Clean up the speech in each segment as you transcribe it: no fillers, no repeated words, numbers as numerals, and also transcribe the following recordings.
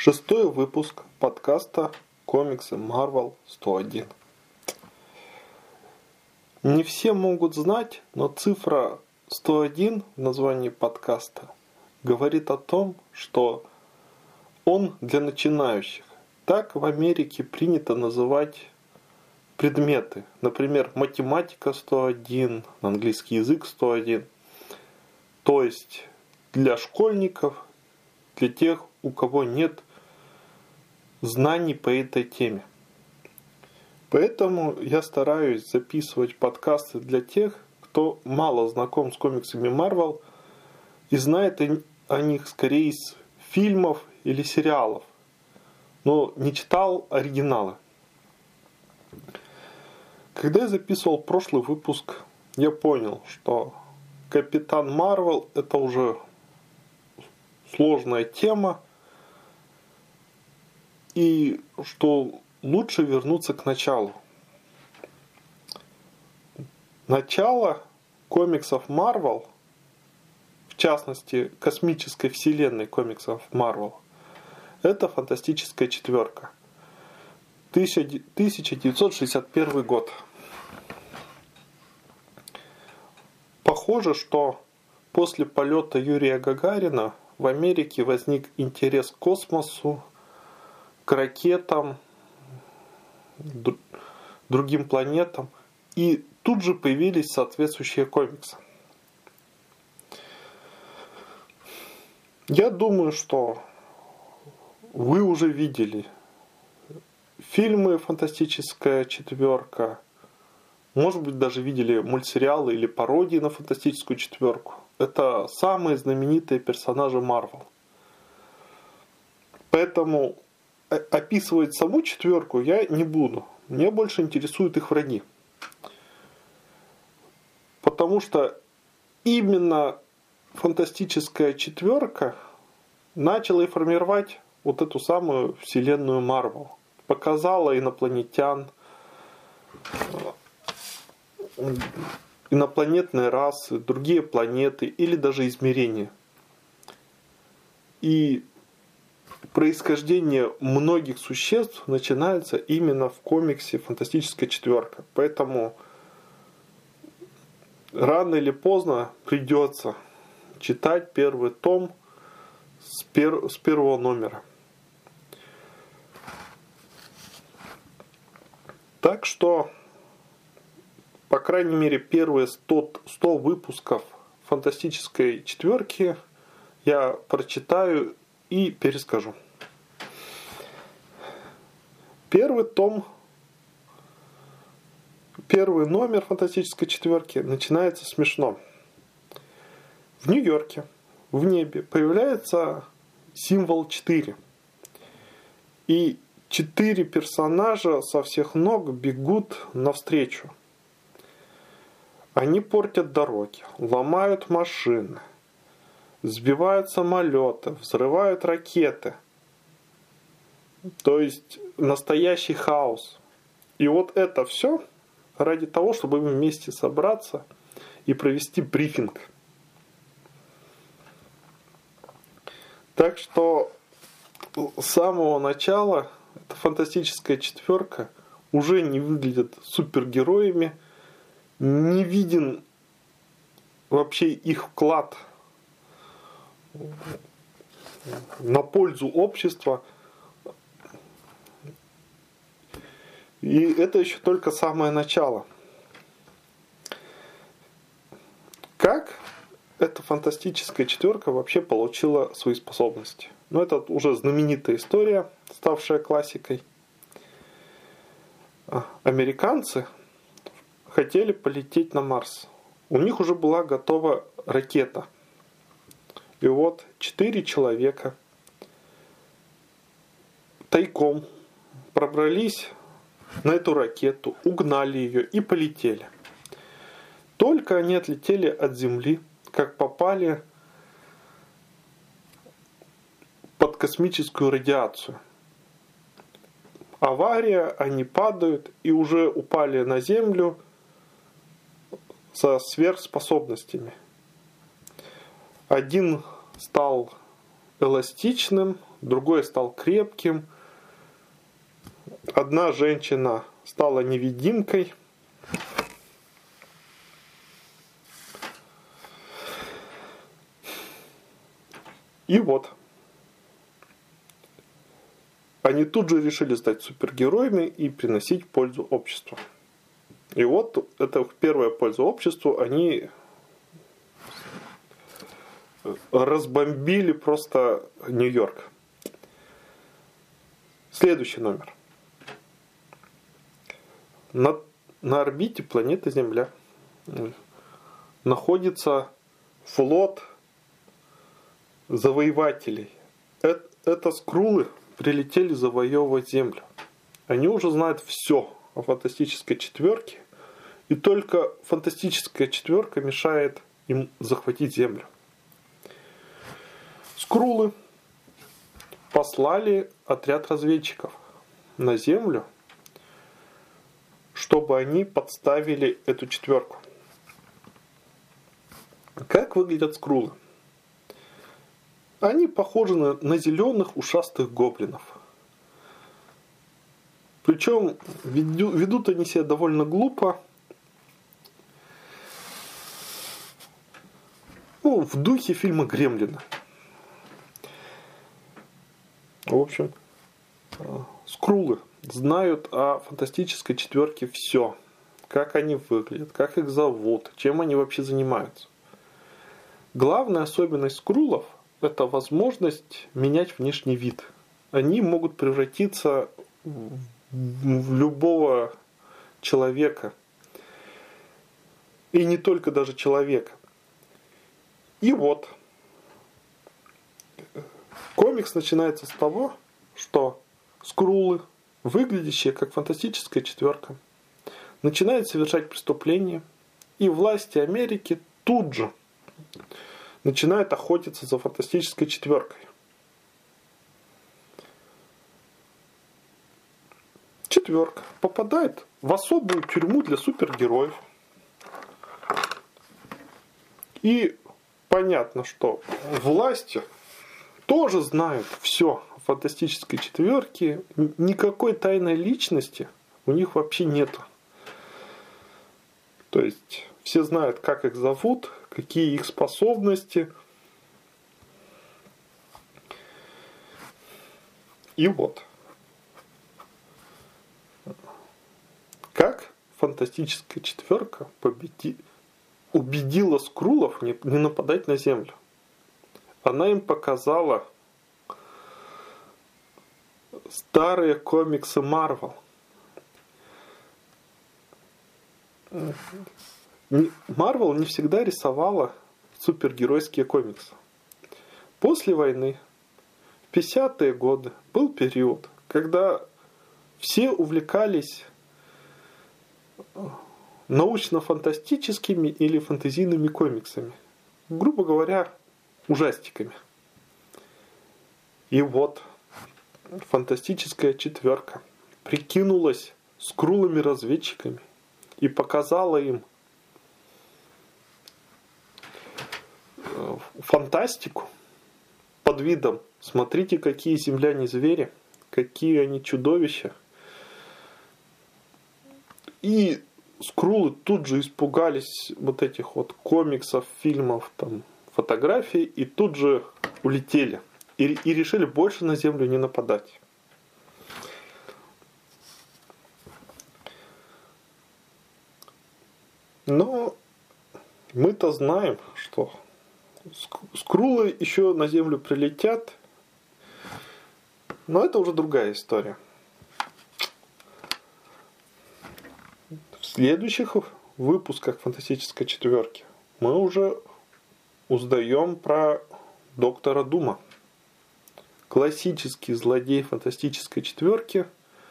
Шестой выпуск подкаста «Комиксы Marvel 101». Не все могут знать, но цифра 101 в названии подкаста говорит о том, что он для начинающих. Так в Америке принято называть предметы. Например, математика 101, английский язык 101. То есть для школьников, для тех, у кого нет знаний по этой теме. Поэтому я стараюсь записывать подкасты для тех, кто мало знаком с комиксами Marvel и знает о них скорее из фильмов или сериалов, но не читал оригиналы. Когда я записывал прошлый выпуск, я понял, что Капитан Марвел — это уже сложная тема, и что лучше вернуться к началу. Начало комиксов Marvel, в частности космической вселенной комиксов Marvel, это «Фантастическая четверка». 1961 год. Похоже, что после полета Юрия Гагарина в Америке возник интерес к космосу, к ракетам, другим планетам, и тут же появились соответствующие комиксы. Я думаю, что вы уже видели фильмы «Фантастическая четверка», может быть, даже видели мультсериалы или пародии на «Фантастическую четверку». Это самые знаменитые персонажи Marvel. Поэтому описывать саму четверку я не буду. Меня больше интересуют их враги. Потому что именно «Фантастическая четверка» начала и формировать вот эту самую вселенную Marvel. Показала инопланетян, инопланетные расы, другие планеты или даже измерения. И происхождение многих существ начинается именно в комиксе «Фантастическая четверка». Поэтому рано или поздно придется читать первый том с первого номера. Так что, по крайней мере, первые 100 выпусков «Фантастической четверки» я прочитаю и перескажу. Первый номер «Фантастической четверки» начинается смешно. В Нью-Йорке, в небе, появляется символ 4. И 4 персонажа со всех ног бегут навстречу. Они портят дороги, ломают машины, сбивают самолеты, взрывают ракеты. То есть настоящий хаос. И вот это все ради того, чтобы вместе собраться и провести брифинг. Так что с самого начала эта «Фантастическая четверка» уже не выглядит супергероями, не виден вообще их вклад на пользу общества. И это еще только самое начало. Как эта «Фантастическая четверка» вообще получила свои способности? Ну, это уже знаменитая история, ставшая классикой. Американцы хотели полететь на Марс. У них уже была готова ракета. И вот 4 человека тайком пробрались на эту ракету, угнали ее и полетели. Только они отлетели от Земли, как попали под космическую радиацию. Авария, они падают и уже упали на Землю со сверхспособностями. Один стал эластичным, другой стал крепким. Одна женщина стала невидимкой. И вот. Они тут же решили стать супергероями и приносить пользу обществу. И вот это первая польза обществу. Они разбомбили просто Нью-Йорк. Следующий номер. На орбите планеты Земля находится флот завоевателей. Это скрулы прилетели завоевывать Землю. Они уже знают все о фантастической четверке, и только фантастическая четверка мешает им захватить Землю. Скрулы послали отряд разведчиков на Землю, чтобы они подставили эту четверку. Как выглядят скрулы? Они похожи на зеленых ушастых гоблинов. Причем ведут они себя довольно глупо. В духе фильма «Гремлины». В общем, скрулы знают о фантастической четверке все. Как они выглядят, как их зовут, чем они вообще занимаются. Главная особенность скрулов – это возможность менять внешний вид. Они могут превратиться в любого человека. И не только даже человека. И вот. Комикс начинается с того, что скрулы, выглядящие как фантастическая четверка, начинают совершать преступления, и власти Америки тут же начинают охотиться за фантастической четверкой. Четверка попадает в особую тюрьму для супергероев. И понятно, что власти тоже знают все о фантастической четверке. Никакой тайной личности у них вообще нету. То есть все знают, как их зовут, какие их способности. И вот. Как фантастическая четверка убедила скрулов не нападать на Землю. Она им показала старые комиксы Marvel. Marvel не всегда рисовала супергеройские комиксы. После войны, в 50-е годы, был период, когда все увлекались научно-фантастическими или фэнтезийными комиксами. Грубо говоря, ужастиками. И вот фантастическая четверка прикинулась скрулами-разведчиками и показала им фантастику под видом: смотрите, какие земляне звери, какие они чудовища. И скрулы тут же испугались вот этих вот комиксов, фильмов, там, фотографий, и тут же улетели. И решили больше на Землю не нападать. Но мы-то знаем, что скрулы еще на Землю прилетят. Но это уже другая история. В следующих выпусках «Фантастической четверки» мы уже узнаем про доктора Дума. Классический злодей «Фантастической четверки».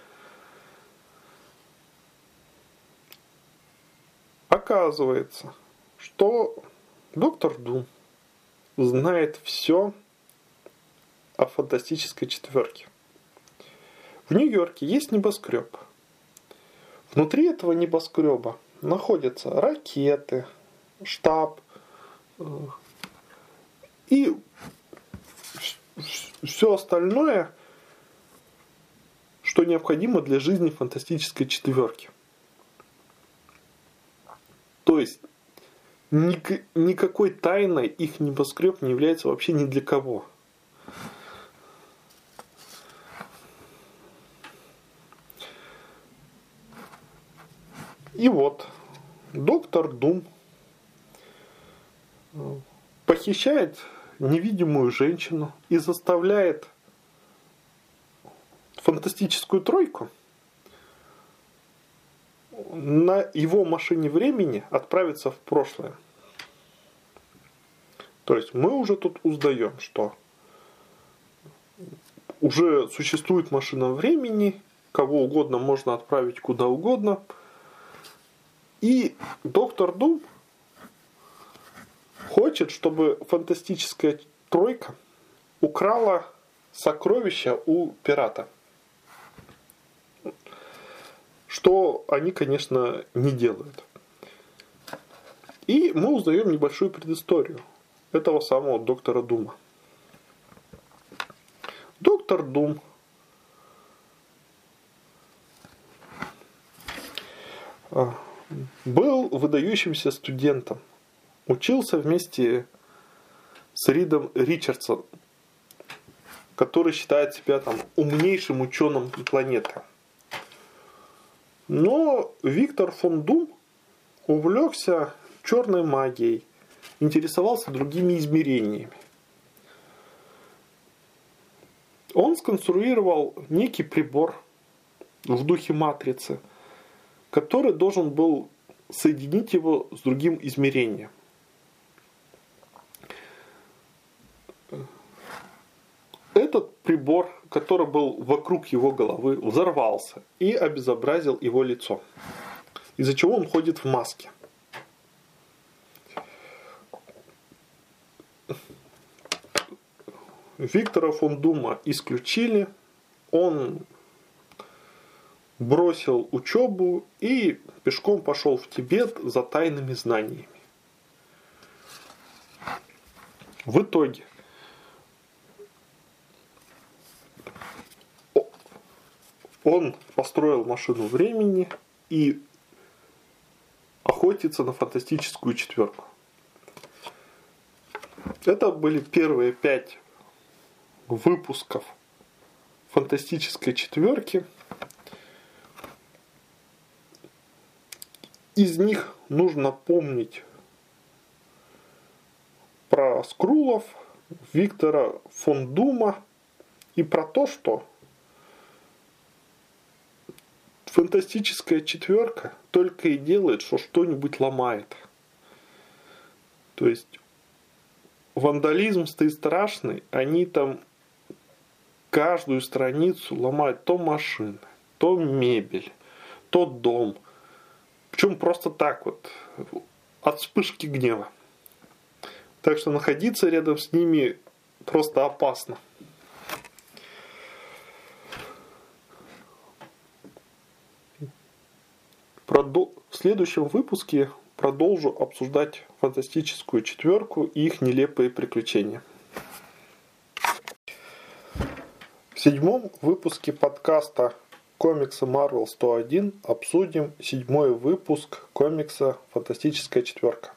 Оказывается, что доктор Дум знает все о фантастической четверке. В Нью-Йорке есть небоскреб. Внутри этого небоскреба находятся ракеты, штаб и все остальное, что необходимо для жизни фантастической четверки. То есть никакой тайной их небоскреб не является вообще ни для кого. И вот доктор Дум похищает невидимую женщину и заставляет фантастическую тройку на его машине времени отправиться в прошлое. То есть мы уже тут узнаем, что уже существует машина времени, кого угодно можно отправить куда угодно. И доктор Дум хочет, чтобы фантастическая тройка украла сокровища у пирата. Что они, конечно, не делают. И мы узнаем небольшую предысторию этого самого доктора Дума. Доктор Дум был выдающимся студентом. Учился вместе с Ридом Ричардсоном, который считает себя там умнейшим ученым планеты. Но Виктор фон Дум увлекся черной магией, интересовался другими измерениями. Он сконструировал некий прибор в духе матрицы, который должен был соединить его с другим измерением. Этот прибор, который был вокруг его головы, взорвался и обезобразил его лицо, из-за чего он ходит в маске. Виктора фон Дума исключили, он бросил учебу и пешком пошел в Тибет за тайными знаниями. В итоге он построил машину времени и охотится на фантастическую четверку. Это были первые 5 выпусков фантастической четверки. Из них нужно помнить про Скрулов, Виктора фон Дума и про то, что фантастическая четверка только и делает, что что-нибудь ломает. То есть вандализм стоит страшный, они там каждую страницу ломают то машины, то мебель, то дом. Причем просто так вот, от вспышки гнева. Так что находиться рядом с ними просто опасно. В следующем выпуске продолжу обсуждать фантастическую четверку и их нелепые приключения. В 7 выпуске подкаста комикса Marvel 101 обсудим 7 выпуск комикса «Фантастическая четверка».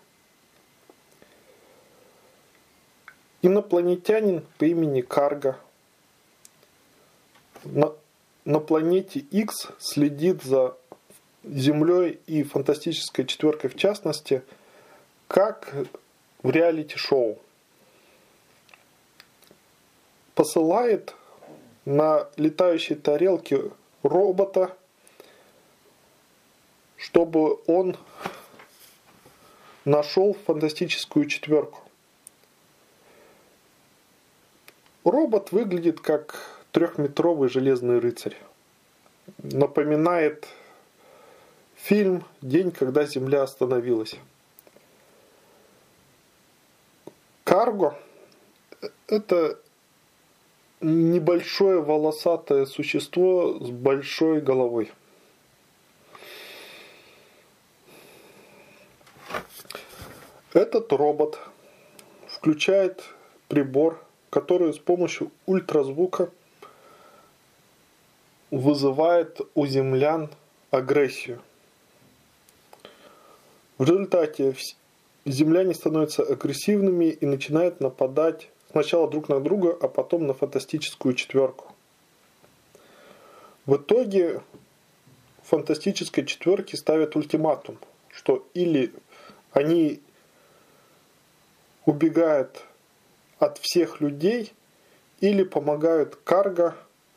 Инопланетянин по имени Карго на планете X следит за Землей и фантастической четверкой в частности, как в реалити-шоу. Посылает на летающей тарелке робота, чтобы он нашел фантастическую четверку. Робот выглядит как 3-метровый железный рыцарь. Напоминает фильм «День, когда Земля остановилась». Карго – это небольшое волосатое существо с большой головой. Этот робот включает прибор который с помощью ультразвука вызывает у землян агрессию. В результате земляне становятся агрессивными и начинают нападать сначала друг на друга, а потом на фантастическую четверку. В итоге фантастической четверке ставят ультиматум, что или они убегают от всех людей, или помогают Карго.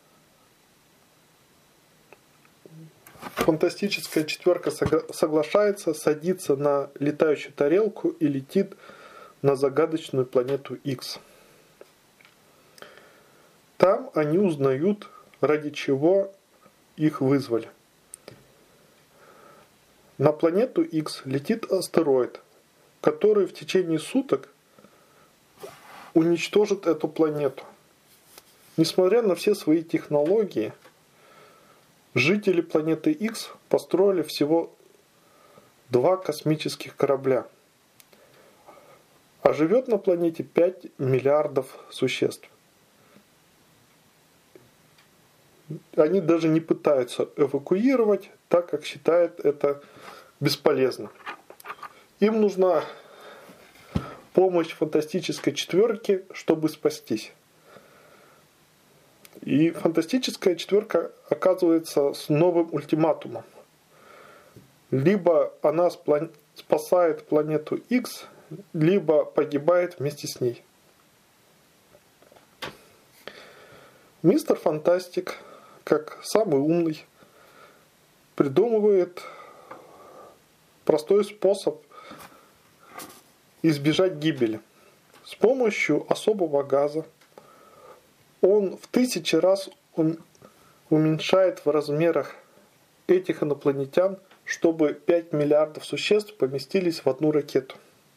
Фантастическая четверка соглашается, садится на летающую тарелку и летит на загадочную планету X. Там они узнают, ради чего их вызвали. На планету X летит астероид, который в течение суток уничтожит эту планету. Несмотря на все свои технологии, жители планеты X построили всего 2 космических корабля. А живет на планете 5 миллиардов существ. Они даже не пытаются эвакуировать, так как считают это бесполезно. Им нужна помощь фантастической четверки, чтобы спастись. И фантастическая четверка оказывается с новым ультиматумом. Либо она спасает планету X, либо погибает вместе с ней. Мистер Фантастик, как самый умный, придумывает простой способ избежать гибели. С помощью особого газа он в 1000 раз уменьшает в размерах этих инопланетян, чтобы 5 миллиардов существ поместились в одну ракету.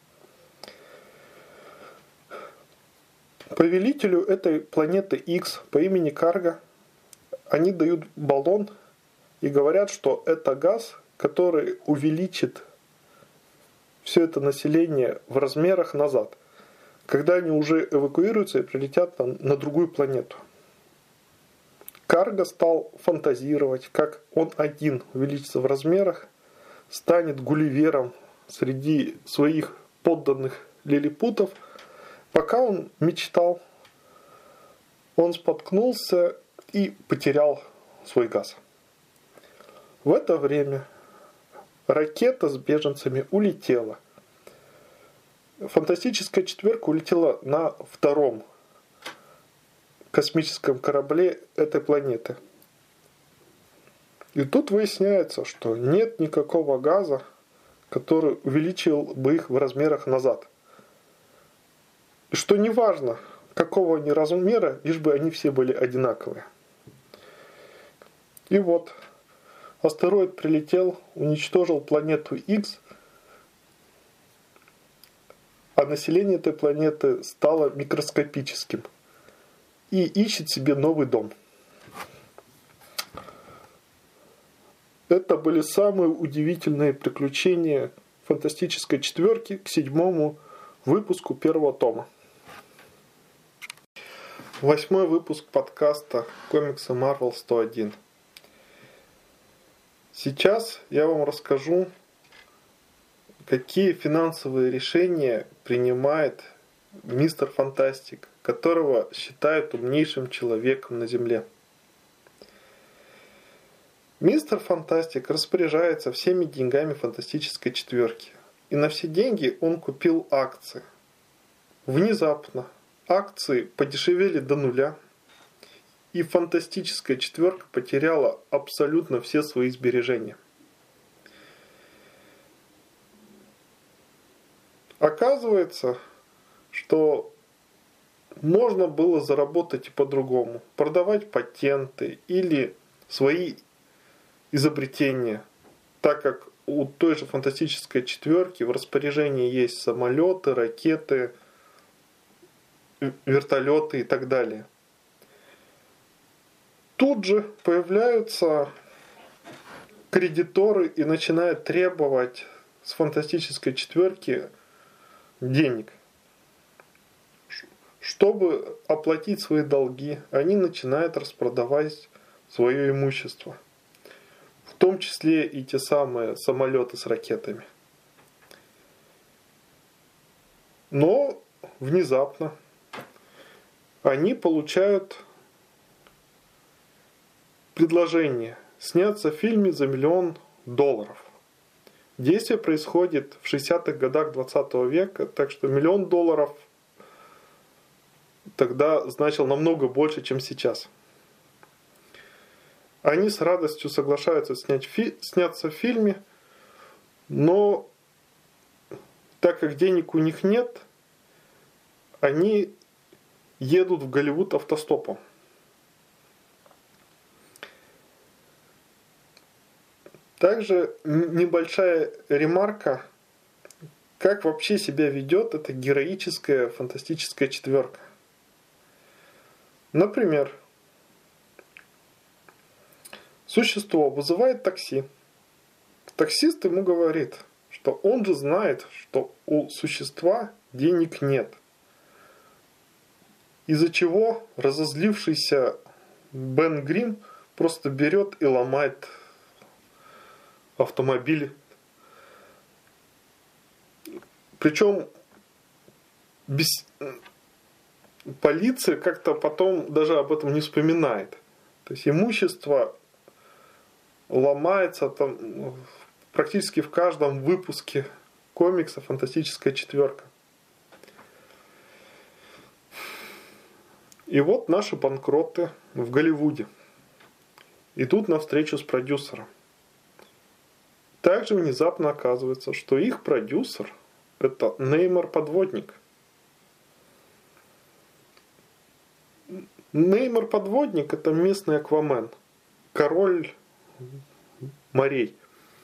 Повелителю этой планеты X по имени Карго они дают баллон и говорят, что это газ, который увеличит все это население в размерах назад, когда они уже эвакуируются и прилетят на другую планету. Карго стал фантазировать, как он один увеличится в размерах, станет Гулливером среди своих подданных лилипутов. Пока он мечтал, он споткнулся и потерял свой газ. В это время ракета с беженцами улетела. Фантастическая четверка улетела на 2-м космическом корабле этой планеты. И тут выясняется, что нет никакого газа, который увеличил бы их в размерах назад. И что неважно, какого они размера, лишь бы они все были одинаковые. И вот астероид прилетел, уничтожил планету X, а население этой планеты стало микроскопическим и ищет себе новый дом. Это были самые удивительные приключения фантастической четверки к 7-му выпуску 1-го тома. 8-й выпуск подкаста комиксы Marvel 101. Сейчас я вам расскажу, какие финансовые решения принимает мистер Фантастик, которого считают умнейшим человеком на Земле. Мистер Фантастик распоряжается всеми деньгами фантастической четверки. И на все деньги он купил акции. Внезапно акции подешевели до нуля. И фантастическая четверка потеряла абсолютно все свои сбережения. Оказывается, что можно было заработать и по-другому. Продавать патенты или свои изобретения. Так как у той же фантастической четверки в распоряжении есть самолеты, ракеты, вертолеты и так далее. Тут же появляются кредиторы и начинают требовать с фантастической четверки денег. чтобы оплатить свои долги, они начинают распродавать свое имущество. В том числе и те самые самолеты с ракетами. Но внезапно они получают предложение сняться в фильме за $1 миллион. Действие происходит в 60-х годах 20 века, так что $1 миллион тогда значил намного больше, чем сейчас. Они с радостью соглашаются сняться в фильме, но так как денег у них нет, они едут в Голливуд автостопом. Также небольшая ремарка, как вообще себя ведет эта героическая фантастическая четверка. Например, существо вызывает такси. Таксист ему говорит, что он же знает, что у существа денег нет. Из-за чего разозлившийся Бен Грим просто берет и ломает автомобиль. Причем полиция как-то потом даже об этом не вспоминает. То есть имущество ломается там практически в каждом выпуске комикса «Фантастическая четверка». И вот наши банкроты в Голливуде идут на встречу с продюсером. Также внезапно оказывается, что их продюсер – это Неймар-подводник. Неймар-подводник – это местный Аквамен, король морей.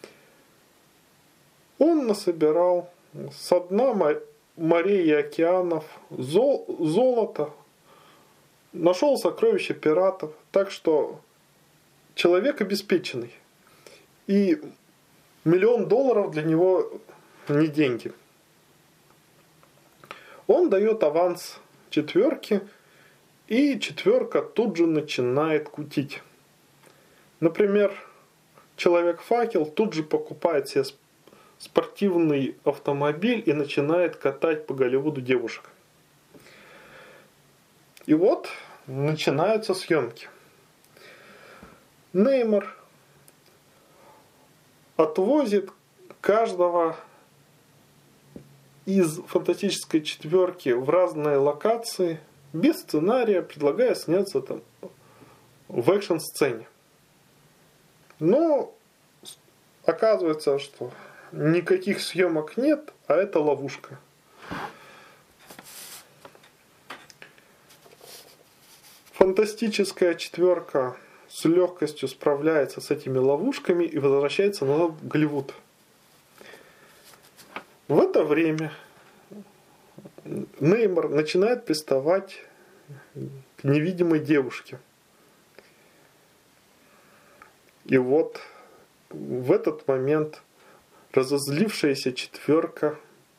Он насобирал со дна морей и океанов золото, нашел сокровища пиратов, так что человек обеспеченный. И $1 миллион для него не деньги. Он дает аванс четверке, и четверка тут же начинает кутить. Например, Человек-факел тут же покупает себе спортивный автомобиль и начинает катать по Голливуду девушек. И вот начинаются съемки. Неймар отвозит каждого из фантастической четверки в разные локации, без сценария, предлагая сняться там в экшн-сцене. Но оказывается, что никаких съемок нет, а это ловушка. Фантастическая четверка с легкостью справляется с этими ловушками и возвращается назад в Голливуд. В это время Неймар начинает приставать к невидимой девушке. И вот в этот момент разозлившаяся четверка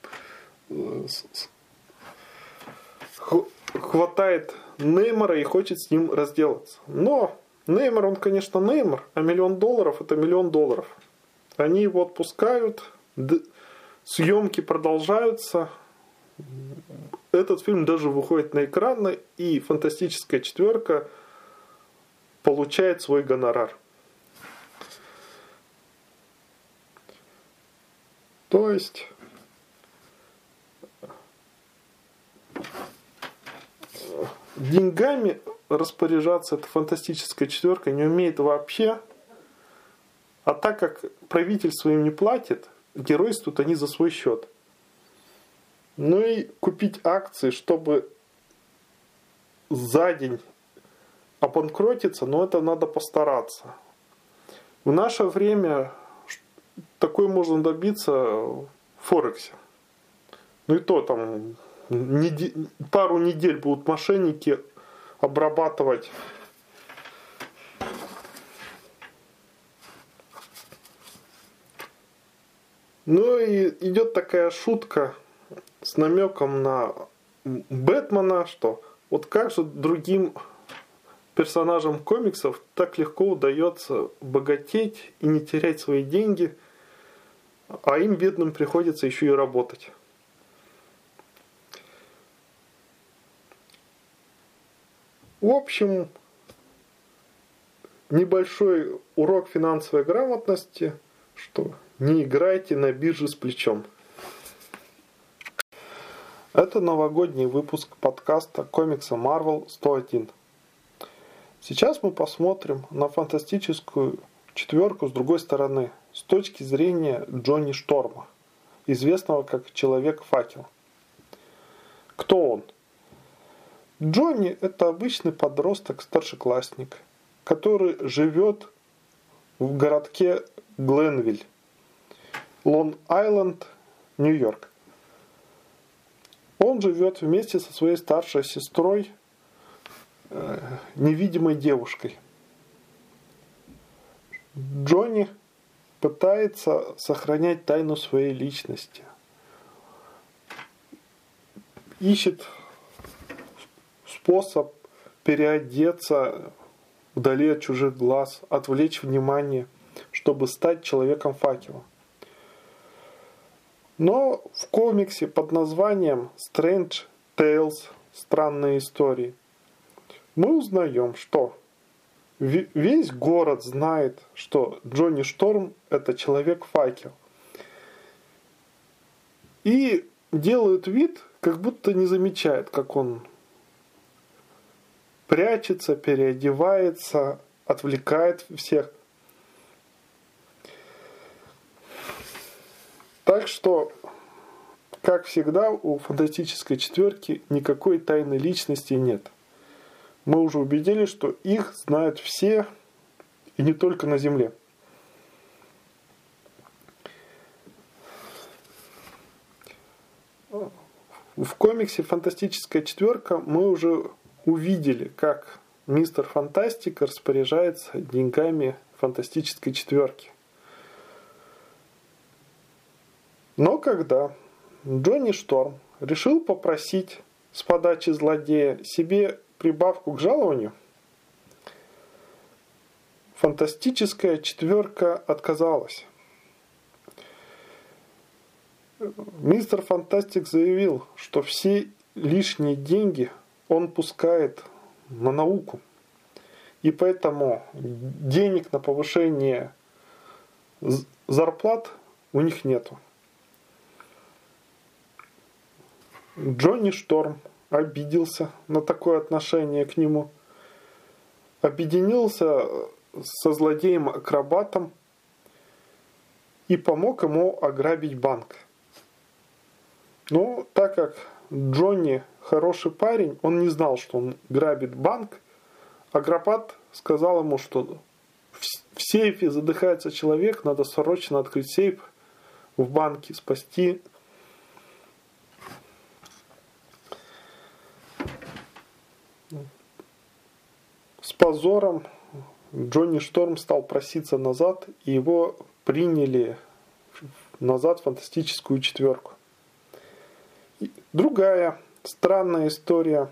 хватает Неймара и хочет с ним разделаться. Но Неймар, он, конечно, Неймар, а $1 миллион это $1 миллион. Они его отпускают, съемки продолжаются. Этот фильм даже выходит на экраны, и фантастическая четверка получает свой гонорар. То есть деньгами распоряжаться эта фантастическая четверка не умеет вообще. А так как правительство им не платит, геройствуют они за свой счет. Ну и купить акции, чтобы за день обанкротиться, но это надо постараться. В наше время такое можно добиться в Форексе. Ну и то там пару недель будут мошенники обрабатывать. Ну и идет такая шутка с намеком на Бэтмена, что вот как же другим персонажам комиксов так легко удается богатеть и не терять свои деньги, а им, бедным, приходится еще и работать. В общем, небольшой урок финансовой грамотности, что не играйте на бирже с плечом. Это новогодний выпуск подкаста комикса Marvel 101. Сейчас мы посмотрим на фантастическую четверку с другой стороны, с точки зрения Джонни Шторма, известного как Человек-факел. Кто он? Джонни – это обычный подросток-старшеклассник, который живет в городке Гленвиль, Лонг-Айленд, Нью-Йорк. Он живет вместе со своей старшей сестрой, невидимой девушкой. Джонни пытается сохранять тайну своей личности. Ищет способ переодеться вдали от чужих глаз, отвлечь внимание, чтобы стать человеком-факелом. Но в комиксе под названием Strange Tales – Странные истории мы узнаем, что весь город знает, что Джонни Шторм – это Человек-факел. И делают вид, как будто не замечает, как он прячется, переодевается, отвлекает всех. Так что, как всегда, у фантастической четверки никакой тайной личности нет. Мы уже убедились, что их знают все, и не только на Земле. В комиксе «Фантастическая четверка» мы уже увидели, как мистер Фантастик распоряжается деньгами фантастической четверки. Но когда Джонни Шторм решил попросить с подачи злодея себе прибавку к жалованию, фантастическая четверка отказалась. Мистер Фантастик заявил, что все лишние деньги он пускает на науку. И поэтому денег на повышение зарплат у них нету. Джонни Шторм обиделся на такое отношение к нему, объединился со злодеем-акробатом и помог ему ограбить банк. Но так как Джонни хороший парень, он не знал, что он грабит банк, акробат сказал ему, что в сейфе задыхается человек, надо срочно открыть сейф в банке, спасти. С позором Джонни Шторм стал проситься назад, и его приняли назад в фантастическую четверку. Другая странная история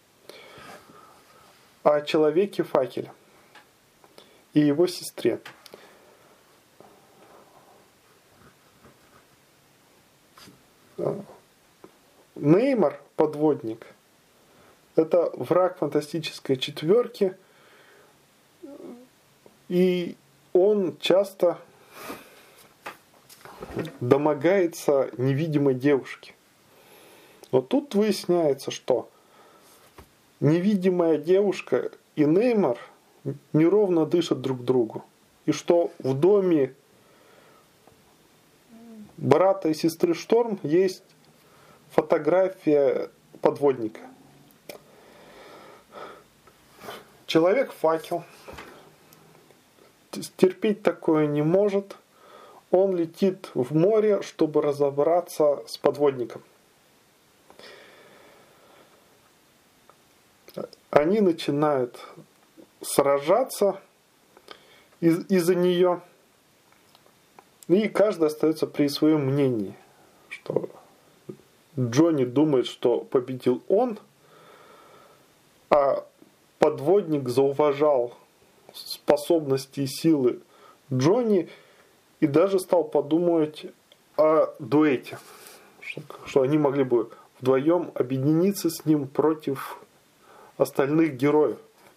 о Человеке-факеле и его сестре. Неймар, подводник, это враг фантастической четверки, и он часто домогается невидимой девушки. Но тут выясняется, что невидимая девушка и Неймар неровно дышат друг другу. И что в доме брата и сестры Шторм есть фотография подводника. Человек-факел терпеть такое не может. Он летит в море, чтобы разобраться с подводником. Они начинают сражаться из-за нее. И каждый остается при своем мнении, что Джонни думает, что победил он, а подводник зауважал способности и силы Джонни и даже стал подумать о дуэте, что они могли бы вдвоем объединиться с ним против остальных героев.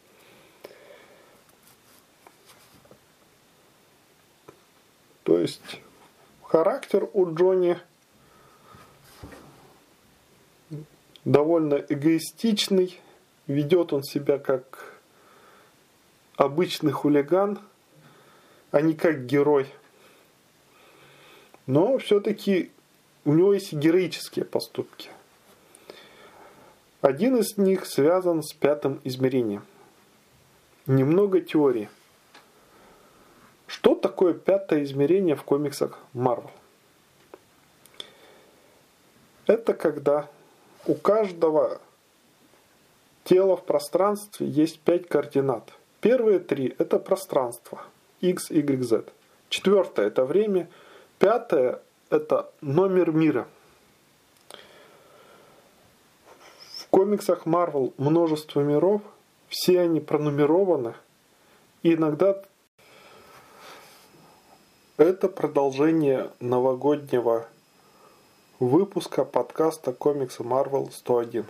То есть характер у Джонни довольно эгоистичный, ведет он себя как обычный хулиган, а не как герой. Но все-таки у него есть и героические поступки. Один из них связан с 5-м измерением. Немного теории. Что такое 5-е измерение в комиксах Marvel? Это когда у каждого тела в пространстве есть 5 координат. Первые 3 – это пространство. X, Y, Z. 4 – это время. 5 – это номер мира. В комиксах Marvel множество миров. Все они пронумерованы. И иногда это продолжение новогоднего выпуска подкаста комикса Marvel 101.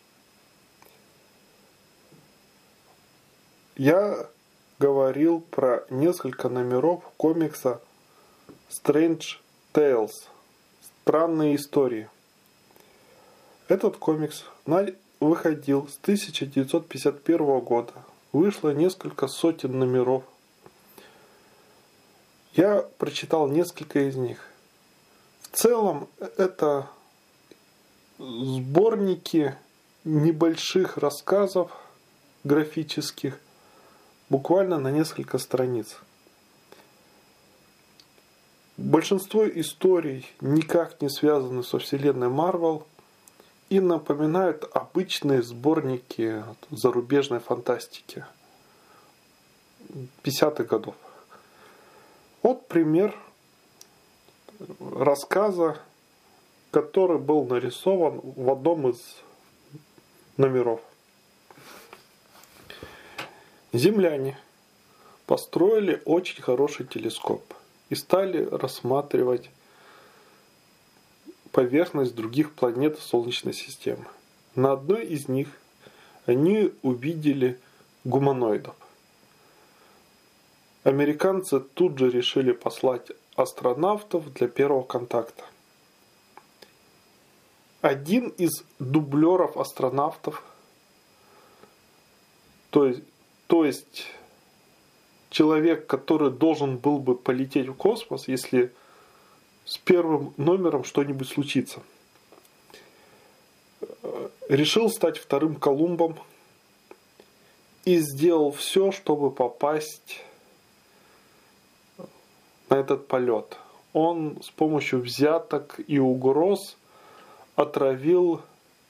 Я говорил про несколько номеров комикса Strange Tales. Странные истории. Этот комикс выходил с 1951 года. Вышло несколько сотен номеров. Я прочитал несколько из них. В целом это сборники небольших рассказов графических, буквально на несколько страниц. Большинство историй никак не связаны со вселенной Marvel и напоминают обычные сборники зарубежной фантастики 50-х годов. Вот пример рассказа, который был нарисован в одном из номеров. Земляне построили очень хороший телескоп и стали рассматривать поверхность других планет Солнечной системы. На одной из них они увидели гуманоидов. Американцы тут же решили послать астронавтов для первого контакта. Один из дублеров астронавтов, то есть человек, который должен был бы полететь в космос, если с первым номером что-нибудь случится, решил стать вторым Колумбом и сделал все, чтобы попасть на этот полет. Он с помощью взяток и угроз отравил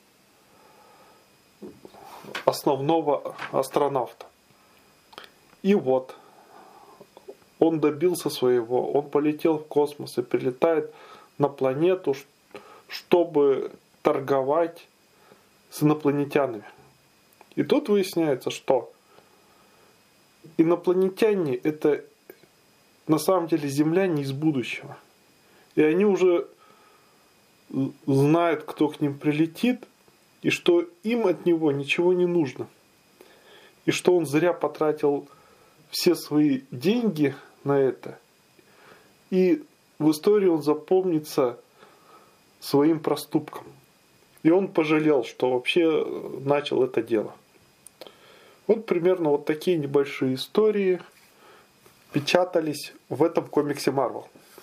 основного астронавта. И вот, он добился своего, он полетел в космос и прилетает на планету, чтобы торговать с инопланетянами. И тут выясняется, что инопланетяне – это на самом деле земляне из будущего. И они уже знают, кто к ним прилетит, и что им от него ничего не нужно. И что он зря потратил все свои деньги на это. И в истории он запомнится своим проступком. И он пожалел, что вообще начал это дело. Вот примерно вот такие небольшие истории печатались в этом комиксе Marvel.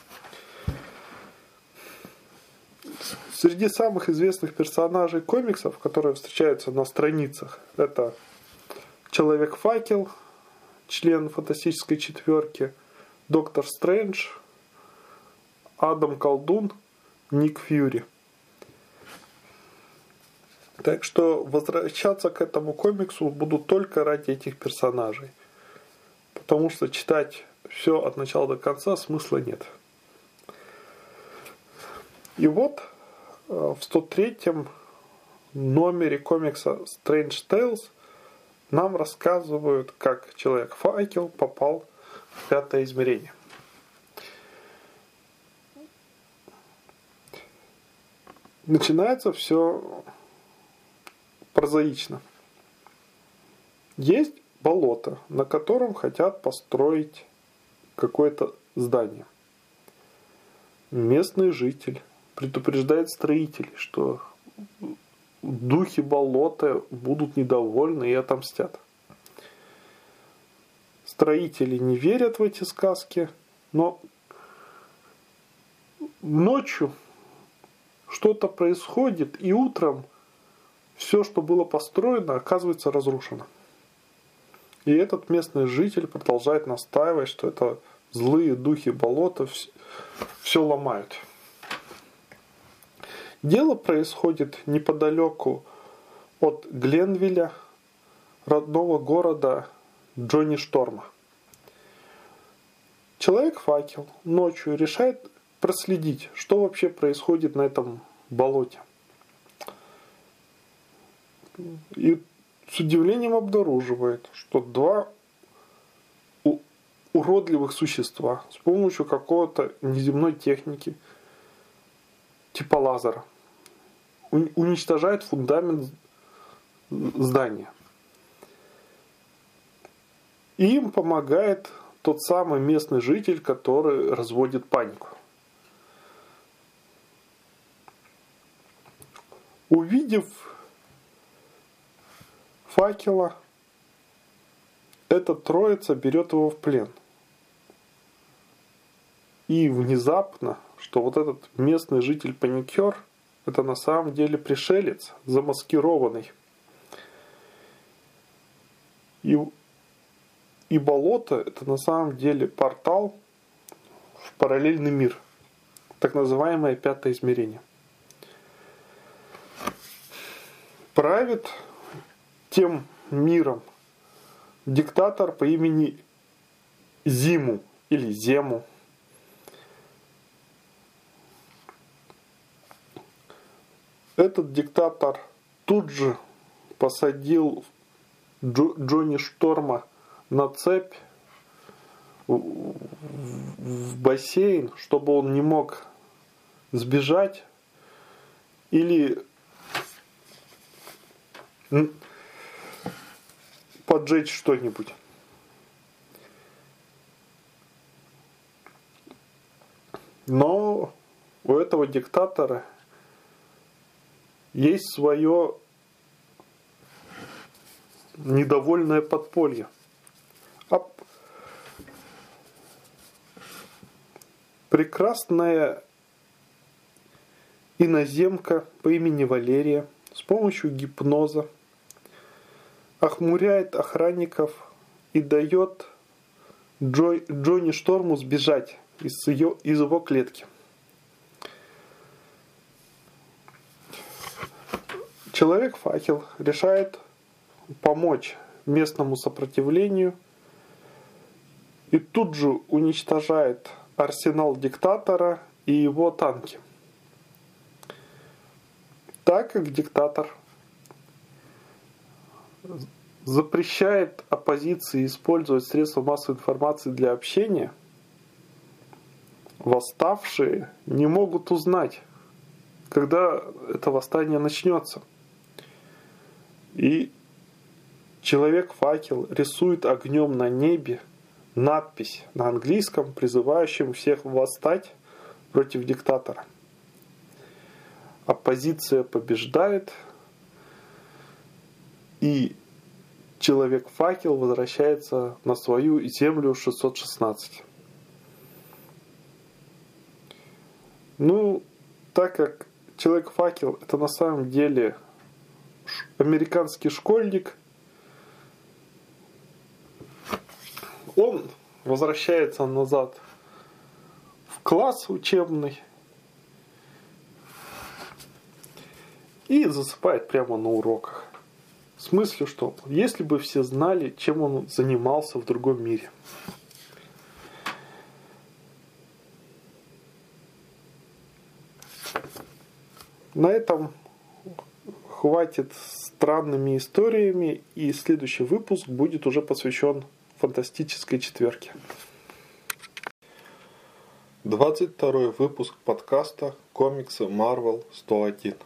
Среди самых известных персонажей комиксов, которые встречаются на страницах, это Человек-факел, член Фантастической четверки, Доктор Стрэндж, Адам Колдун, Ник Фьюри. Так что возвращаться к этому комиксу буду только ради этих персонажей. Потому что читать все от начала до конца смысла нет. И вот в 103-м номере комикса Strange Tales нам рассказывают, как Человек-факел попал в 5-е измерение. Начинается все прозаично. Есть болото, на котором хотят построить какое-то здание. Местный житель предупреждает строителей, что духи болота будут недовольны и отомстят. Строители не верят в эти сказки, но ночью что-то происходит, и утром все, что было построено, оказывается разрушено. И этот местный житель продолжает настаивать, что это злые духи болота все ломают. Дело происходит неподалеку от Гленвилля, родного города Джонни Шторма. Человек-факел ночью решает проследить, что вообще происходит на этом болоте. И с удивлением обнаруживает, что два уродливых существа с помощью какого-то неземной техники, типа лазера, уничтожают фундамент здания. И им помогает тот самый местный житель, который разводит панику. Увидев факела, эта троица берет его в плен. И внезапно, что вот этот местный житель-паникер, это на самом деле пришелец, замаскированный. И болото – это на самом деле портал в параллельный мир, так называемое 5-е измерение. Правит тем миром диктатор по имени Зиму или Зему. Этот диктатор тут же посадил Джонни Шторма на цепь в бассейн, чтобы он не мог сбежать или поджечь что-нибудь. Но у этого диктатора есть свое недовольное подполье. Прекрасная иноземка по имени Валерия с помощью гипноза охмуряет охранников и дает Джонни Шторму сбежать из его клетки. Человек-факел решает помочь местному сопротивлению и тут же уничтожает арсенал диктатора и его танки. Так как диктатор запрещает оппозиции использовать средства массовой информации для общения, восставшие не могут узнать, когда это восстание начнется. И Человек-факел рисует огнем на небе надпись на английском, призывающим всех восстать против диктатора. Оппозиция побеждает, и Человек-факел возвращается на свою землю 616. Так как Человек-факел это на самом деле американский школьник, он возвращается назад в класс учебный и засыпает прямо на уроках. В смысле, что если бы все знали, чем он занимался в другом мире. На этом хватит странными историями, и следующий выпуск будет уже посвящен фантастической четверке. 22 выпуск подкаста «Комиксы Marvel 101».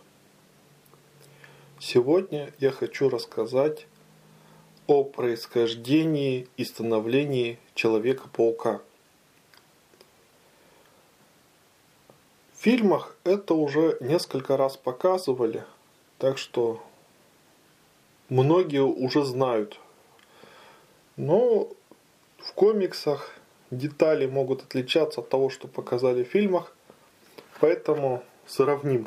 Сегодня я хочу рассказать о происхождении и становлении Человека-паука. В фильмах это уже несколько раз показывали, так что многие уже знают. Но в комиксах детали могут отличаться от того, что показали в фильмах, поэтому сравним.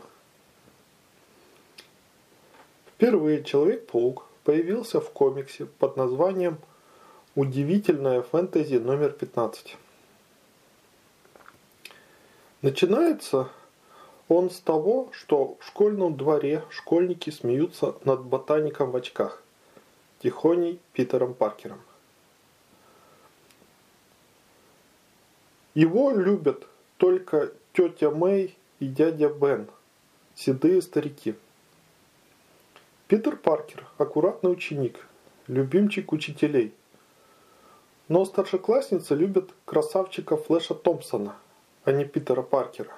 Впервые Человек-паук появился в комиксе под названием «Удивительное фэнтези номер 15». Начинается он с того, что в школьном дворе школьники смеются над ботаником в очках, тихоней Питером Паркером. Его любят только тетя Мэй и дядя Бен, седые старики. Питер Паркер – аккуратный ученик, любимчик учителей. Но старшеклассницы любят красавчика Флэша Томпсона, а не Питера Паркера.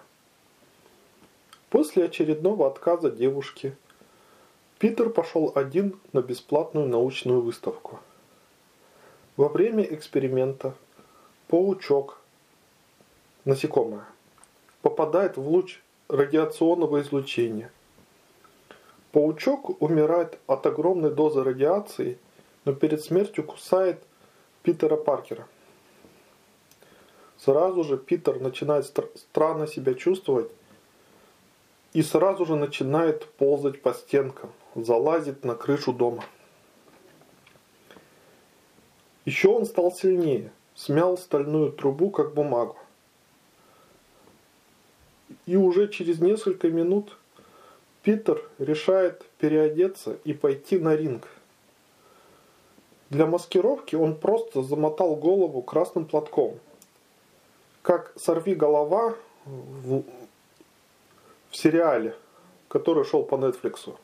После очередного отказа девушки, Питер пошел один на бесплатную научную выставку. Во время эксперимента паучок, насекомое, попадает в луч радиационного излучения. Паучок умирает от огромной дозы радиации, но перед смертью кусает Питера Паркера. Сразу же Питер начинает странно себя чувствовать и сразу же начинает ползать по стенкам, залазит на крышу дома. Еще он стал сильнее, смял стальную трубу как бумагу. И уже через несколько минут Питер решает переодеться и пойти на ринг. Для маскировки он просто замотал голову красным платком, как «Сорвиголова» в сериале, который шел по Netflix.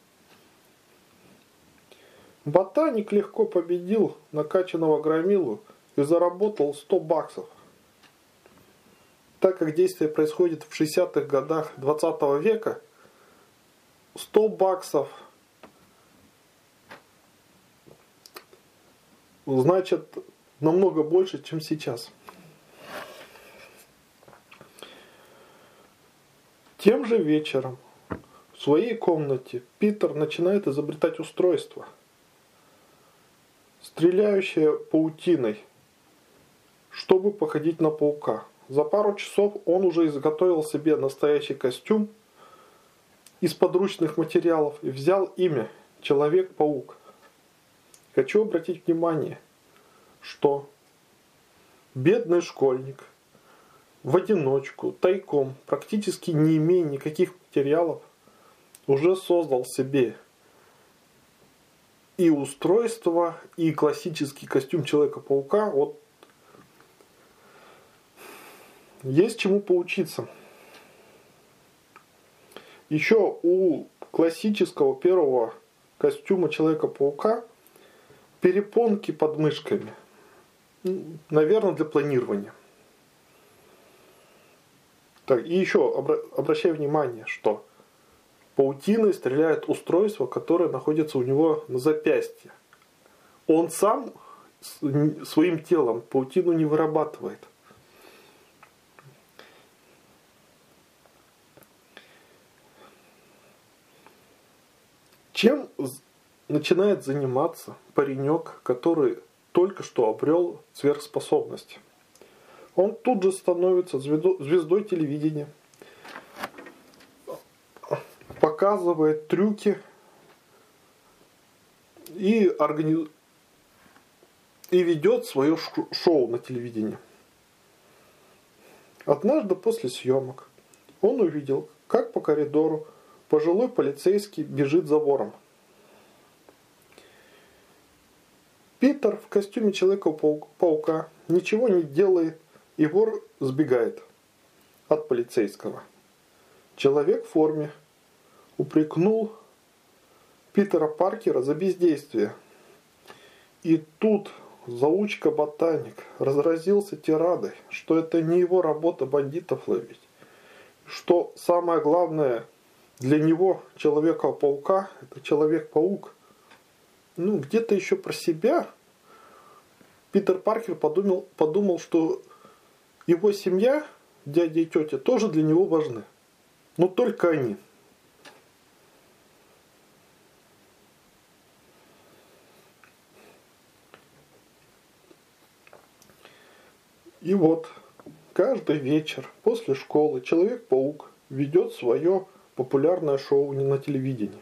Ботаник легко победил накачанного громилу и заработал $100. Так как действие происходит в 60-х годах 20 века, $100 значит намного больше, чем сейчас. Тем же вечером в своей комнате Питер начинает изобретать устройство, стреляющее паутиной, чтобы походить на паука. За пару часов он уже изготовил себе настоящий костюм из подручных материалов и взял имя Человек-паук. Хочу обратить внимание, что бедный школьник в одиночку, тайком, практически не имея никаких материалов, уже создал себе и устройство, и классический костюм Человека-паука. Вот есть чему поучиться. Еще у классического первого костюма Человека-паука перепонки под мышками. Наверное, для планирования. Так, и еще обращаю внимание, что паутиной стреляет устройство, которое находится у него на запястье. Он сам своим телом паутину не вырабатывает. Чем начинает заниматься паренек, который только что обрел сверхспособность? Он тут же становится звездой телевидения, показывает трюки и ведет свое шоу на телевидении. Однажды после съемок он увидел, как по коридору пожилой полицейский бежит за вором. Питер в костюме Человека-паука ничего не делает, и вор сбегает от полицейского. Человек в форме упрекнул Питера Паркера за бездействие. И тут заучка-ботаник разразился тирадой, что это не его работа бандитов ловить. Что самое главное для него, Человека-паука, это Человек-паук. Где-то еще про себя Питер Паркер подумал, что его семья, дядя и тетя, тоже для него важны. Но только они. И вот, каждый вечер после школы Человек-паук ведет свое популярное шоу не на телевидении.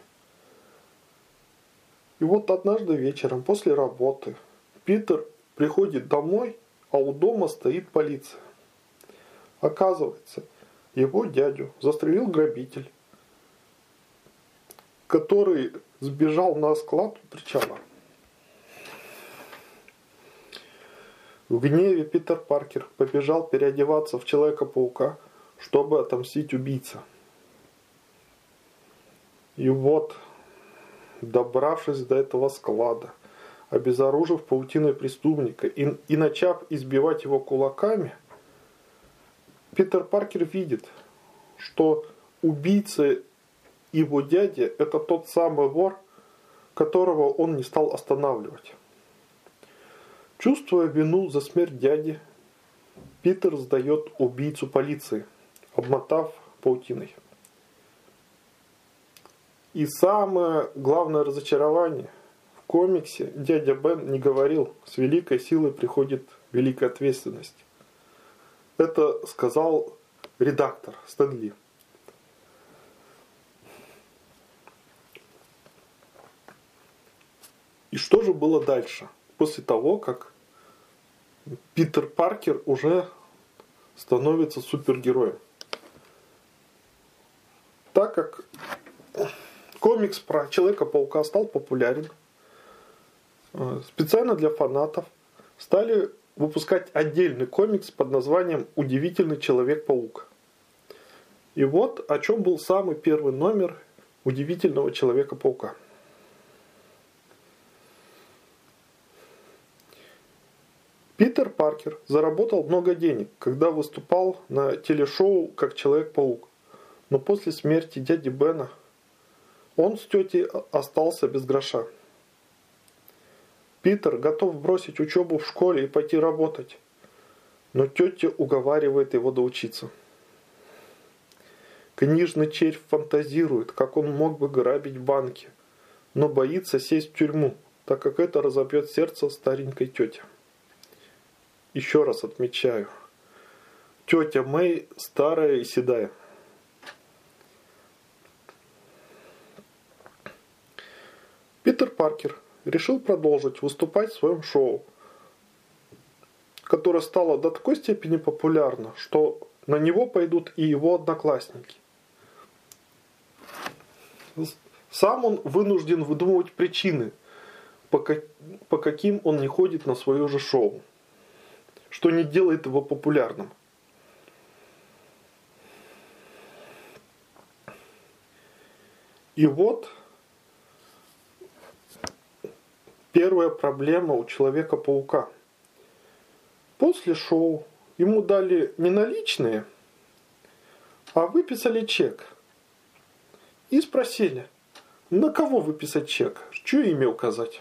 И вот однажды вечером после работы Питер приходит домой, а у дома стоит полиция. Оказывается, его дядю застрелил грабитель, который сбежал на склад у причала. В гневе Питер Паркер побежал переодеваться в Человека-паука, чтобы отомстить убийце. И вот, добравшись до этого склада, обезоружив паутиной преступника и начав избивать его кулаками, Питер Паркер видит, что убийца его дяди – это тот самый вор, которого он не стал останавливать. Чувствуя вину за смерть дяди, Питер сдает убийцу полиции, обмотав паутиной. И самое главное разочарование – в комиксе дядя Бен не говорил «с великой силой приходит великая ответственность». Это сказал редактор Стэн Ли. И что же было дальше? После того, как Питер Паркер уже становится супергероем. Так как комикс про Человека-паука стал популярен, специально для фанатов стали выпускать отдельный комикс под названием «Удивительный Человек-паук». И вот о чем был самый первый номер «Удивительного Человека-паука». Питер Паркер заработал много денег, когда выступал на телешоу как Человек-паук. Но после смерти дяди Бена он с тетей остался без гроша. Питер готов бросить учебу в школе и пойти работать. Но тетя уговаривает его доучиться. Книжный червь фантазирует, как он мог бы грабить банки, но боится сесть в тюрьму, так как это разобьет сердце старенькой тети. Еще раз отмечаю, тетя Мэй старая и седая. Питер Паркер решил продолжить выступать в своем шоу, которое стало до такой степени популярно, что на него пойдут и его одноклассники. Сам он вынужден выдумывать причины, по каким он не ходит на свое же шоу, что не делает его популярным. И вот первая проблема у Человека-паука. После шоу ему дали не наличные, а выписали чек. И спросили, на кого выписать чек, чье имя указать.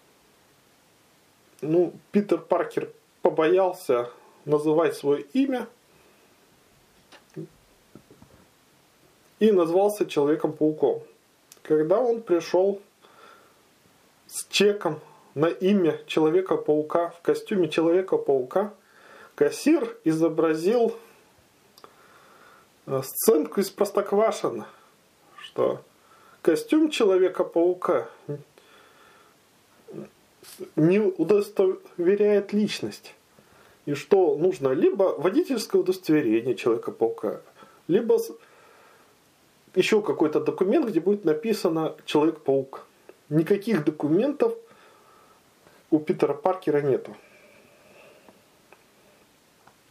Питер Паркер побоялся называть свое имя и назвался Человеком-пауком. Когда он пришел с чеком на имя Человека-паука в костюме Человека-паука, кассир изобразил сценку из Простоквашино, что костюм Человека-паука не удостоверяет личность. И что нужно либо водительское удостоверение Человека-паука, либо еще какой-то документ, где будет написано Человек-паук. Никаких документов у Питера Паркера нету.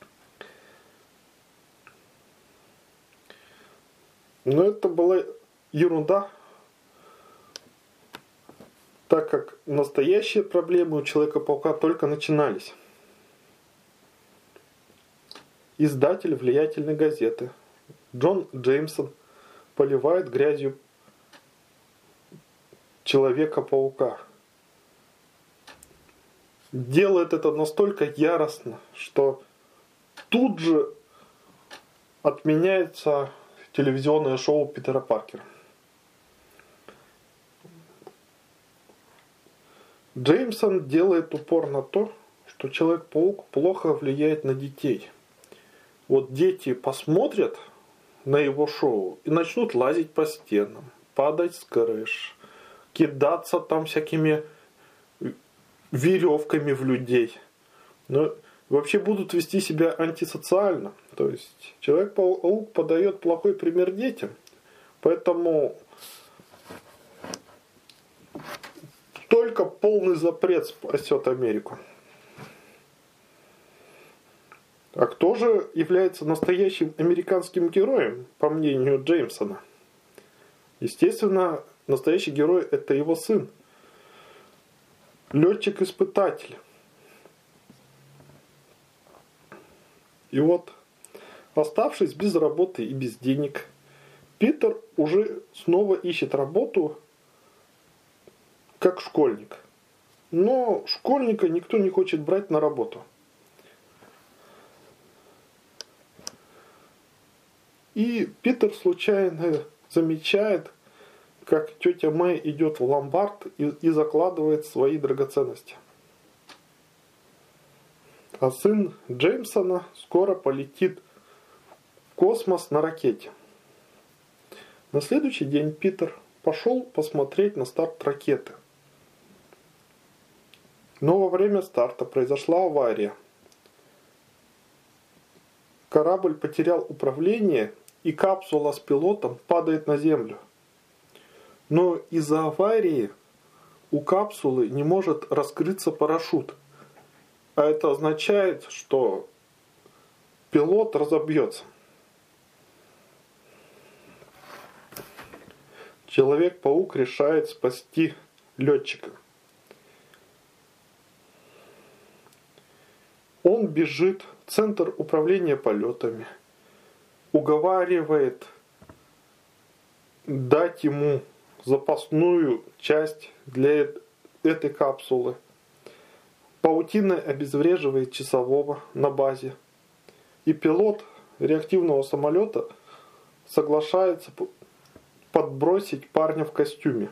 Но это была ерунда, так как настоящие проблемы у Человека-паука только начинались. Издатель влиятельной газеты Джон Джеймсон поливает грязью Человека-паука. Делает это настолько яростно, что тут же отменяется телевизионное шоу Питера Паркера. Джеймсон делает упор на то, что Человек-паук плохо влияет на детей. Вот дети посмотрят на его шоу и начнут лазить по стенам, падать с крыш, кидаться там всякими веревками в людей. Но вообще будут вести себя антисоциально. То есть Человек-паук подает плохой пример детям. Поэтому только полный запрет спасет Америку. А кто же является настоящим американским героем, по мнению Джеймсона? Естественно, настоящий герой – это его сын. Летчик-испытатель. И вот, оставшись без работы и без денег, Питер уже снова ищет работу как школьник. Но школьника никто не хочет брать на работу. И Питер случайно замечает, как тетя Мэй идет в ломбард и закладывает свои драгоценности. А сын Джеймсона скоро полетит в космос на ракете. На следующий день Питер пошел посмотреть на старт ракеты. Но во время старта произошла авария. Корабль потерял управление, и капсула с пилотом падает на Землю. Но из-за аварии у капсулы не может раскрыться парашют. А это означает, что пилот разобьется. Человек-паук решает спасти летчика. Он бежит в центр управления полетами, уговаривает дать ему запасную часть для этой капсулы. Паутина обезвреживает часового на базе. И пилот реактивного самолета соглашается подбросить парня в костюме.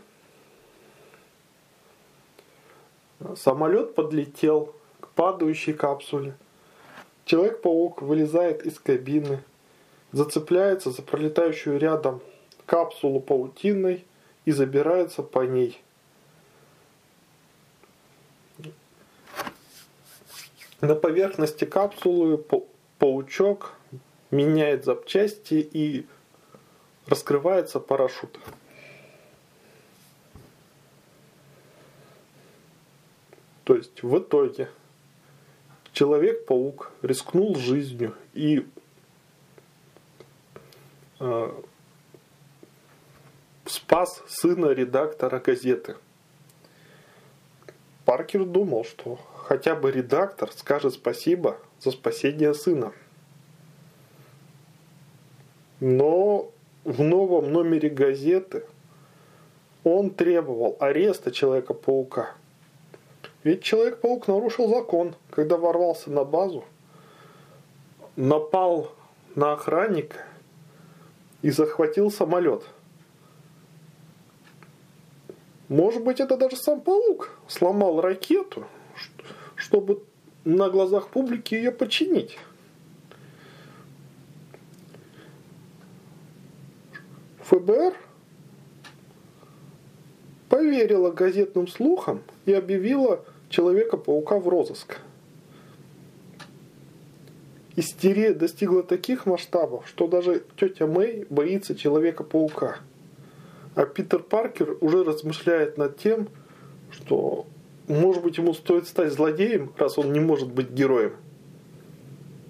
Самолет подлетел к падающей капсуле. Человек-паук вылезает из кабины, зацепляется за пролетающую рядом капсулу паутиной и забирается по ней. На поверхности капсулы паучок меняет запчасти и раскрывается парашют. То есть в итоге Человек-паук рискнул жизнью и спас сына редактора газеты. Паркер думал, что хотя бы редактор скажет спасибо за спасение сына. Но в новом номере газеты он требовал ареста Человека-паука. Ведь Человек-паук нарушил закон, когда ворвался на базу, напал на охранника и захватил самолет. Может быть, это даже сам паук сломал ракету, чтобы на глазах публики ее починить. ФБР поверила газетным слухам и объявила Человека-паука в розыск. Истерия достигла таких масштабов, что даже тетя Мэй боится Человека-паука. А Питер Паркер уже размышляет над тем, что, может быть, ему стоит стать злодеем, раз он не может быть героем.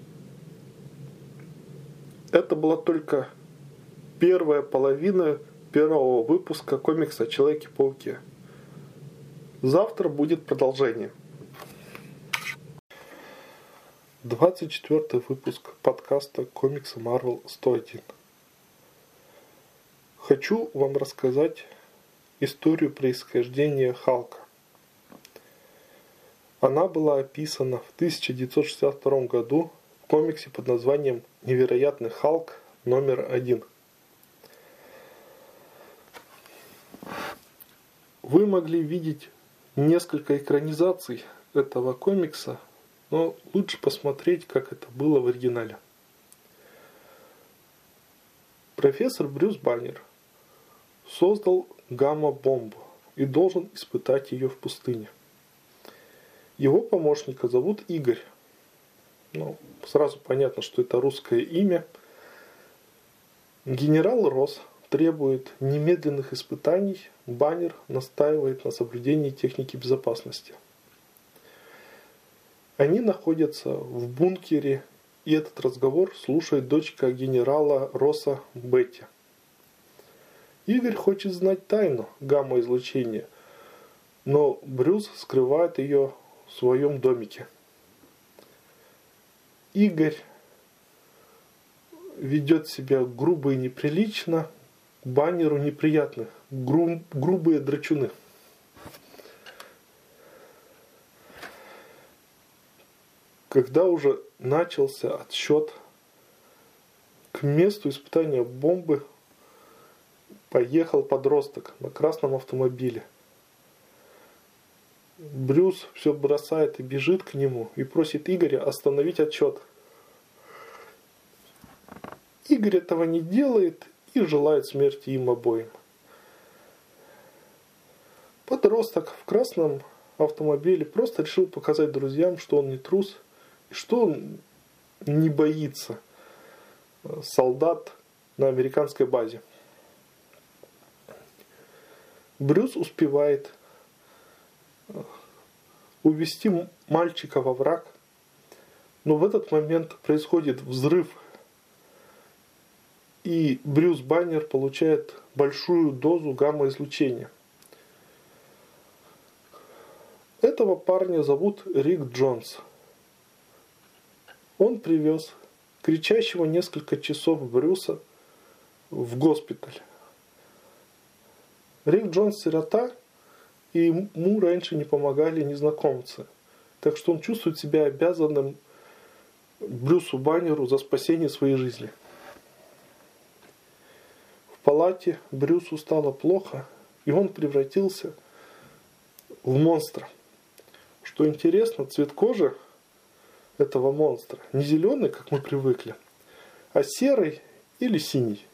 Это была только первая половина первого выпуска комикса о Человеке-пауке. Завтра будет продолжение. 24 выпуск подкаста комикса Marvel 101. Хочу вам рассказать историю происхождения Халка. Она была описана в 1962 году в комиксе под названием «Невероятный Халк номер 1». Вы могли видеть несколько экранизаций этого комикса, но лучше посмотреть, как это было в оригинале. Профессор Брюс Баннер создал гамма-бомбу и должен испытать ее в пустыне. Его помощника зовут Игорь. Сразу понятно, что это русское имя. Генерал Росс требует немедленных испытаний, Баннер настаивает на соблюдении техники безопасности. Они находятся в бункере, и этот разговор слушает дочка генерала Росса Бетти. Игорь хочет знать тайну гамма-излучения, но Брюс скрывает ее в своем домике. Игорь ведет себя грубо и неприлично, Баннеру неприятны грубые драчуны. Когда уже начался отсчет, к месту испытания бомбы поехал подросток на красном автомобиле. Брюс все бросает и бежит к нему и просит Игоря остановить отсчет. Игорь этого не делает и желает смерти им обоим. Подросток в красном автомобиле просто решил показать друзьям, что он не трус и что он не боится солдат на американской базе. Брюс успевает увести мальчика во враг, но в этот момент происходит взрыв, и Брюс Баннер получает большую дозу гамма-излучения. Этого парня зовут Рик Джонс. Он привез кричащего несколько часов Брюса в госпиталь. Рик Джонс сирота, и ему раньше не помогали незнакомцы. Так что он чувствует себя обязанным Брюсу Баннеру за спасение своей жизни. В палате Брюсу стало плохо, и он превратился в монстра. Что интересно, цвет кожи этого монстра не зеленый, как мы привыкли, а серый или синий.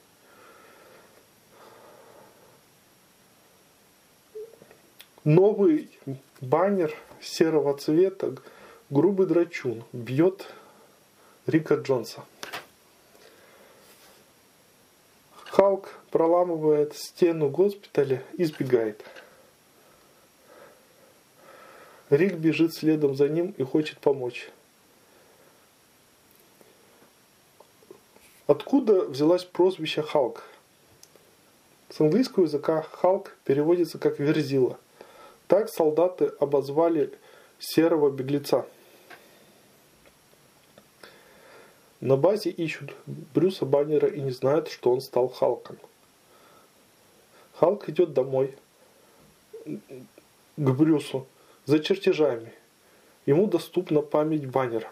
Новый Баннер серого цвета, грубый драчун, бьет Рика Джонса. Халк проламывает стену госпиталя и сбегает. Рик бежит следом за ним и хочет помочь. Откуда взялось прозвище Халк? С английского языка Халк переводится как «верзила». Так солдаты обозвали серого беглеца. На базе ищут Брюса Баннера и не знают, что он стал Халком. Халк идет домой к Брюсу за чертежами. Ему доступна память Баннера.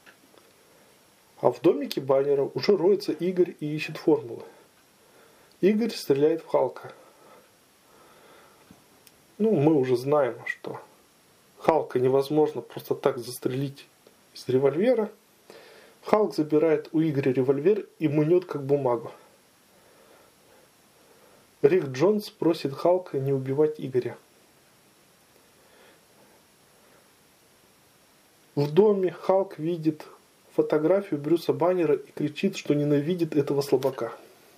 А в домике Баннера уже роется Игорь и ищет формулы. Игорь стреляет в Халка. Мы уже знаем, что Халка невозможно просто так застрелить из револьвера. Халк забирает у Игоря револьвер и мнет как бумагу. Рик Джонс просит Халка не убивать Игоря. В доме Халк видит фотографию Брюса Баннера и кричит, что ненавидит этого слабака.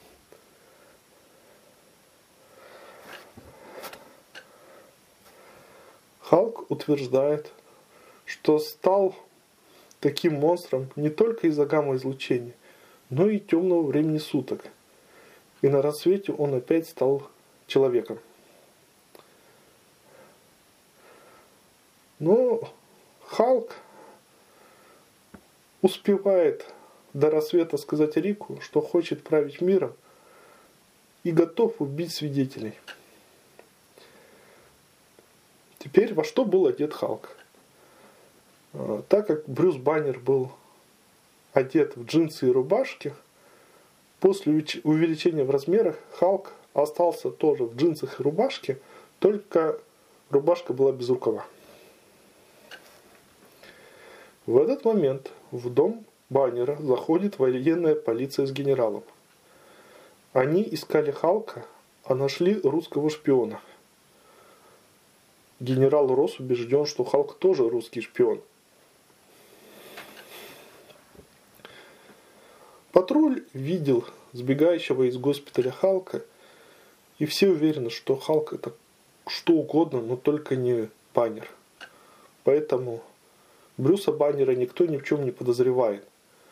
Халк утверждает, что стал таким монстром не только из-за гамма-излучения, но и темного времени суток. И на рассвете он опять стал человеком. Но Халк успевает до рассвета сказать Рику, что хочет править миром и готов убить свидетелей. Теперь во что был одет Халк? Так как Брюс Баннер был одет в джинсы и рубашки, после увеличения в размерах Халк остался тоже в джинсах и рубашке, только рубашка была без рукава. В этот момент в дом Баннера заходит военная полиция с генералом. Они искали Халка, а нашли русского шпиона. Генерал Росс убежден, что Халк тоже русский шпион. Патруль видел сбегающего из госпиталя Халка, и все уверены, что Халк это что угодно, но только не Баннер. Поэтому Брюса Баннера никто ни в чем не подозревает.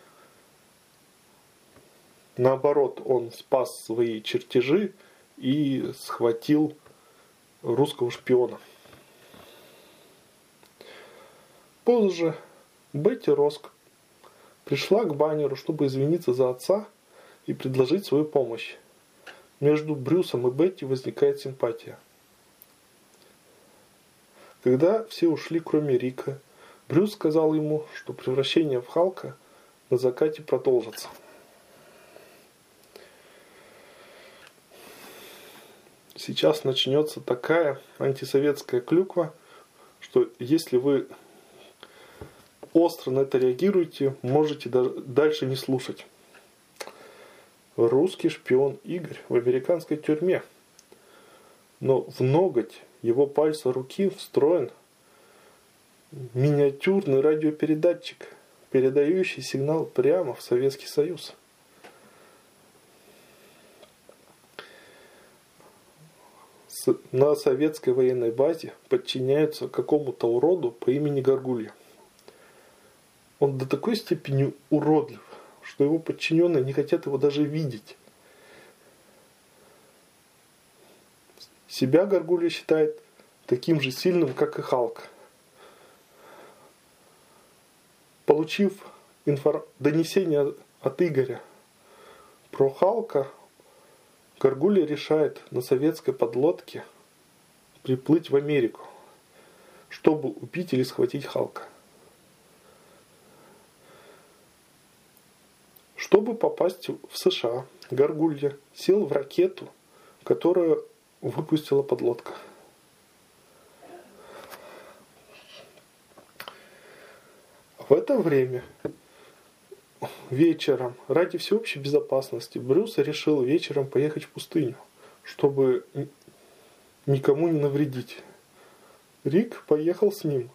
Наоборот, он спас свои чертежи и схватил русского шпиона. Позже Бетти Роск пришла к Баннеру, чтобы извиниться за отца и предложить свою помощь. Между Брюсом и Бетти возникает симпатия. Когда все ушли, кроме Рика, Брюс сказал ему, что превращение в Халка на закате продолжится. Сейчас начнется такая антисоветская клюква, что если вы остро на это реагируете, можете дальше не слушать. Русский шпион Игорь в американской тюрьме. Но в ноготь его пальца руки встроен миниатюрный радиопередатчик, передающий сигнал прямо в Советский Союз. На советской военной базе подчиняются какому-то уроду по имени Гаргулья. Он до такой степени уродлив, что его подчиненные не хотят его даже видеть. Себя Гаргулья считает таким же сильным, как и Халк. Получив донесение от Игоря про Халка, Гаргулья решает на советской подлодке приплыть в Америку, чтобы убить или схватить Халка. Чтобы попасть в США, Гаргулья сел в ракету, которую выпустила подлодка. В это время вечером, ради всеобщей безопасности, Брюс решил вечером поехать в пустыню, чтобы никому не навредить. Рик поехал с ним.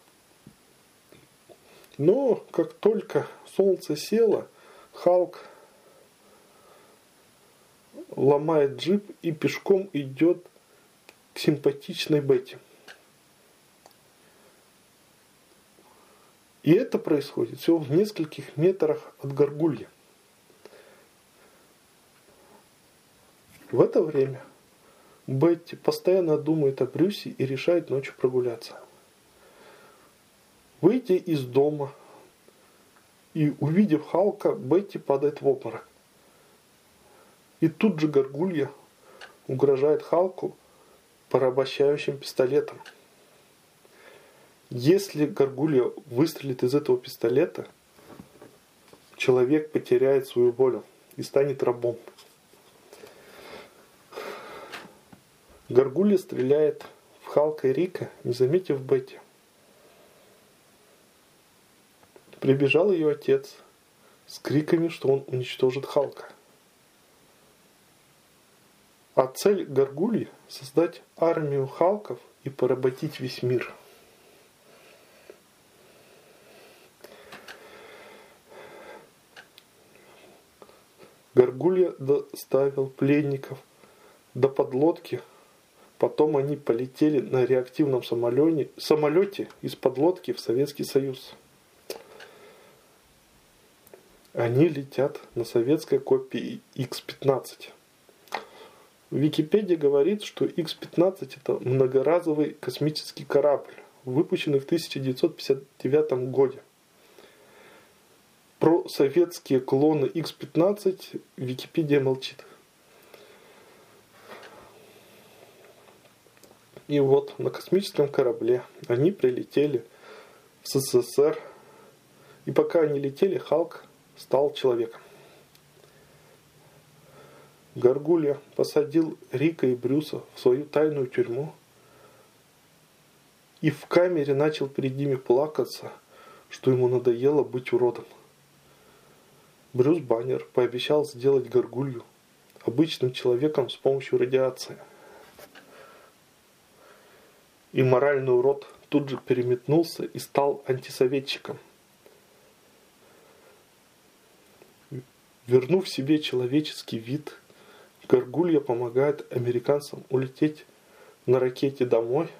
Но как только солнце село, Халк ломает джип и пешком идет к симпатичной Бетти. И это происходит всего в нескольких метрах от Гаргульи. В это время Бетти постоянно думает о Брюсе и решает ночью прогуляться. Выйдя из дома и увидев Халка, Бетти падает в обморок. И тут же Гаргулья угрожает Халку порабощающим пистолетом. Если Гаргулья выстрелит из этого пистолета, человек потеряет свою волю и станет рабом. Гаргулья стреляет в Халка и Рика, не заметив Бетти. Прибежал ее отец с криками, что он уничтожит Халка. А цель Гаргульи – создать армию Халков и поработить весь мир. Гаргулья доставил пленников до подлодки, потом они полетели на реактивном самолете из подлодки в Советский Союз. Они летят на советской копии Х-15, Википедия говорит, что Х-15 это многоразовый космический корабль, выпущенный в 1959 году. Про советские клоны Х-15 Википедия молчит. И вот на космическом корабле они прилетели в СССР. И пока они летели, Халк стал человеком. Гаргулья посадил Рика и Брюса в свою тайную тюрьму. И в камере начал перед ними плакаться, что ему надоело быть уродом. Брюс Баннер пообещал сделать Гаргулью обычным человеком с помощью радиации. И моральный урод тут же переметнулся и стал антисоветчиком. Вернув себе человеческий вид, Гаргулья помогает американцам улететь на ракете домой,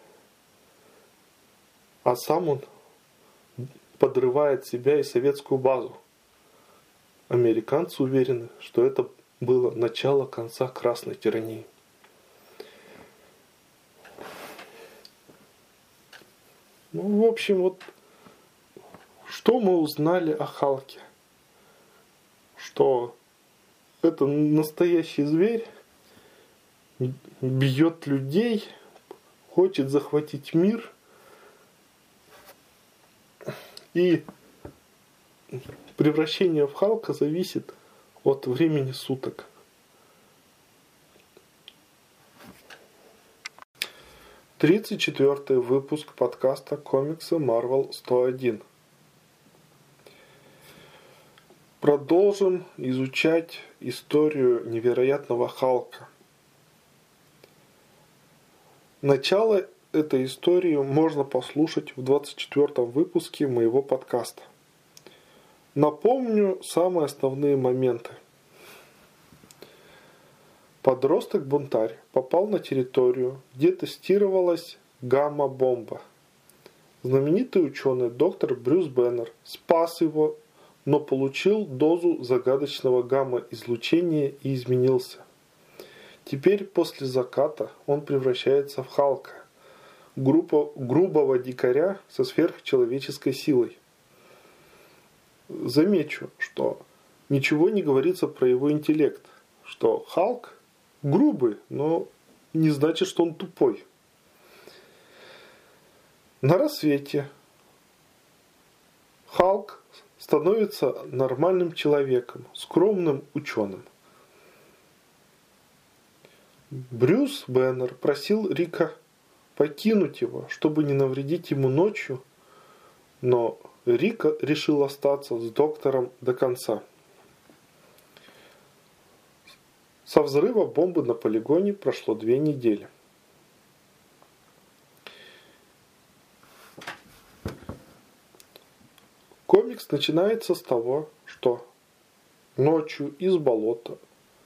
а сам он подрывает себя и советскую базу. Американцы уверены, что это было начало конца красной тирании. Ну, в общем, вот что мы узнали о Халке? Что это настоящий зверь, бьет людей, хочет захватить мир. И превращение в Халка зависит от времени суток. 34-й выпуск подкаста комиксы Marvel 101. Продолжим изучать историю невероятного Халка. Начало этой истории можно послушать в 24-м выпуске моего подкаста. Напомню самые основные моменты. Подросток-бунтарь попал на территорию, где тестировалась гамма-бомба. Знаменитый ученый доктор Брюс Бэннер спас его, но получил дозу загадочного гамма-излучения и изменился. Теперь после заката он превращается в Халка, грубого дикаря со сверхчеловеческой силой. Замечу, что ничего не говорится про его интеллект, что Халк грубый, но не значит, что он тупой. На рассвете Халк становится нормальным человеком, скромным ученым. Брюс Бэннер просил Рика покинуть его, чтобы не навредить ему ночью, но Рик решил остаться с доктором до конца. Со взрыва бомбы на полигоне прошло 2 недели. Комикс начинается с того, что ночью из болота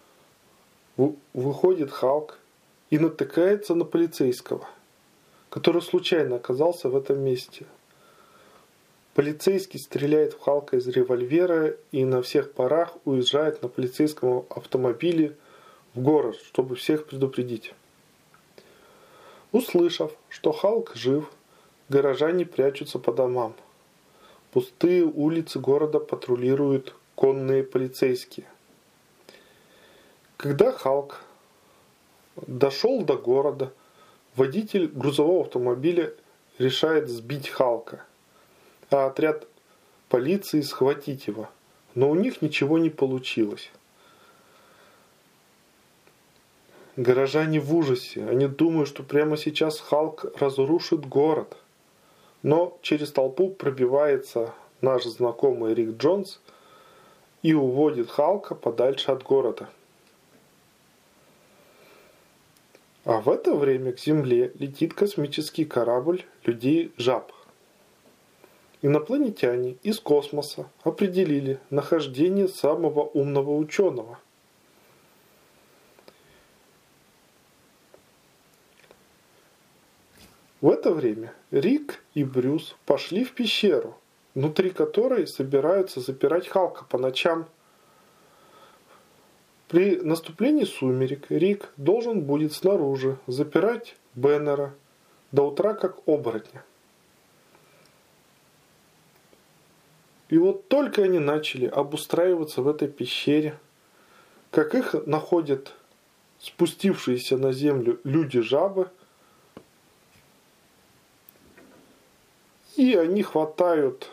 выходит Халк и натыкается на полицейского, который случайно оказался в этом месте. Полицейский стреляет в Халка из револьвера и на всех парах уезжает на полицейском автомобиле в город, чтобы всех предупредить. Услышав, что Халк жив, горожане прячутся по домам. Пустые улицы города патрулируют конные полицейские. Когда Халк дошел до города, водитель грузового автомобиля решает сбить Халка, а отряд полиции схватить его, но у них ничего не получилось. Горожане в ужасе, они думают, что прямо сейчас Халк разрушит город. Но через толпу пробивается наш знакомый Рик Джонс и уводит Халка подальше от города. А в это время к Земле летит космический корабль людей-жаб. Инопланетяне из космоса определили нахождение самого умного ученого. В это время Рик и Брюс пошли в пещеру, внутри которой собираются запирать Халка по ночам. При наступлении сумерек Рик должен будет снаружи запирать Беннера до утра как оборотня. И вот только они начали обустраиваться в этой пещере, как их находят спустившиеся на землю люди-жабы, и они хватают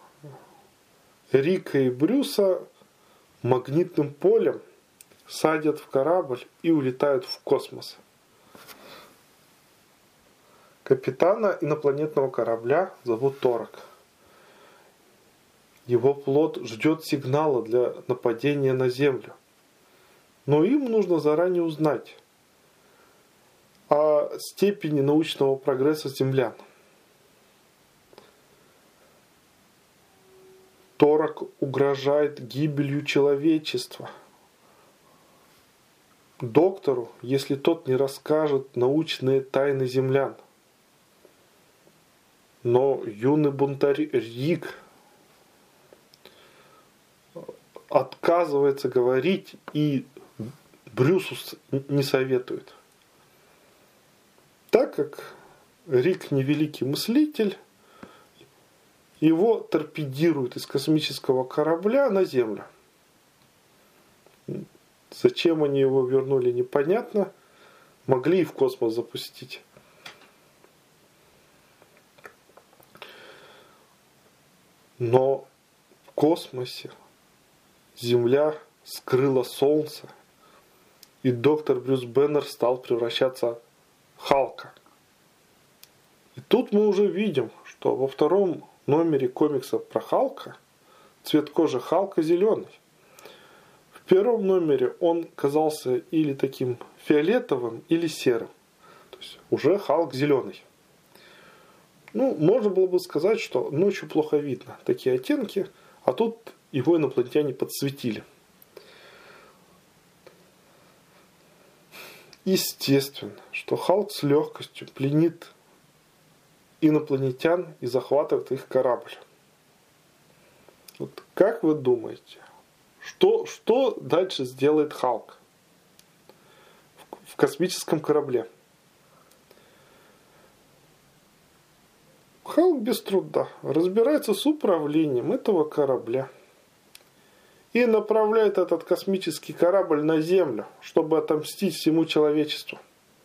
Рика и Брюса магнитным полем, садят в корабль и улетают в космос. Капитана инопланетного корабля зовут Торок. Его флот ждет сигнала для нападения на Землю. Но им нужно заранее узнать о степени научного прогресса землян. Торок угрожает гибелью человечества доктору, если тот не расскажет научные тайны землян. Но юный бунтарь Рик отказывается говорить и Брюсу не советует. Так как Рик не великий мыслитель, его торпедируют из космического корабля на Землю. Зачем они его вернули, непонятно. Могли и в космос запустить. Но в космосе Земля скрыла Солнце, и доктор Брюс Беннер стал превращаться в Халка. И тут мы уже видим, что во втором номере комикса про Халка цвет кожи Халка зеленый. В первом номере он казался или таким фиолетовым, или серым. То есть уже Халк зеленый. Ну, можно было бы сказать, что ночью плохо видно такие оттенки, а тут его инопланетяне подсветили. Естественно, что Халк с легкостью пленит инопланетян и захватывает их корабль. Вот как вы думаете, что дальше сделает Халк в космическом корабле? Халк без труда разбирается с управлением этого корабля и направляет этот космический корабль на Землю, чтобы отомстить всему человечеству.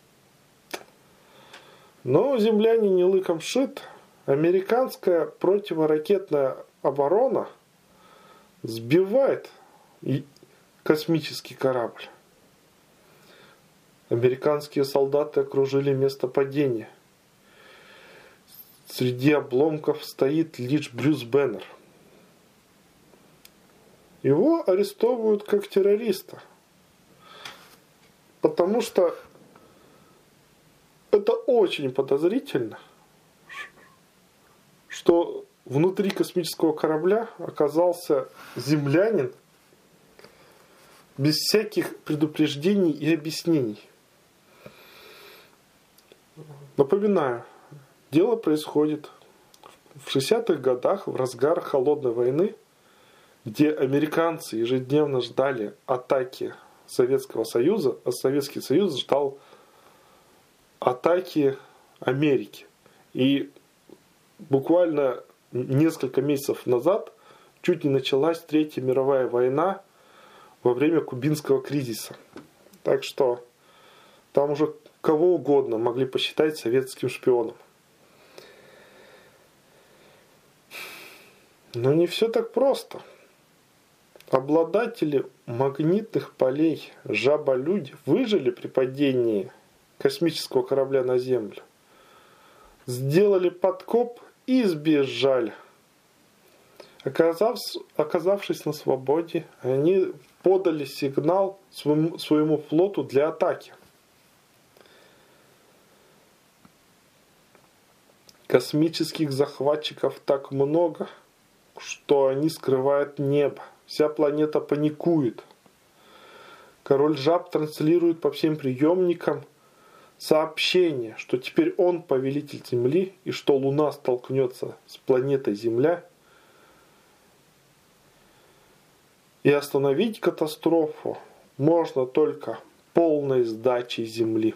Но земляне не лыком шит. Американская противоракетная оборона сбивает космический корабль. Американские солдаты окружили место падения. Среди обломков стоит лишь Брюс Беннер. Его арестовывают как террориста. Потому что это очень подозрительно, что внутри космического корабля оказался землянин без всяких предупреждений и объяснений. Напоминаю, дело происходит в 60-х годах, в разгар холодной войны, где американцы ежедневно ждали атаки Советского Союза, а Советский Союз ждал атаки Америки. И буквально несколько месяцев назад чуть не началась Третья мировая война во время Кубинского кризиса. Так что там уже кого угодно могли посчитать советским шпионом. Но не все так просто. Обладатели магнитных полей жаба-люди выжили при падении космического корабля на Землю. Сделали подкоп и сбежали. Оказавшись на свободе, они подали сигнал своему флоту для атаки. Космических захватчиков так много, что они скрывают небо. Вся планета паникует. Король жаб транслирует по всем приемникам сообщение, что теперь он повелитель Земли и что Луна столкнется с планетой Земля. И остановить катастрофу можно только полной сдачей земли.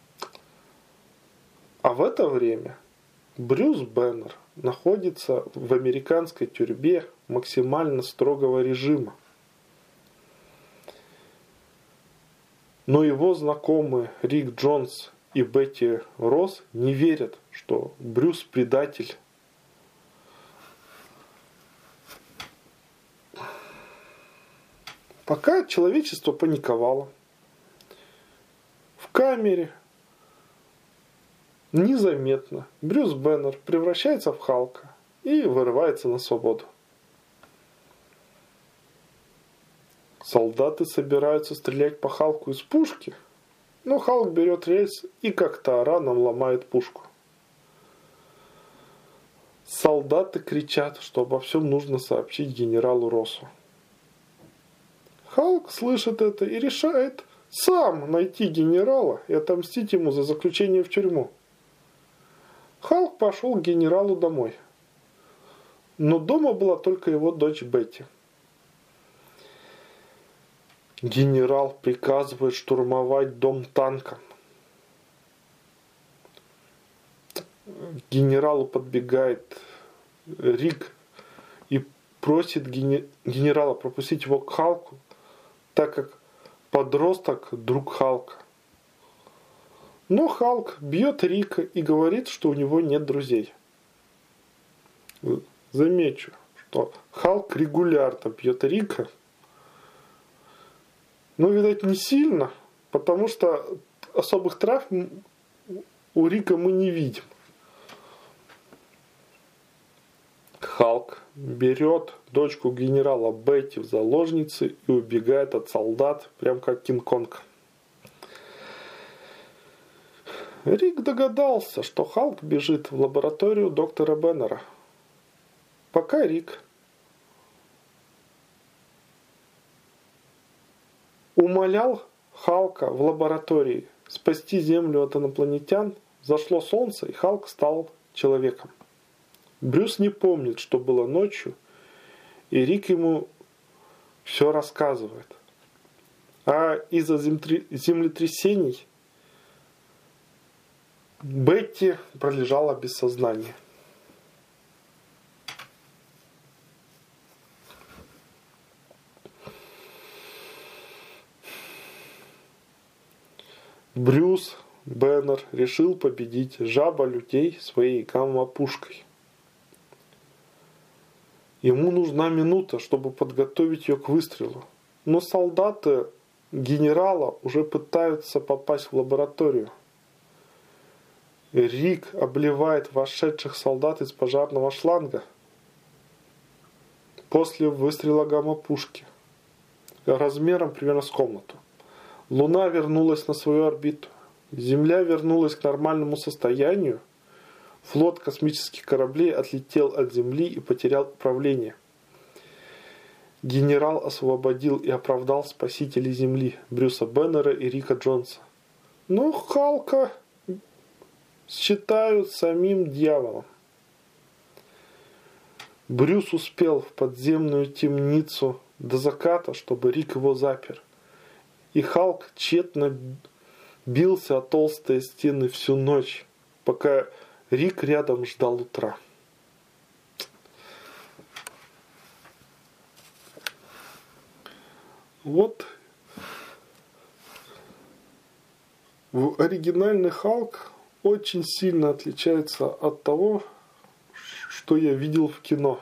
А в это время Брюс Беннер находится в американской тюрьме максимально строгого режима. Но его знакомые Рик Джонс и Бетти Росс не верят, что Брюс предатель. Пока человечество паниковало, в камере незаметно Брюс Беннер превращается в Халка и вырывается на свободу. Солдаты собираются стрелять по Халку из пушки, но Халк берет рельс и как тараном ломает пушку. Солдаты кричат, что обо всем нужно сообщить генералу Россу. Халк слышит это и решает сам найти генерала и отомстить ему за заключение в тюрьму. Халк пошел к генералу домой. Но дома была только его дочь Бетти. Генерал приказывает штурмовать дом танком. К генералу подбегает Рик и просит генерала пропустить его к Халку, так как подросток друг Халка. Но Халк бьет Рика и говорит, что у него нет друзей. Замечу, что Халк регулярно бьет Рика. Но, видать, не сильно, потому что особых травм у Рика мы не видим. Халк берет дочку генерала Бетти в заложницы и убегает от солдат, прям как Кинг-Конг. Рик догадался, что Халк бежит в лабораторию доктора Беннера. Пока Рик умолял Халка в лаборатории спасти Землю от инопланетян, зашло солнце, и Халк стал человеком. Брюс не помнит, что было ночью, и Рик ему все рассказывает. А из-за землетрясений Бетти пролежала без сознания. Брюс Беннер решил победить жаба-людей своей гамма-пушкой. Ему нужна минута, чтобы подготовить ее к выстрелу. Но солдаты генерала уже пытаются попасть в лабораторию. Рик обливает вошедших солдат из пожарного шланга после выстрела гамма-пушки размером примерно с комнату. Луна вернулась на свою орбиту. Земля вернулась к нормальному состоянию. Флот космических кораблей отлетел от Земли и потерял управление. Генерал освободил и оправдал спасителей Земли Брюса Беннера и Рика Джонса. Но Халка считают самим дьяволом. Брюс успел в подземную темницу до заката, чтобы Рик его запер. И Халк тщетно бился о толстые стены всю ночь, пока Рик рядом ждал утра. Вот оригинальный Халк очень сильно отличается от того, что я видел в кино.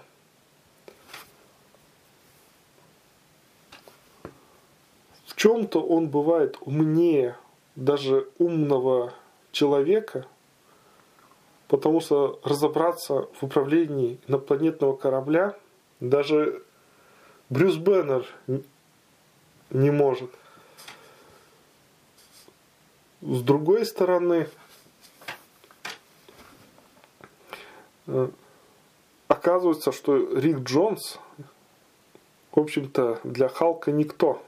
В чем-то он бывает умнее даже умного человека, потому что разобраться в управлении инопланетного корабля даже Брюс Беннер не может. С другой стороны, оказывается, что Рик Джонс, в общем-то, для Халка никто.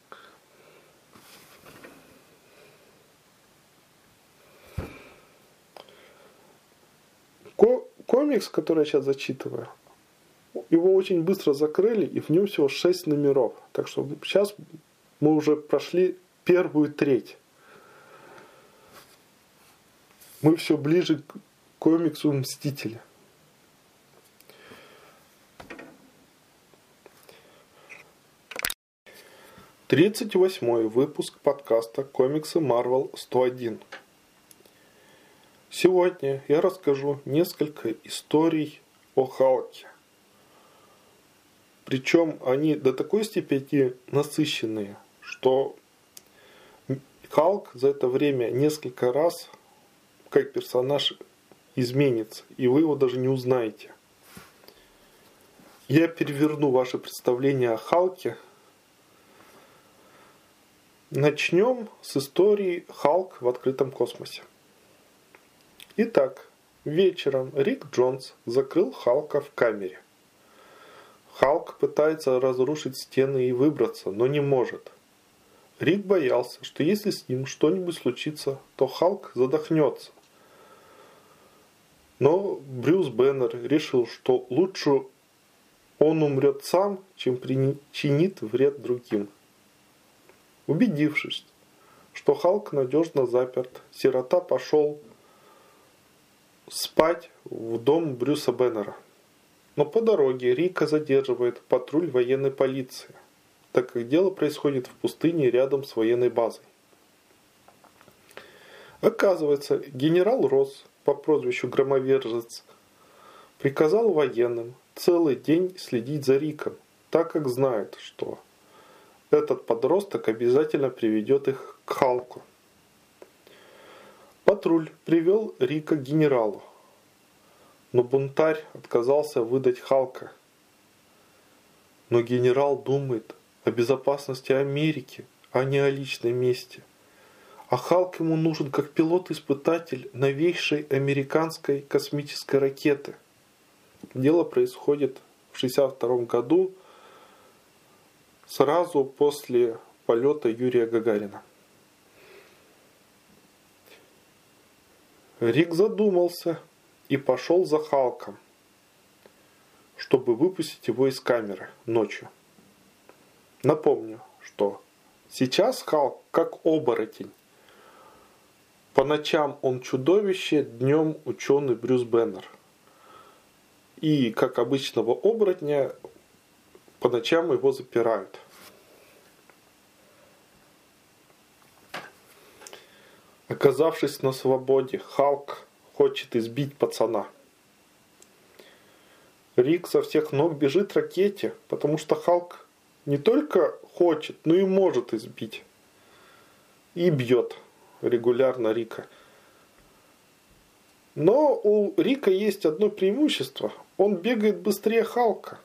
Комикс, который я сейчас зачитываю, его очень быстро закрыли, и в нем всего 6 номеров. Так что сейчас Мы уже прошли первую треть. Мы все ближе к комиксу «Мстители». Тридцать восьмой выпуск подкаста «Комиксы Marvel 101». Сегодня я расскажу несколько историй о Халке. Причем они до такой степени насыщенные, что Халк за это время несколько раз как персонаж изменится, и вы его даже не узнаете. Я переверну ваше представление о Халке. Начнем с истории «Халк в открытом космосе». Итак, вечером Рик Джонс закрыл Халка в камере. Халк пытается разрушить стены и выбраться, но не может. Рик боялся, что если с ним что-нибудь случится, то Халк задохнется. Но Брюс Бэннер решил, что лучше он умрет сам, чем причинит вред другим. Убедившись, что Халк надежно заперт, сирота пошел спать в дом Брюса Бэннера. Но по дороге Рика задерживает патруль военной полиции, так как дело происходит в пустыне рядом с военной базой. Оказывается, генерал Росс по прозвищу Громовержец приказал военным целый день следить за Риком, так как знает, что этот подросток обязательно приведет их к Халку. Патруль привел Рика к генералу, но бунтарь отказался выдать Халка. Но генерал думает о безопасности Америки, а не о личной мести. А Халк ему нужен как пилот-испытатель новейшей американской космической ракеты. Дело происходит в 1962 году, сразу после полета Юрия Гагарина. Рик задумался и пошел за Халком, чтобы выпустить его из камеры ночью. Напомню, что сейчас Халк как оборотень. По ночам он чудовище, днем ученый Брюс Бэннер. И, как обычного оборотня, по ночам его запирают. Оказавшись на свободе, Халк хочет избить пацана. Рик со всех ног бежит к ракете, потому что Халк не только хочет, но и может избить. И бьет регулярно Рика. Но у Рика есть одно преимущество. Он бегает быстрее Халка.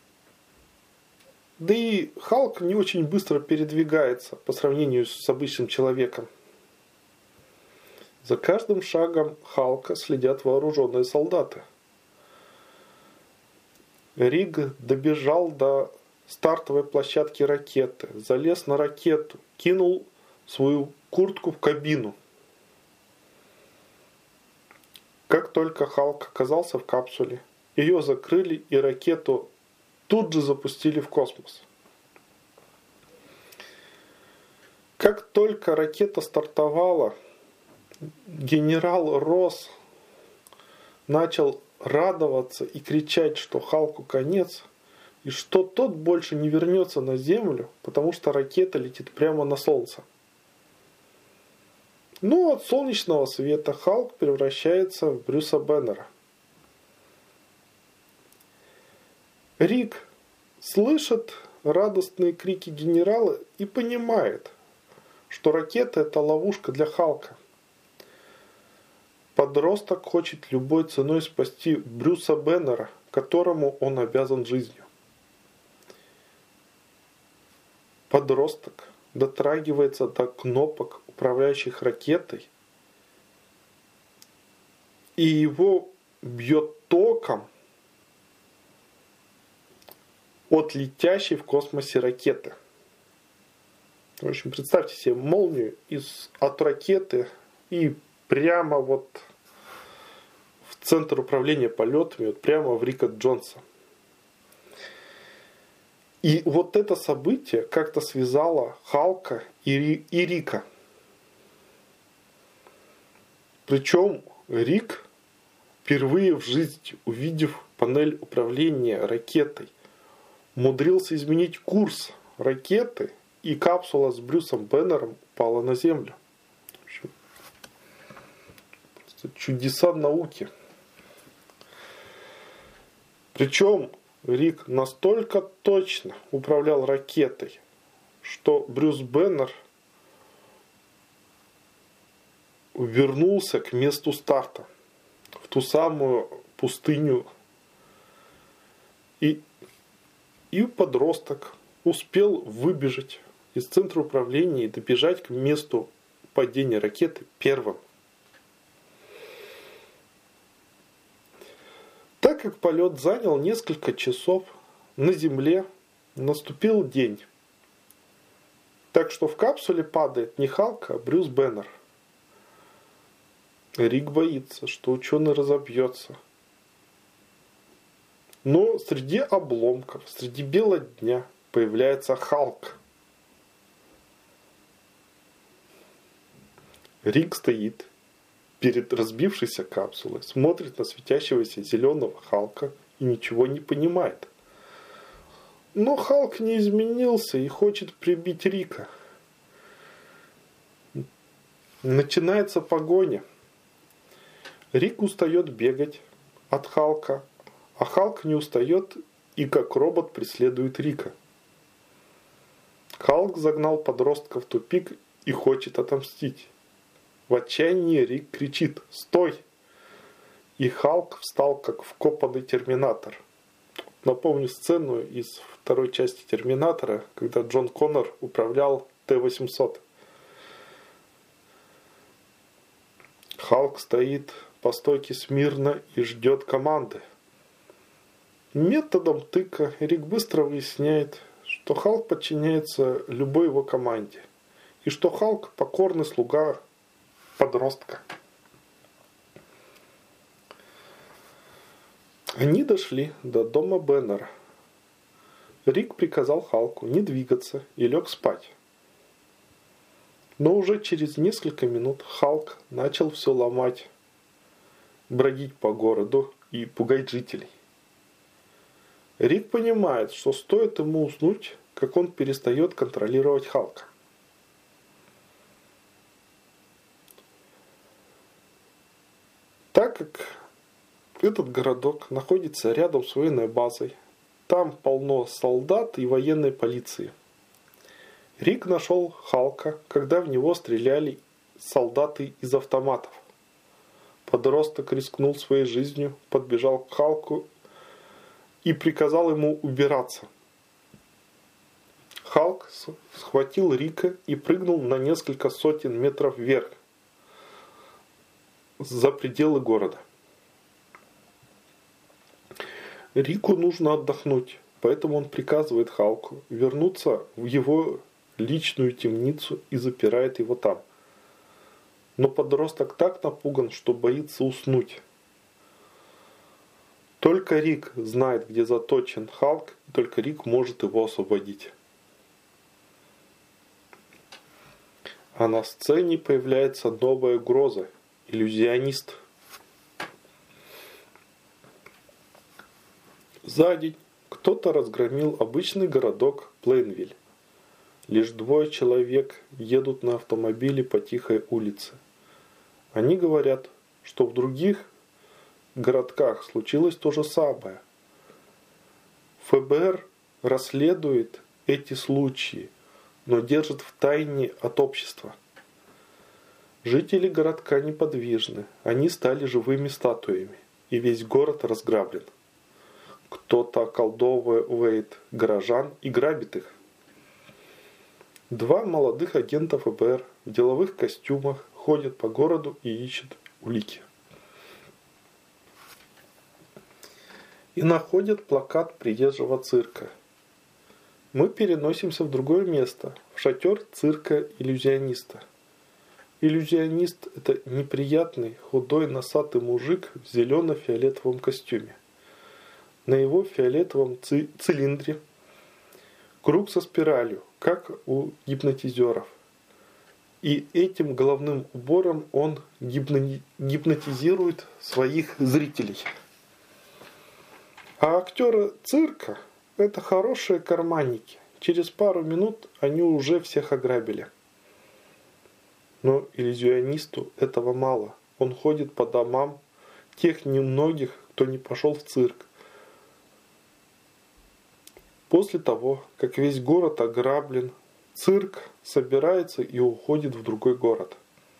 Да и Халк не очень быстро передвигается по сравнению с обычным человеком. За каждым шагом Халка следят вооруженные солдаты. Рик добежал до стартовой площадки ракеты, залез на ракету, кинул свою куртку в кабину. Как только Халк оказался в капсуле, ее закрыли и ракету тут же запустили в космос. Как только ракета стартовала, генерал Росс начал радоваться и кричать, что Халку конец, и что тот больше не вернется на Землю, потому что ракета летит прямо на Солнце. Но от солнечного света Халк превращается в Брюса Бэннера. Рик слышит радостные крики генерала и понимает, что ракета – это ловушка для Халка. Подросток хочет любой ценой спасти Брюса Бэннера, которому он обязан жизнью. Подросток дотрагивается до кнопок, управляющих ракетой, и его бьет током от летящей в космосе ракеты. В общем, представьте себе молнию от ракеты и прямо вот в центр управления полетами, вот прямо в Рика Джонса. И вот это событие как-то связало Халка и Рика. Причем Рик, впервые в жизни увидев панель управления ракетой, умудрился изменить курс ракеты, и капсула с Брюсом Беннером упала на Землю. Просто чудеса науки. Причем Рик настолько точно управлял ракетой, что Брюс Беннер вернулся к месту старта, в ту самую пустыню. И подросток успел выбежать из центра управления и добежать к месту падения ракеты первым. Так как полет занял несколько часов, на Земле наступил день. Так что в капсуле падает не Халк, а Брюс Беннер. Рик боится, что ученый разобьется. Но среди обломков, среди бела дня появляется Халк. Рик стоит перед разбившейся капсулой, смотрит на светящегося зеленого Халка и ничего не понимает. Но Халк не изменился и хочет прибить Рика. Начинается погоня. Рик устает бегать от Халка, а Халк не устает и как робот преследует Рика. Халк загнал подростка в тупик и хочет отомстить. В отчаянии Рик кричит «Стой!» И Халк встал как вкопанный терминатор. Напомню сцену из второй части Терминатора, когда Джон Коннор управлял Т-800. Халк стоит по стойке смирно и ждет команды. Методом тыка Рик быстро выясняет, что Халк подчиняется любой его команде, и что Халк покорный слуга подростка. Они дошли до дома Беннера. Рик приказал Халку не двигаться и лег спать. Но уже через несколько минут Халк начал все ломать, бродить по городу и пугать жителей. Рик понимает, что стоит ему уснуть, как он перестает контролировать Халка. Так как этот городок находится рядом с военной базой, там полно солдат и военной полиции. Рик нашел Халка, когда в него стреляли солдаты из автоматов. Подросток рискнул своей жизнью, подбежал к Халку и приказал ему убираться. Халк схватил Рика и прыгнул на несколько сотен метров вверх, за пределы города. Рику нужно отдохнуть, поэтому он приказывает Халку вернуться в его личную темницу и запирает его там. Но подросток так напуган, что боится уснуть. Только Рик знает, где заточен Халк, и только Рик может его освободить. А на сцене появляется новая угроза – иллюзионист. За день кто-то разгромил обычный городок Плейнвиль. Лишь 2 человек едут на автомобиле по тихой улице. Они говорят, что в других городках случилось то же самое. ФБР расследует эти случаи, но держит в тайне от общества. Жители городка неподвижны, они стали живыми статуями, и весь город разграблен. Кто-то околдовывает горожан и грабит их. 2 молодых агента ФБР в деловых костюмах ходят по городу и ищут улики. И находят плакат приезжего цирка. Мы переносимся в другое место, в шатер цирка иллюзиониста. Иллюзионист – это неприятный, худой, носатый мужик в зелено-фиолетовом костюме. На его фиолетовом цилиндре круг со спиралью, как у гипнотизеров. И этим головным убором он гипнотизирует своих зрителей. А актеры цирка – это хорошие карманники. Через пару минут они уже всех ограбили. Но иллюзионисту этого мало. Он ходит по домам тех немногих, кто не пошел в цирк. После того, как весь город ограблен, цирк собирается и уходит в другой город.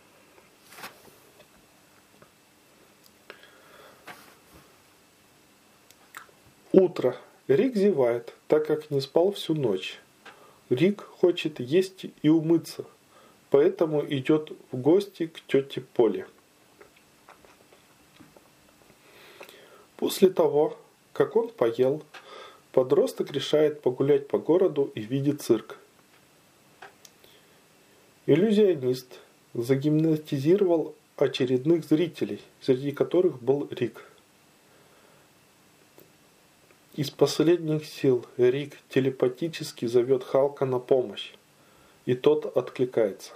Утро. Рик зевает, так как не спал всю ночь. Рик хочет есть и умыться, поэтому идет в гости к тете Поле. После того, как он поел, подросток решает погулять по городу и видит цирк. Иллюзионист загипнотизировал очередных зрителей, среди которых был Рик. Из последних сил Рик телепатически зовет Халка на помощь, и тот откликается.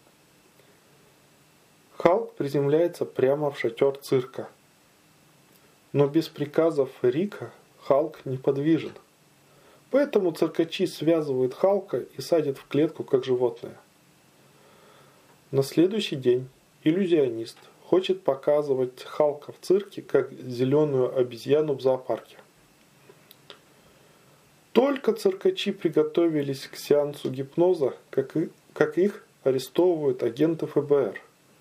Халк приземляется прямо в шатер цирка. Но без приказов Рика Халк неподвижен. Поэтому циркачи связывают Халка и садят в клетку как животное. На следующий день иллюзионист хочет показывать Халка в цирке как зеленую обезьяну в зоопарке. Только циркачи приготовились к сеансу гипноза, как их арестовывают агенты ФБР.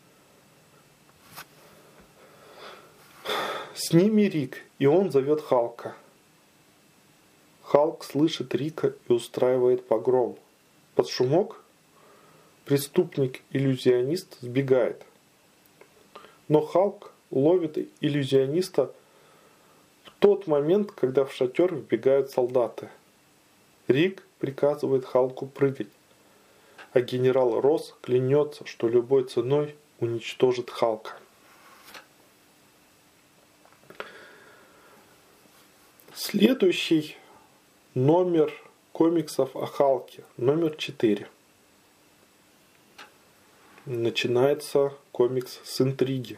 С ними Рик, и он зовет Халка. Халк слышит Рика и устраивает погром. Под шумок преступник-иллюзионист сбегает. Но Халк ловит иллюзиониста в тот момент, когда в шатер вбегают солдаты. Рик приказывает Халку прыгать, а генерал Росс клянется, что любой ценой уничтожит Халка. Следующий номер комиксов о Халке, номер 4. Начинается комикс с интриги.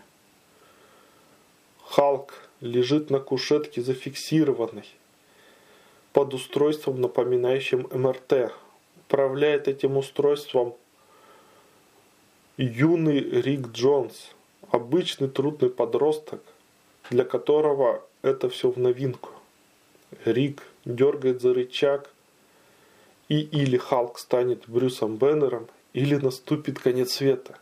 Халк лежит на кушетке зафиксированный, под устройством, напоминающим МРТ. Управляет этим устройством юный Рик Джонс, обычный трудный подросток, для которого это все в новинку. Рик дергает за рычаг, и или Халк станет Брюсом Бэннером, или наступит конец света.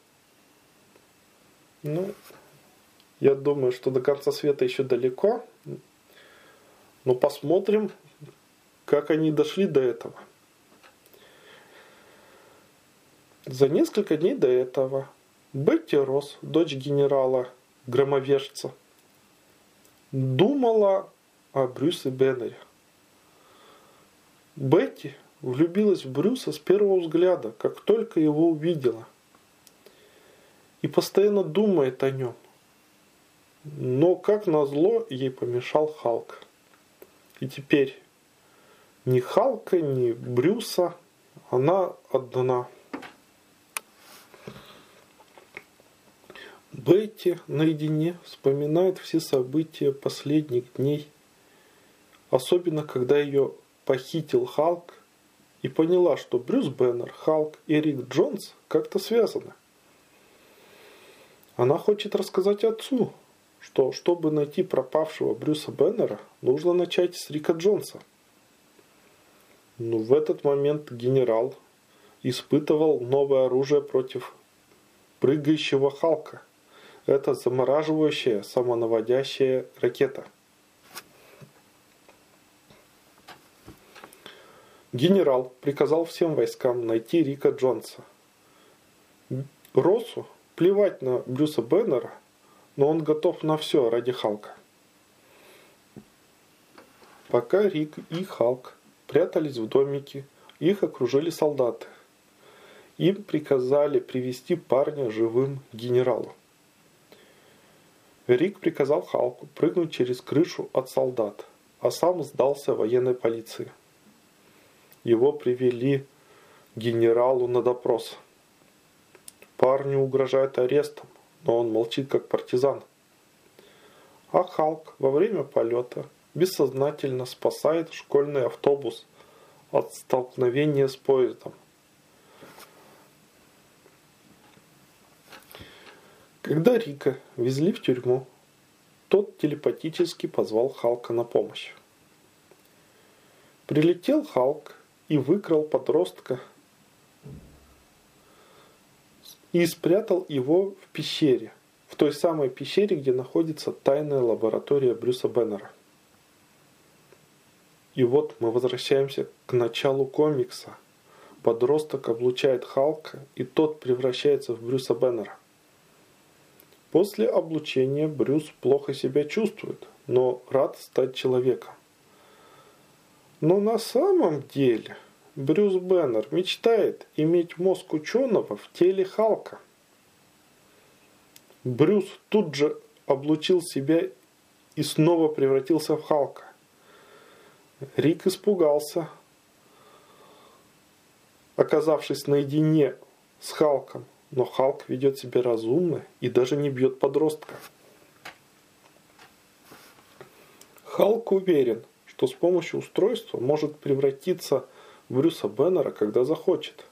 Я думаю, что до конца света еще далеко, но посмотрим, как они дошли до этого. За несколько дней до этого Бетти Росс, дочь генерала-громовержца, думала о Брюсе Бэннере. Бетти влюбилась в Брюса с первого взгляда, как только его увидела. И постоянно думает о нем. Но, как назло, ей помешал Халк. И теперь ни Халка, ни Брюса, она одна. Бетти наедине вспоминает все события последних дней, особенно когда ее похитил Халк, и поняла, что Брюс Бэннер, Халк и Рик Джонс как-то связаны. Она хочет рассказать отцу, что, чтобы найти пропавшего Брюса Бэннера, нужно начать с Рика Джонса. Но в этот момент генерал испытывал новое оружие против прыгающего Халка. Это замораживающая, самонаводящая ракета. Генерал приказал всем войскам найти Рика Джонса. Россу плевать на Брюса Бэннера, но он готов на все ради Халка. Пока Рик и Халк прятались в домике, их окружили солдаты. Им приказали привести парня живым к генералу. Рик приказал Халку прыгнуть через крышу от солдат, а сам сдался военной полиции. его привели к генералу на допрос. Парню угрожает арестом, но он молчит как партизан. А Халк во время полета бессознательно спасает школьный автобус от столкновения с поездом. Когда Рика везли в тюрьму, тот телепатически позвал Халка на помощь. Прилетел Халк и выкрал подростка и спрятал его в пещере, в той самой пещере, где находится тайная лаборатория Брюса Беннера. И вот мы возвращаемся к началу комикса. Подросток облучает Халка, и тот превращается в Брюса Беннера. После облучения Брюс плохо себя чувствует, но рад стать человеком. Но на самом деле Брюс Беннер мечтает иметь мозг ученого в теле Халка. Брюс тут же облучил себя и снова превратился в Халка. Рик испугался, оказавшись наедине с Халком, но Халк ведет себя разумно и даже не бьет подростка. Халк уверен, что с помощью устройства может превратиться в Брюса Беннера, когда захочет.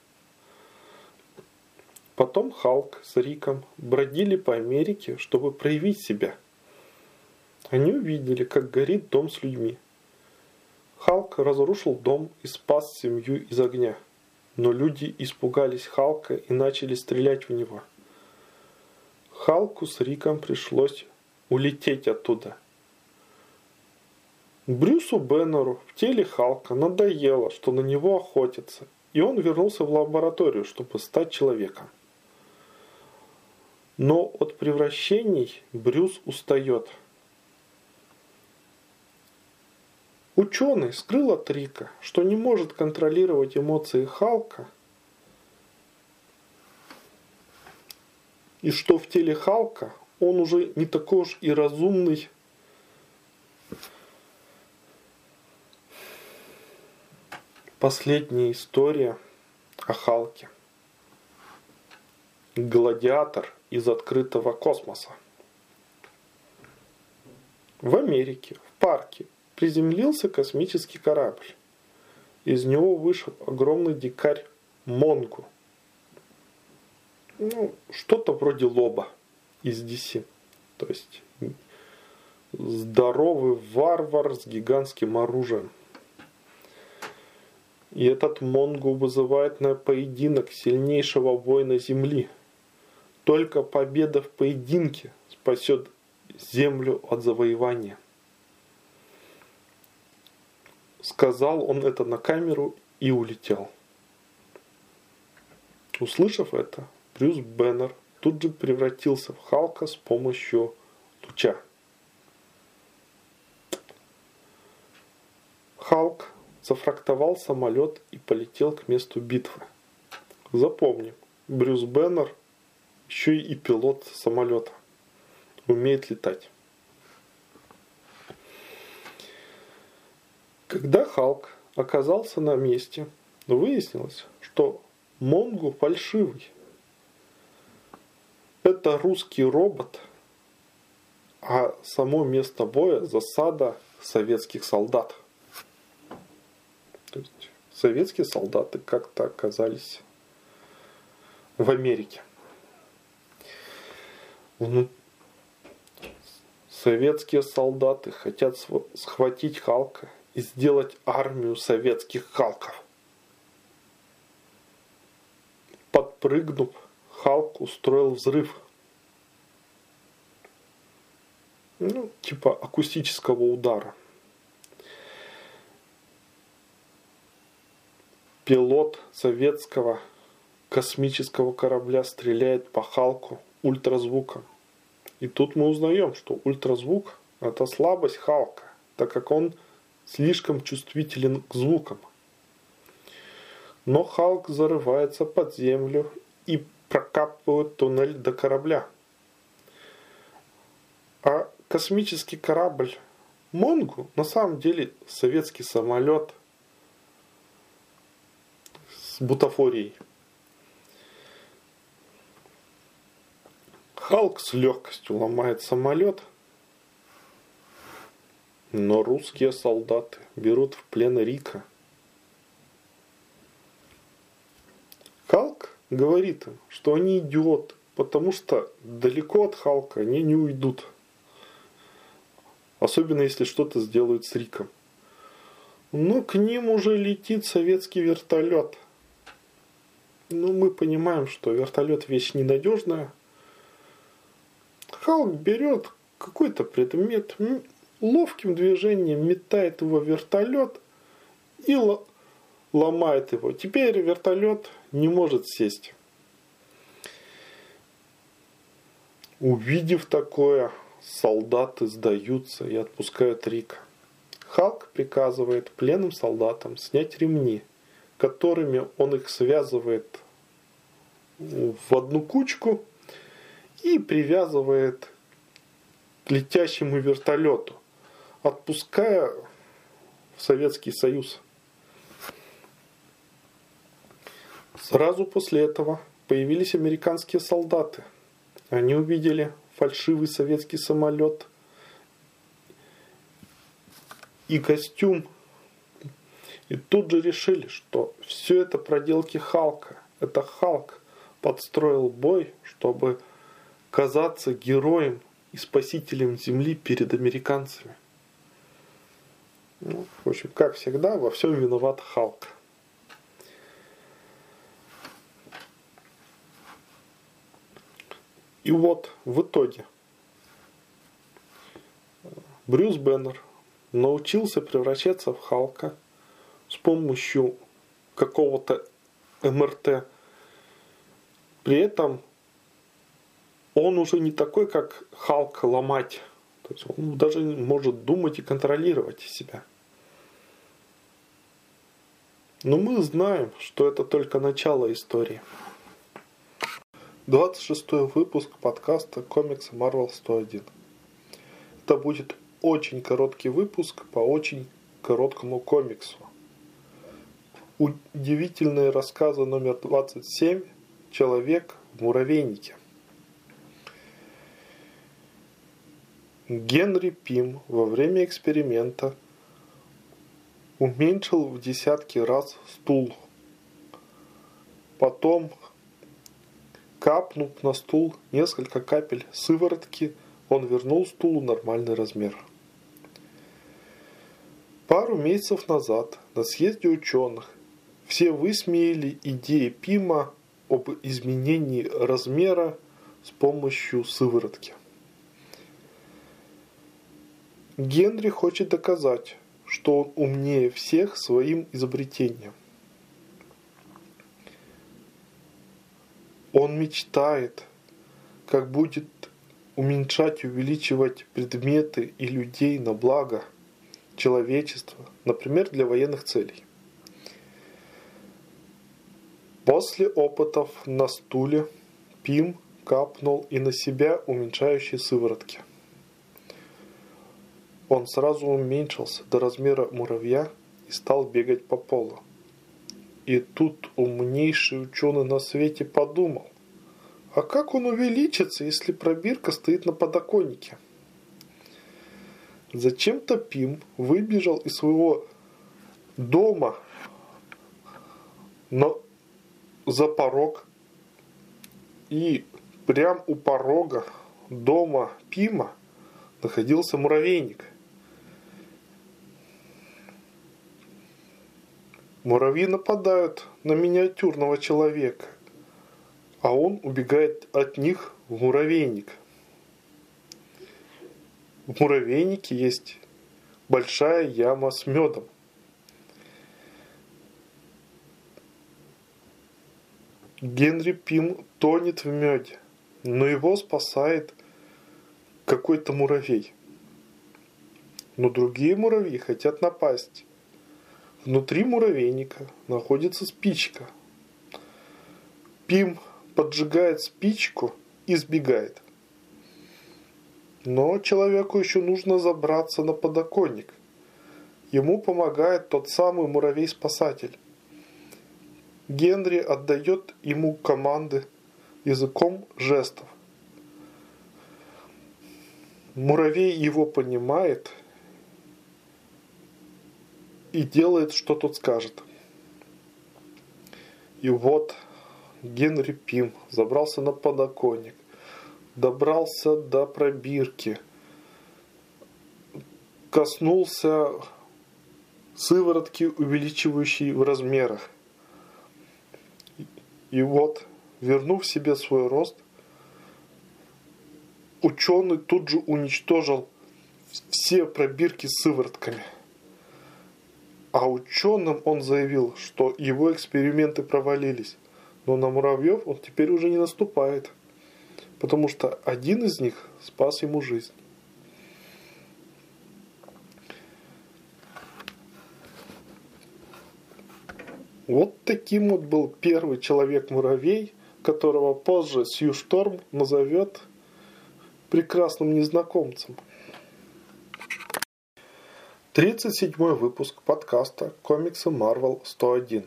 Потом Халк с Риком бродили по Америке, чтобы проявить себя. Они увидели, как горит дом с людьми. Халк разрушил дом и спас семью из огня. Но люди испугались Халка и начали стрелять в него. Халку с Риком пришлось улететь оттуда. Брюсу Беннеру в теле Халка надоело, что на него охотятся, и он вернулся в лабораторию, чтобы стать человеком. Но от превращений Брюс устает. Ученый скрыл от Рика, что не может контролировать эмоции Халка, и что в теле Халка он уже не такой уж и разумный. Последняя история о Халке. Гладиатор из открытого космоса. В Америке, в парке, приземлился космический корабль. Из него вышел огромный дикарь Монгу. Что-то вроде Лоба из DC. То есть здоровый варвар с гигантским оружием. И этот Монгу вызывает на поединок сильнейшего воина Земли. Только победа в поединке спасет Землю от завоевания. Сказал он это на камеру и улетел. Услышав это, Брюс Беннер тут же превратился в Халка с помощью луча. Халк зафрахтовал самолет и полетел к месту битвы. Запомним, Брюс Беннер еще и пилот самолета. Умеет летать. Когда Халк оказался на месте, выяснилось, что Монгу фальшивый. Это русский робот, а само место боя – засада советских солдат. То есть советские солдаты как-то оказались в Америке. Советские солдаты хотят схватить Халка и сделать армию советских Халков. Подпрыгнув, Халк устроил взрыв. Типа акустического удара. Пилот советского космического корабля стреляет по Халку ультразвуком. И тут мы узнаем, что ультразвук – это слабость Халка, так как он слишком чувствителен к звукам. Но Халк зарывается под землю и прокапывает туннель до корабля. А космический корабль Монгу на самом деле советский самолет. с бутафорией. Халк с легкостью ломает самолет, но русские солдаты берут в плен Рика. Халк говорит им, что они идиоты, потому что далеко от Халка они не уйдут. Особенно если что-то сделают с Риком. Но к ним уже летит советский вертолет. Но мы понимаем, что вертолет вещь ненадежная. Халк берет какой-то предмет, ловким движением метает его в вертолет и ломает его. Теперь вертолет не может сесть. Увидев такое, солдаты сдаются и отпускают Рика. Халк приказывает пленным солдатам снять ремни, которыми он их связывает в одну кучку и привязывает к летящему вертолету, отпуская в Советский Союз. Сразу после этого появились американские солдаты. Они увидели фальшивый советский самолет и костюм. И тут же решили, что все это проделки Халка. Это Халк подстроил бой, чтобы казаться героем и спасителем Земли перед американцами. Ну, в общем, как всегда, во всем виноват Халк. И вот в итоге Брюс Беннер научился превращаться в Халка с помощью какого-то МРТ. При этом он уже не такой, как Халк, ломать. То есть он даже может думать и контролировать себя. Но мы знаем, что это только начало истории. 26-й выпуск подкаста комикса Marvel 101. Это будет очень короткий выпуск по очень короткому комиксу. Удивительные рассказы номер 27 «Человек в муравейнике». Генри Пим во время эксперимента уменьшил в десятки раз стул. Потом, капнув на стул несколько капель сыворотки, он вернул стулу нормальный размер. Пару месяцев назад на съезде ученых все высмеяли идеи Пима об изменении размера с помощью сыворотки. Генри хочет доказать, что он умнее всех своим изобретением. Он мечтает, как будет уменьшать и увеличивать предметы и людей на благо человечества, например, для военных целей. После опытов на стуле Пим капнул и на себя уменьшающие сыворотки. Он сразу уменьшился до размера муравья и стал бегать по полу. И тут умнейший ученый на свете подумал, а как он увеличится, если пробирка стоит на подоконнике? Зачем-то Пим выбежал из своего дома за порог, и прямо у порога дома Пима находился муравейник. Муравьи нападают на миниатюрного человека, а он убегает от них в муравейник. В муравейнике есть большая яма с медом. Генри Пим тонет в меде, но его спасает какой-то муравей. Но другие муравьи хотят напасть. Внутри муравейника находится спичка. Пим поджигает спичку и сбегает. Но человеку еще нужно забраться на подоконник. Ему помогает тот самый муравей-спасатель. Генри отдает ему команды языком жестов. Муравей его понимает и делает, что тот скажет. И вот Генри Пим забрался на подоконник, добрался до пробирки, коснулся сыворотки, увеличивающей в размерах. И вот, вернув себе свой рост, ученый тут же уничтожил все пробирки с сыворотками. А ученым он заявил, что его эксперименты провалились. Но на муравьев он теперь уже не наступает, потому что один из них спас ему жизнь. Вот таким вот был первый человек-муравей, которого позже Сью Шторм назовет прекрасным незнакомцем. 37-й выпуск подкаста «Комиксы Marvel 101».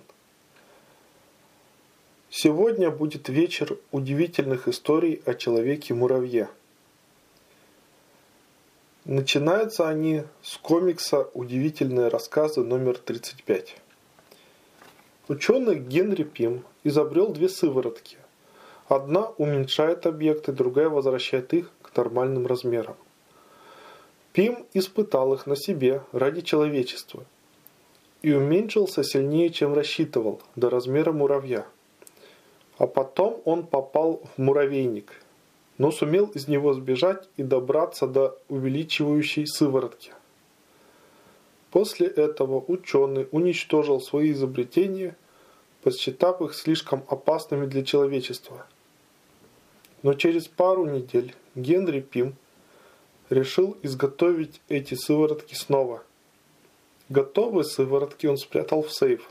Сегодня будет вечер удивительных историй о Человеке-муравье. Начинаются они с комикса «Удивительные рассказы» номер 35. Ученый Генри Пим изобрел две сыворотки. Одна уменьшает объекты, другая возвращает их к нормальным размерам. Пим испытал их на себе ради человечества и уменьшился сильнее, чем рассчитывал, до размера муравья. А потом он попал в муравейник, но сумел из него сбежать и добраться до увеличивающей сыворотки. После этого ученый уничтожил свои изобретения, посчитав их слишком опасными для человечества. Но через пару недель Генри Пим решил изготовить эти сыворотки снова. Готовые сыворотки он спрятал в сейф.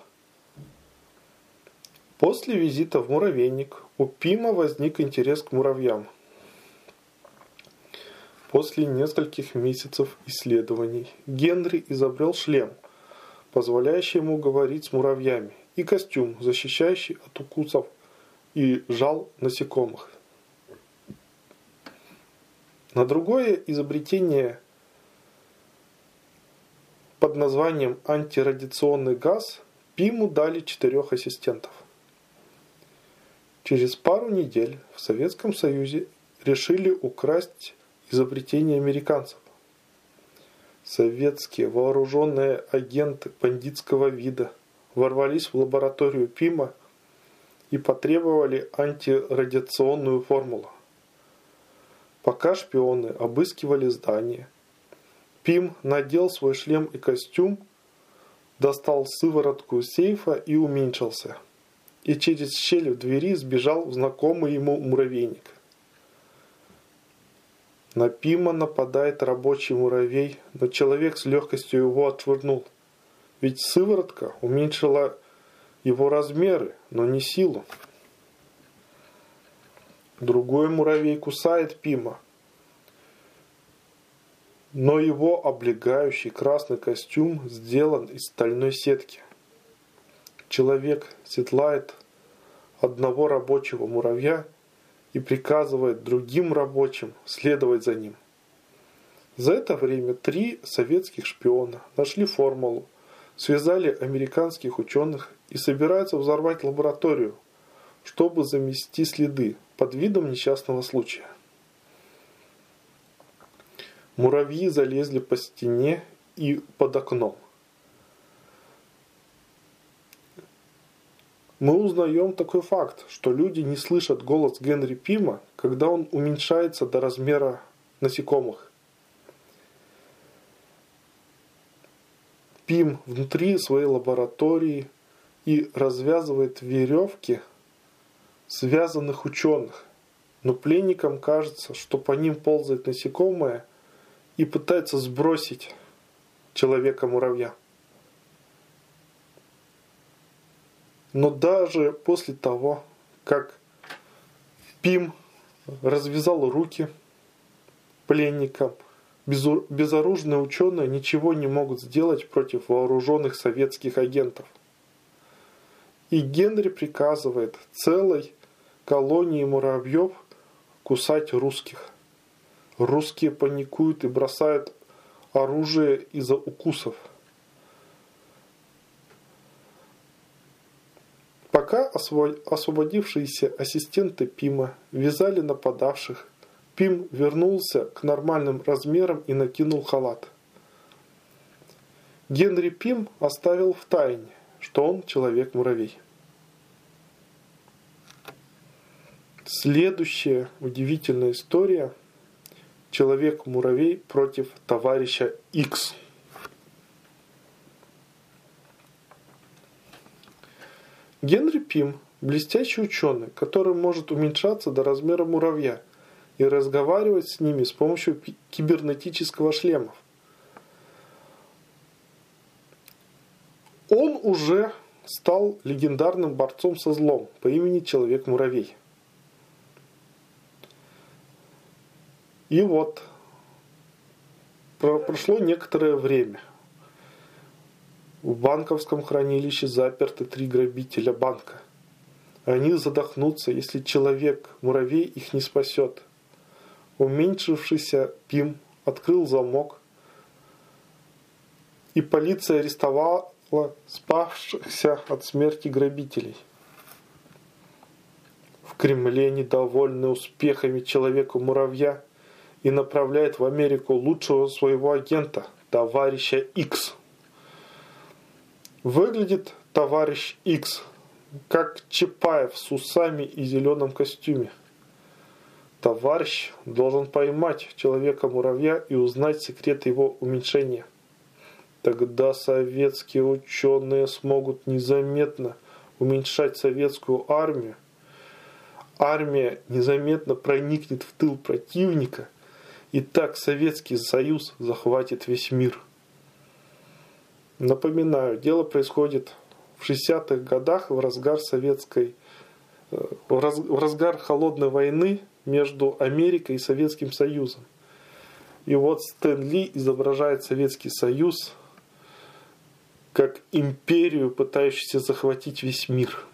После визита в муравейник у Пима возник интерес к муравьям. После нескольких месяцев исследований Генри изобрел шлем, позволяющий ему говорить с муравьями, и костюм, защищающий от укусов и жал насекомых. На другое изобретение под названием антирадиационный газ Пиму дали 4 ассистентов. Через пару недель в Советском Союзе решили украсть изобретение американцев. Советские вооруженные агенты бандитского вида ворвались в лабораторию Пима и потребовали антирадиационную формулу. Пока шпионы обыскивали здание, Пим надел свой шлем и костюм, достал сыворотку из сейфа и уменьшился. И через щель в двери сбежал в знакомый ему муравейник. На Пима нападает рабочий муравей, но человек с легкостью его отшвырнул. Ведь сыворотка уменьшила его размеры, но не силу. Другой муравей кусает Пима, но его облегающий красный костюм сделан из стальной сетки. Человек седлает одного рабочего муравья и приказывает другим рабочим следовать за ним. За это время 3 советских шпиона нашли формулу, связали американских ученых и собираются взорвать лабораторию, чтобы замести следы под видом несчастного случая. Муравьи залезли по стене и под окном. Мы узнаем такой факт, что люди не слышат голос Генри Пима, когда он уменьшается до размера насекомых. Пим внутри своей лаборатории и развязывает веревки связанных ученых, но пленникам кажется, что по ним ползает насекомое и пытается сбросить человека-муравья. Но даже после того, как Пим развязал руки пленникам, безоружные ученые ничего не могут сделать против вооруженных советских агентов. И Генри приказывает целой колонии муравьев кусать русских. Русские паникуют и бросают оружие из-за укусов. Пока освободившиеся ассистенты Пима вязали нападавших, Пим вернулся к нормальным размерам и накинул халат. Генри Пим оставил в тайне, что он человек-муравей. Следующая удивительная история – человек-муравей против товарища Икс. Генри Пим – блестящий ученый, который может уменьшаться до размера муравья и разговаривать с ними с помощью кибернетического шлема. Он уже стал легендарным борцом со злом по имени Человек-муравей. И вот прошло некоторое время. В банковском хранилище заперты 3 грабителя банка. Они задохнутся, если Человек-муравей их не спасет. Уменьшившийся Пим открыл замок, и полиция арестовала спасшихся от смерти грабителей. В Кремле недовольны успехами Человека-муравья и направляет в Америку лучшего своего агента, товарища Икс. Выглядит товарищ Икс как Чапаев с усами и зеленом костюме. Товарищ должен поймать Человека-муравья и узнать секрет его уменьшения. Тогда советские ученые смогут незаметно уменьшать советскую армию. Армия незаметно проникнет в тыл противника, и так Советский Союз захватит весь мир. Напоминаю, дело происходит в 60-х годах, в разгар холодной войны между Америкой и Советским Союзом. И вот Стэн Ли изображает Советский Союз как империю, пытающуюся захватить весь мир.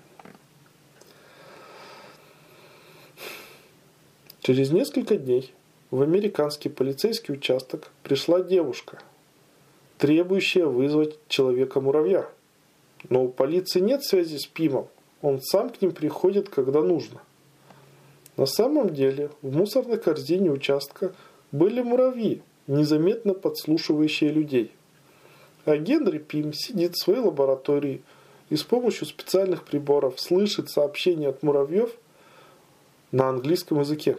Через несколько дней в американский полицейский участок пришла девушка, требующая вызвать Человека-муравья. Но у полиции нет связи с Пимом, он сам к ним приходит, когда нужно. На самом деле в мусорной корзине участка были муравьи, незаметно подслушивающие людей. А Генри Пим сидит в своей лаборатории и с помощью специальных приборов слышит сообщения от муравьев на английском языке.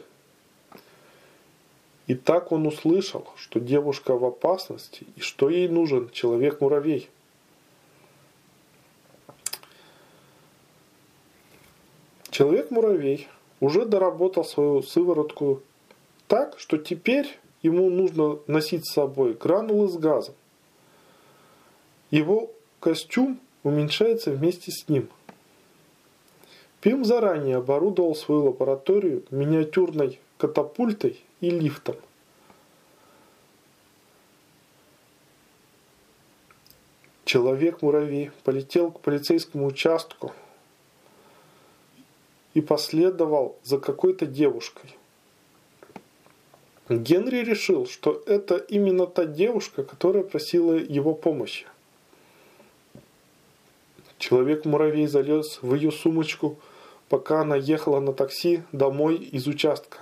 И так он услышал, что девушка в опасности и что ей нужен Человек-муравей. Человек-муравей уже доработал свою сыворотку так, что теперь ему нужно носить с собой гранулы с газом. Его костюм уменьшается вместе с ним. Пим заранее оборудовал свою лабораторию миниатюрной катапультой и лифтом. Человек-муравей полетел к полицейскому участку и последовал за какой-то девушкой. Генри решил, что это именно та девушка, которая просила его помощи. Человек-муравей залез в ее сумочку, пока она ехала на такси домой из участка.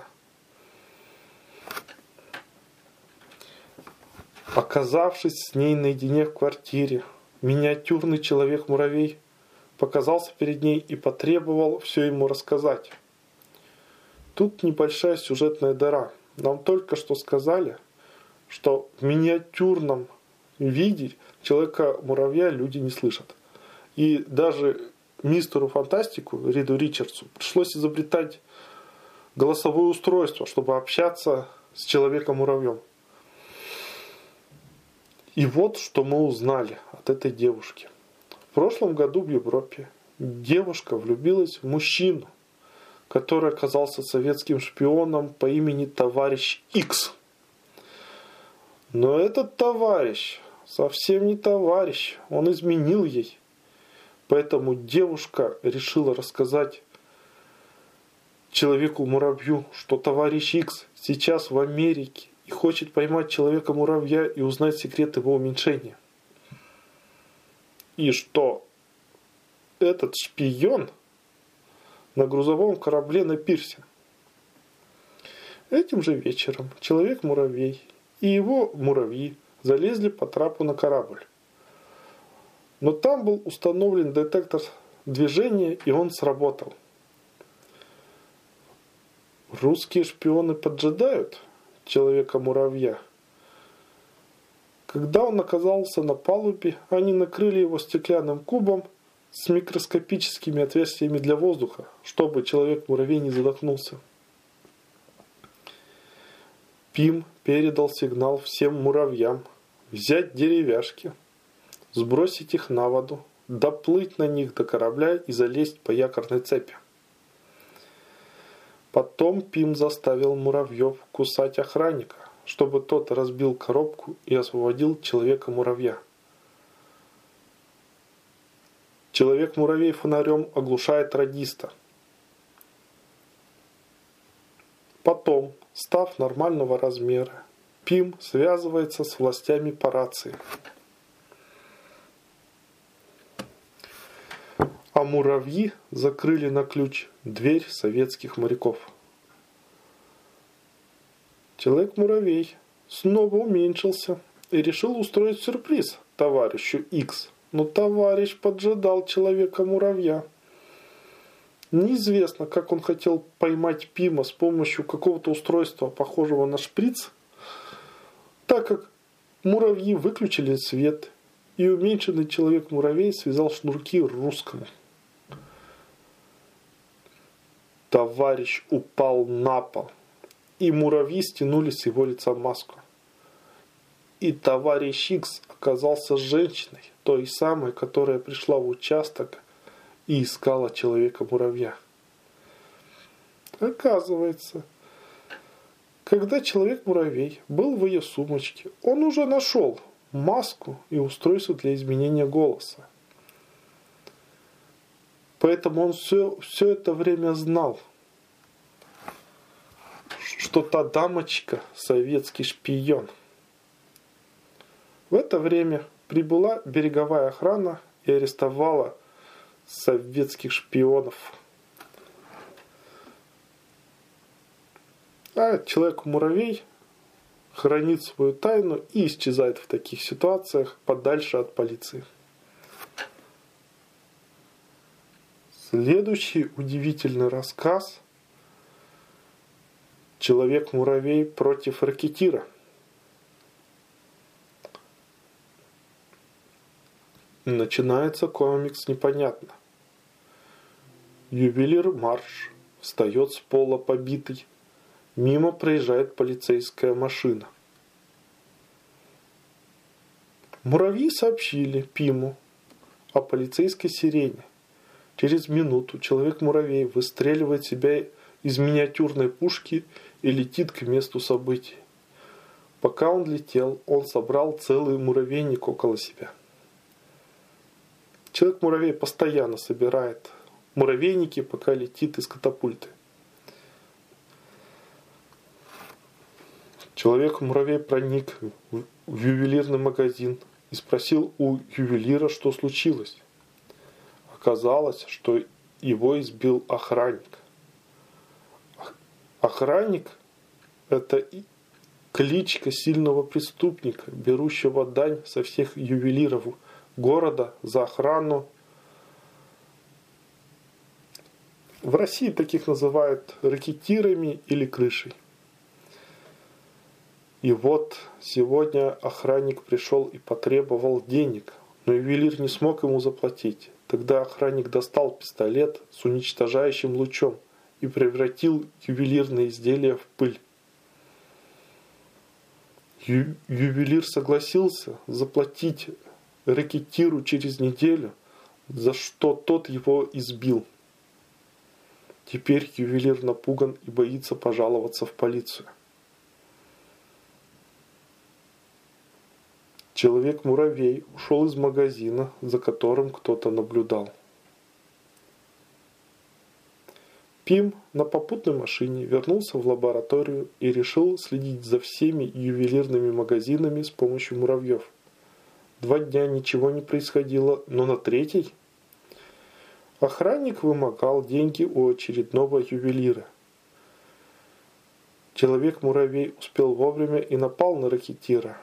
Оказавшись с ней наедине в квартире, миниатюрный Человек-муравей показался перед ней и потребовал все ему рассказать. Тут небольшая сюжетная дыра. Нам только что сказали, что в миниатюрном виде Человека-муравья люди не слышат. И даже мистеру Фантастику, Риду Ричардсу, пришлось изобретать голосовое устройство, чтобы общаться с Человеком-муравьем. И вот что мы узнали от этой девушки. В прошлом году в Европе девушка влюбилась в мужчину, который оказался советским шпионом по имени товарищ Икс. Но этот товарищ совсем не товарищ, он изменил ей. Поэтому девушка решила рассказать человеку-муравью, что товарищ Икс сейчас в Америке и хочет поймать человека-муравья и узнать секрет его уменьшения. И что этот шпион на грузовом корабле на пирсе. Этим же вечером человек-муравей и его муравьи залезли по трапу на корабль. Но там был установлен детектор движения, и он сработал. Русские шпионы поджидают человека-муравья. Когда он оказался на палубе, они накрыли его стеклянным кубом с микроскопическими отверстиями для воздуха, чтобы человек-муравей не задохнулся. Пим передал сигнал всем муравьям взять деревяшки, сбросить их на воду, доплыть на них до корабля и залезть по якорной цепи. Потом Пим заставил муравьев кусать охранника, чтобы тот разбил коробку и освободил человека-муравья. Человек-муравей фонарем оглушает радиста. Потом, став нормального размера, Пим связывается с властями по рации. А муравьи закрыли на ключ дверь советских моряков. Человек-муравей снова уменьшился и решил устроить сюрприз товарищу Икс. Но товарищ поджидал человека-муравья. Неизвестно, как он хотел поймать Пима с помощью какого-то устройства, похожего на шприц, так как муравьи выключили свет, и уменьшенный человек-муравей связал шнурки русскому. Товарищ упал на пол, и муравьи стянули с его лица маску. И товарищ Икс оказался женщиной, той самой, которая пришла в участок и искала человека-муравья. Оказывается, когда человек-муравей был в ее сумочке, он уже нашел маску и устройство для изменения голоса. Поэтому он все это время знал, что та дамочка советский шпион. В это время прибыла береговая охрана и арестовала советских шпионов. А человек-муравей хранит свою тайну и исчезает в таких ситуациях подальше от полиции. Следующий удивительный рассказ «Человек-муравей против ракетира». Начинается комикс непонятно. Ювелир Марш встает с пола побитый. Мимо проезжает полицейская машина. Муравьи сообщили Пиму о полицейской сирене. Через минуту человек-муравей выстреливает себя из миниатюрной пушки и летит к месту событий. Пока он летел, он собрал целый муравейник около себя. Человек-муравей постоянно собирает муравейники, пока летит из катапульты. Человек-муравей проник в ювелирный магазин и спросил у ювелира, что случилось. Оказалось, что его избил охранник. Охранник – это кличка сильного преступника, берущего дань со всех ювелиров города за охрану. В России таких называют ракетирами или крышей. И вот сегодня охранник пришел и потребовал денег, но ювелир не смог ему заплатить. Тогда охранник достал пистолет с уничтожающим лучом и превратил ювелирные изделия в пыль. Ювелир согласился заплатить ракетиру через неделю, за что тот его избил. Теперь ювелир напуган и боится пожаловаться в полицию. Человек-муравей ушел из магазина, за которым кто-то наблюдал. Пим на попутной машине вернулся в лабораторию и решил следить за всеми ювелирными магазинами с помощью муравьев. 2 дня ничего не происходило, но на 3-й охранник вымогал деньги у очередного ювелира. Человек-муравей успел вовремя и напал на ракетира.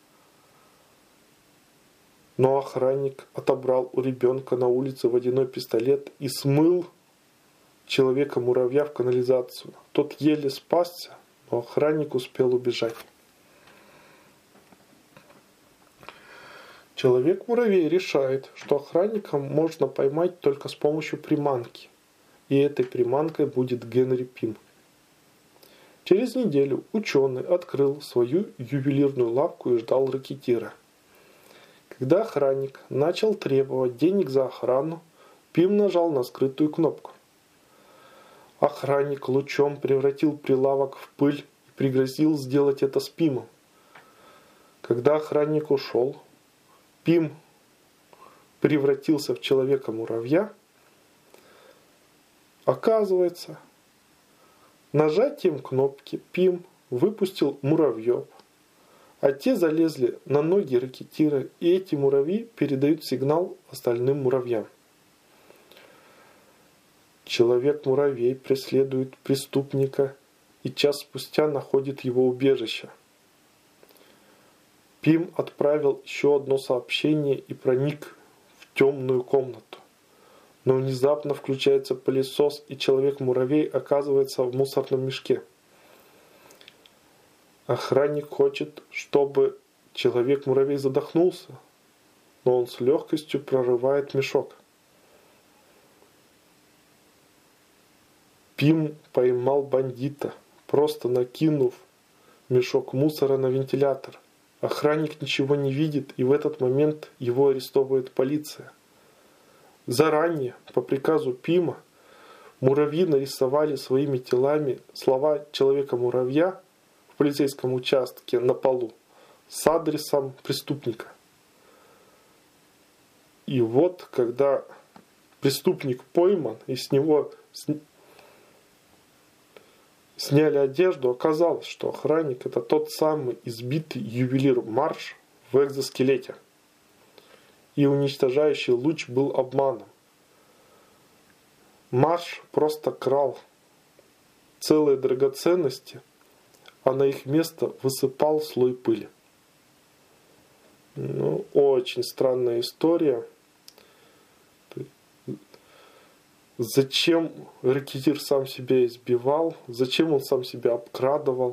Но охранник отобрал у ребенка на улице водяной пистолет и смыл Человека-муравья в канализацию. Тот еле спасся, но охранник успел убежать. Человек-муравей решает, что охранника можно поймать только с помощью приманки. И этой приманкой будет Генри Пим. Через неделю ученый открыл свою ювелирную лавку и ждал ракетира. Когда охранник начал требовать денег за охрану, Пим нажал на скрытую кнопку. Охранник лучом превратил прилавок в пыль и пригрозил сделать это с Пимом. Когда охранник ушел, Пим превратился в Человека-муравья. Оказывается, нажатием кнопки Пим выпустил муравьев, а те залезли на ноги ракетира, и эти муравьи передают сигнал остальным муравьям. Человек-муравей преследует преступника и час спустя находит его убежище. Пим отправил еще одно сообщение и проник в темную комнату. Но внезапно включается пылесос, и Человек-муравей оказывается в мусорном мешке. Охранник хочет, чтобы Человек-муравей задохнулся, но он с легкостью прорывает мешок. Пим поймал бандита, просто накинув мешок мусора на вентилятор. Охранник ничего не видит, и в этот момент его арестовывает полиция. Заранее, по приказу Пима, муравьи нарисовали своими телами слова Человека-муравья в полицейском участке на полу с адресом преступника. И вот, когда преступник пойман и с него сняли одежду, оказалось, что охранник — это тот самый избитый ювелир Марш в экзоскелете. И уничтожающий луч был обманом. Марш просто крал целые драгоценности, а на их место высыпал слой пыли. Очень странная история. Зачем ракетир сам себя избивал? Зачем он сам себя обкрадывал?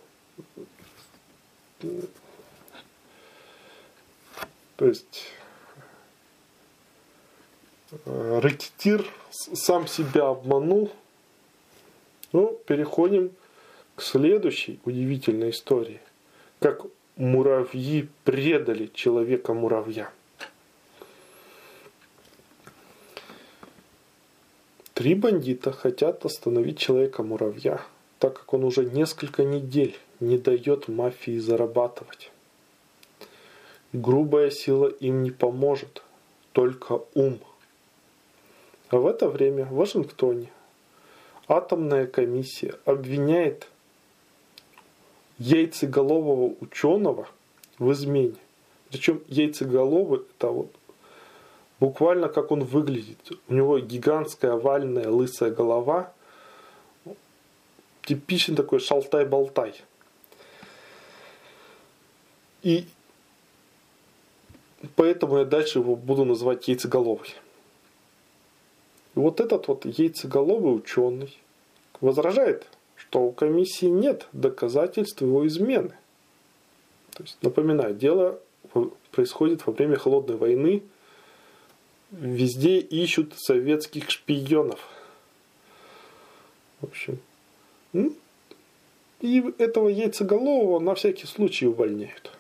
То есть ракетир сам себя обманул. Переходим к следующей удивительной истории. Как муравьи предали Человека-муравья. 3 бандита хотят остановить Человека-муравья, так как он уже несколько недель не дает мафии зарабатывать. Грубая сила им не поможет, только ум. А в это время в Вашингтоне атомная комиссия обвиняет яйцеголового ученого в измене. Причем яйцеголовый — это буквально как он выглядит. У него гигантская овальная лысая голова. Типичный такой шалтай-болтай. И поэтому я дальше его буду называть яйцеголовый. И вот этот яйцеголовый ученый возражает, что у комиссии нет доказательств его измены. То есть, напоминаю, дело происходит во время Холодной войны. Везде ищут советских шпионов. В общем. И этого яйцеголового на всякий случай увольняют.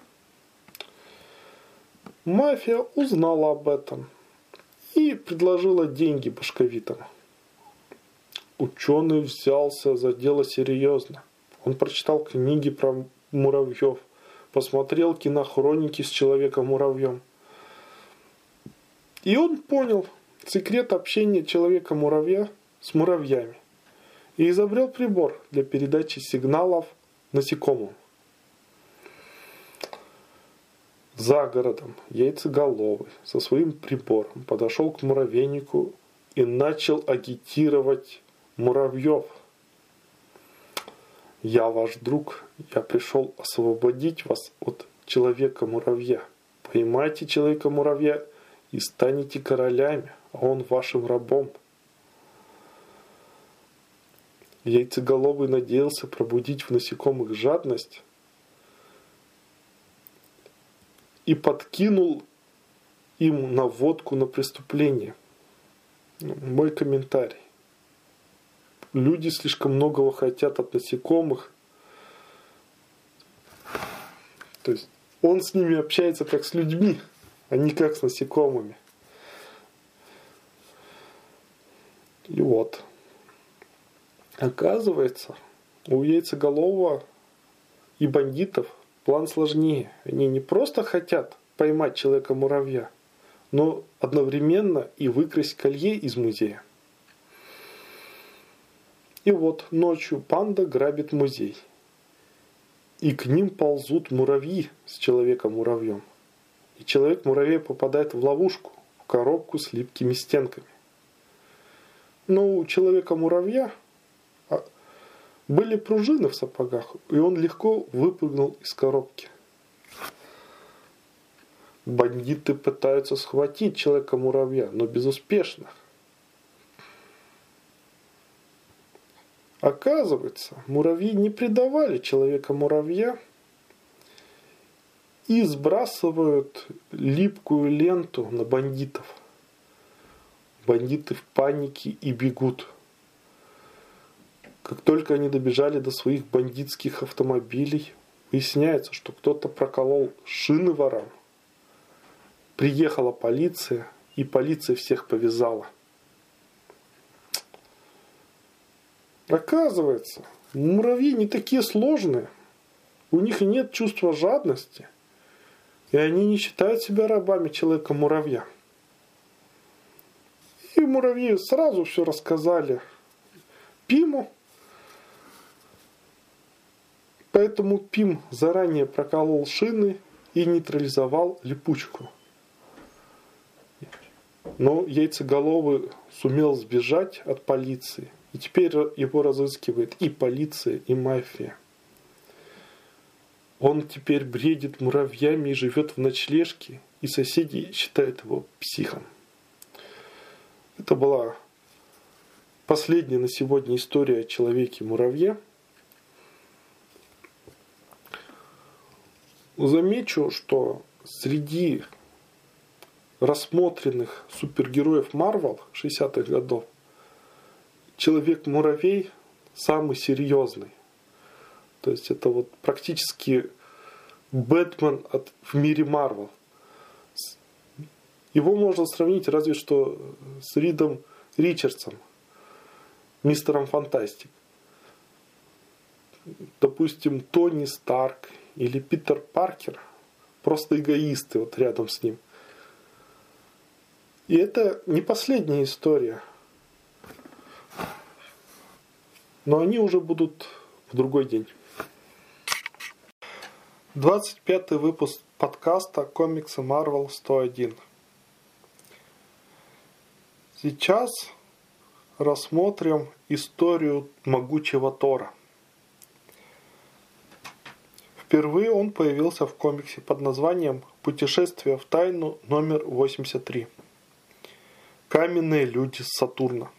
Мафия узнала об этом и предложила деньги башковитам. Ученый взялся за дело серьезно. Он прочитал книги про муравьев, посмотрел кинохроники с Человеком-муравьем. И он понял секрет общения Человека-муравья с муравьями. и изобрел прибор для передачи сигналов насекомым. За городом Яйцеголовый со своим прибором подошел к муравейнику и начал агитировать муравьев. «Я ваш друг, я пришел освободить вас от человека-муравья. Поймайте человека-муравья и станете королями, а он вашим рабом». Яйцеголовый надеялся пробудить в насекомых жадность и подкинул им наводку на преступление. Мой комментарий. Люди слишком многого хотят от насекомых. То есть он с ними общается как с людьми, а не как с насекомыми. И вот. Оказывается, у Яйцеголового и бандитов план сложнее. Они не просто хотят поймать человека-муравья, но одновременно и выкрасть колье из музея. И вот ночью панда грабит музей. И к ним ползут муравьи с человеком-муравьем. И человек-муравей попадает в ловушку, в коробку с липкими стенками. Но у человека-муравья были пружины в сапогах, и он легко выпрыгнул из коробки. Бандиты пытаются схватить человека-муравья, но безуспешно. Оказывается, муравьи не предавали человека-муравья и сбрасывают липкую ленту на бандитов. Бандиты в панике и бегут. Как только они добежали до своих бандитских автомобилей, выясняется, что кто-то проколол шины ворам. Приехала полиция, и полиция всех повязала. Оказывается, муравьи не такие сложные. У них и нет чувства жадности. И они не считают себя рабами человека-муравья. И муравьи сразу все рассказали Пиму. Поэтому Пим заранее проколол шины и нейтрализовал липучку. Но Яйцеголовый сумел сбежать от полиции. И теперь его разыскивает и полиция, и мафия. Он теперь бредит муравьями и живет в ночлежке, и соседи считают его психом. Это была последняя на сегодня история о человеке-муравье. Замечу, что среди рассмотренных супергероев Марвел 60-х годов Человек-муравей самый серьезный. То есть это вот практически Бэтмен в мире Марвел. Его можно сравнить разве что с Ридом Ричардсом, мистером Фантастик. Допустим, Тони Старк или Питер Паркер просто эгоисты вот рядом с ним. И это не последняя история. Но они уже будут в другой день. 25-й выпуск подкаста «Комиксы Marvel 101». Сейчас рассмотрим историю могучего Тора. Впервые он появился в комиксе под названием «Путешествие в тайну номер 83. Каменные люди с Сатурна».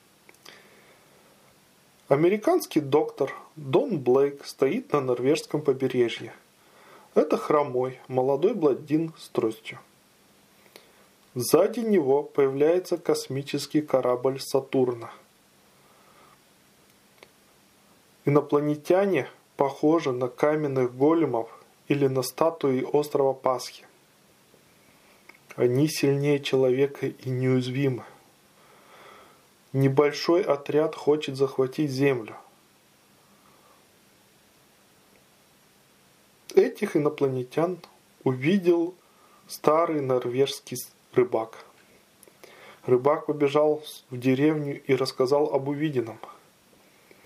Американский доктор Дон Блейк стоит на норвежском побережье. Это хромой, молодой блондин с тростью. Сзади него появляется космический корабль Сатурна. Инопланетяне похожи на каменных големов или на статуи острова Пасхи. Они сильнее человека и неуязвимы. Небольшой отряд хочет захватить Землю. Этих инопланетян увидел старый норвежский рыбак. Рыбак побежал в деревню и рассказал об увиденном.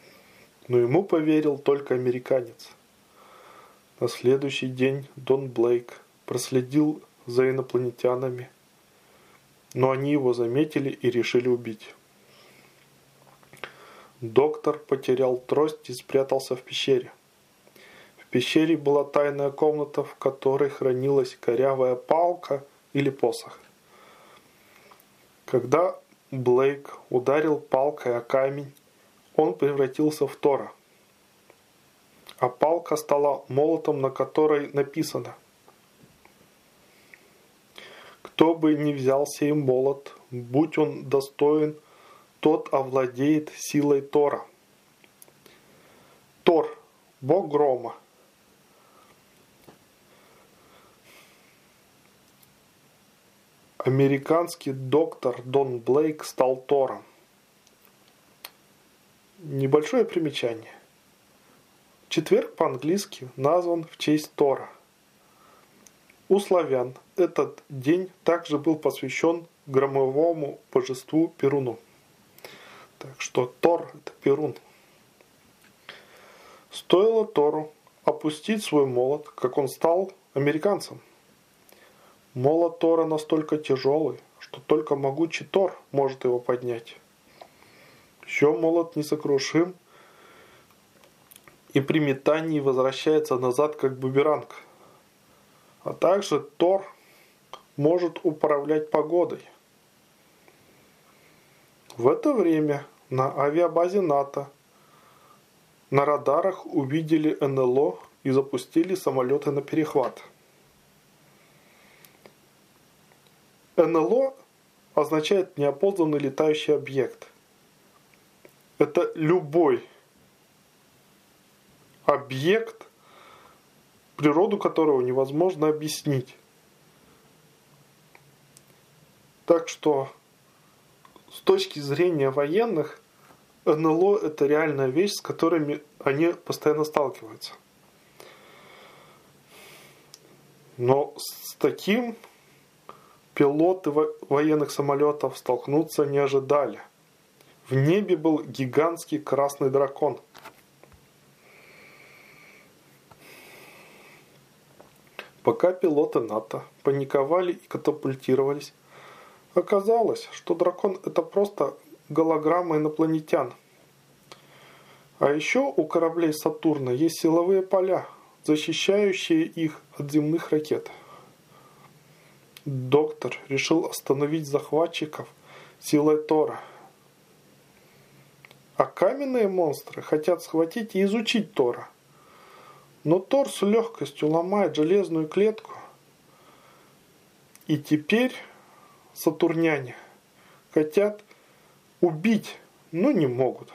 но ему поверил только американец. На следующий день Дон Блейк проследил за инопланетянами, но они его заметили и решили убить. Доктор потерял трость и спрятался в пещере. В пещере была тайная комната, в которой хранилась корявая палка или посох. Когда Блейк ударил палкой о камень, он превратился в Тора, а палка стала молотом, на которой написано: «Кто бы ни взял сей молот, будь он достоин, тот овладеет силой Тора». Тор – бог грома. Американский доктор Дон Блейк стал Тором. Небольшое примечание. Четверг по-английски назван в честь Тора. У славян этот день также был посвящен громовому божеству Перуну. Так что Тор – это Перун. Стоило Тору опустить свой молот, как он стал американцем. Молот Тора настолько тяжелый, что только могучий Тор может его поднять. Еще молот несокрушим и при метании возвращается назад как бумеранг. А также Тор может управлять погодой. В это время на авиабазе НАТО на радарах увидели НЛО и запустили самолеты на перехват. НЛО означает неопознанный летающий объект. Это любой объект, природу которого невозможно объяснить. Так что с точки зрения военных, НЛО – это реальная вещь, с которыми они постоянно сталкиваются. Но с таким пилоты военных самолетов столкнуться не ожидали. В небе был гигантский красный дракон. Пока пилоты НАТО паниковали и катапультировались, оказалось, что дракон – это просто голограмма инопланетян. А еще у кораблей Сатурна есть силовые поля, защищающие их от земных ракет. Доктор решил остановить захватчиков силой Тора. А каменные монстры хотят схватить и изучить Тора. Но Тор с легкостью ломает железную клетку. И теперь сатурняне хотят убить, но не могут.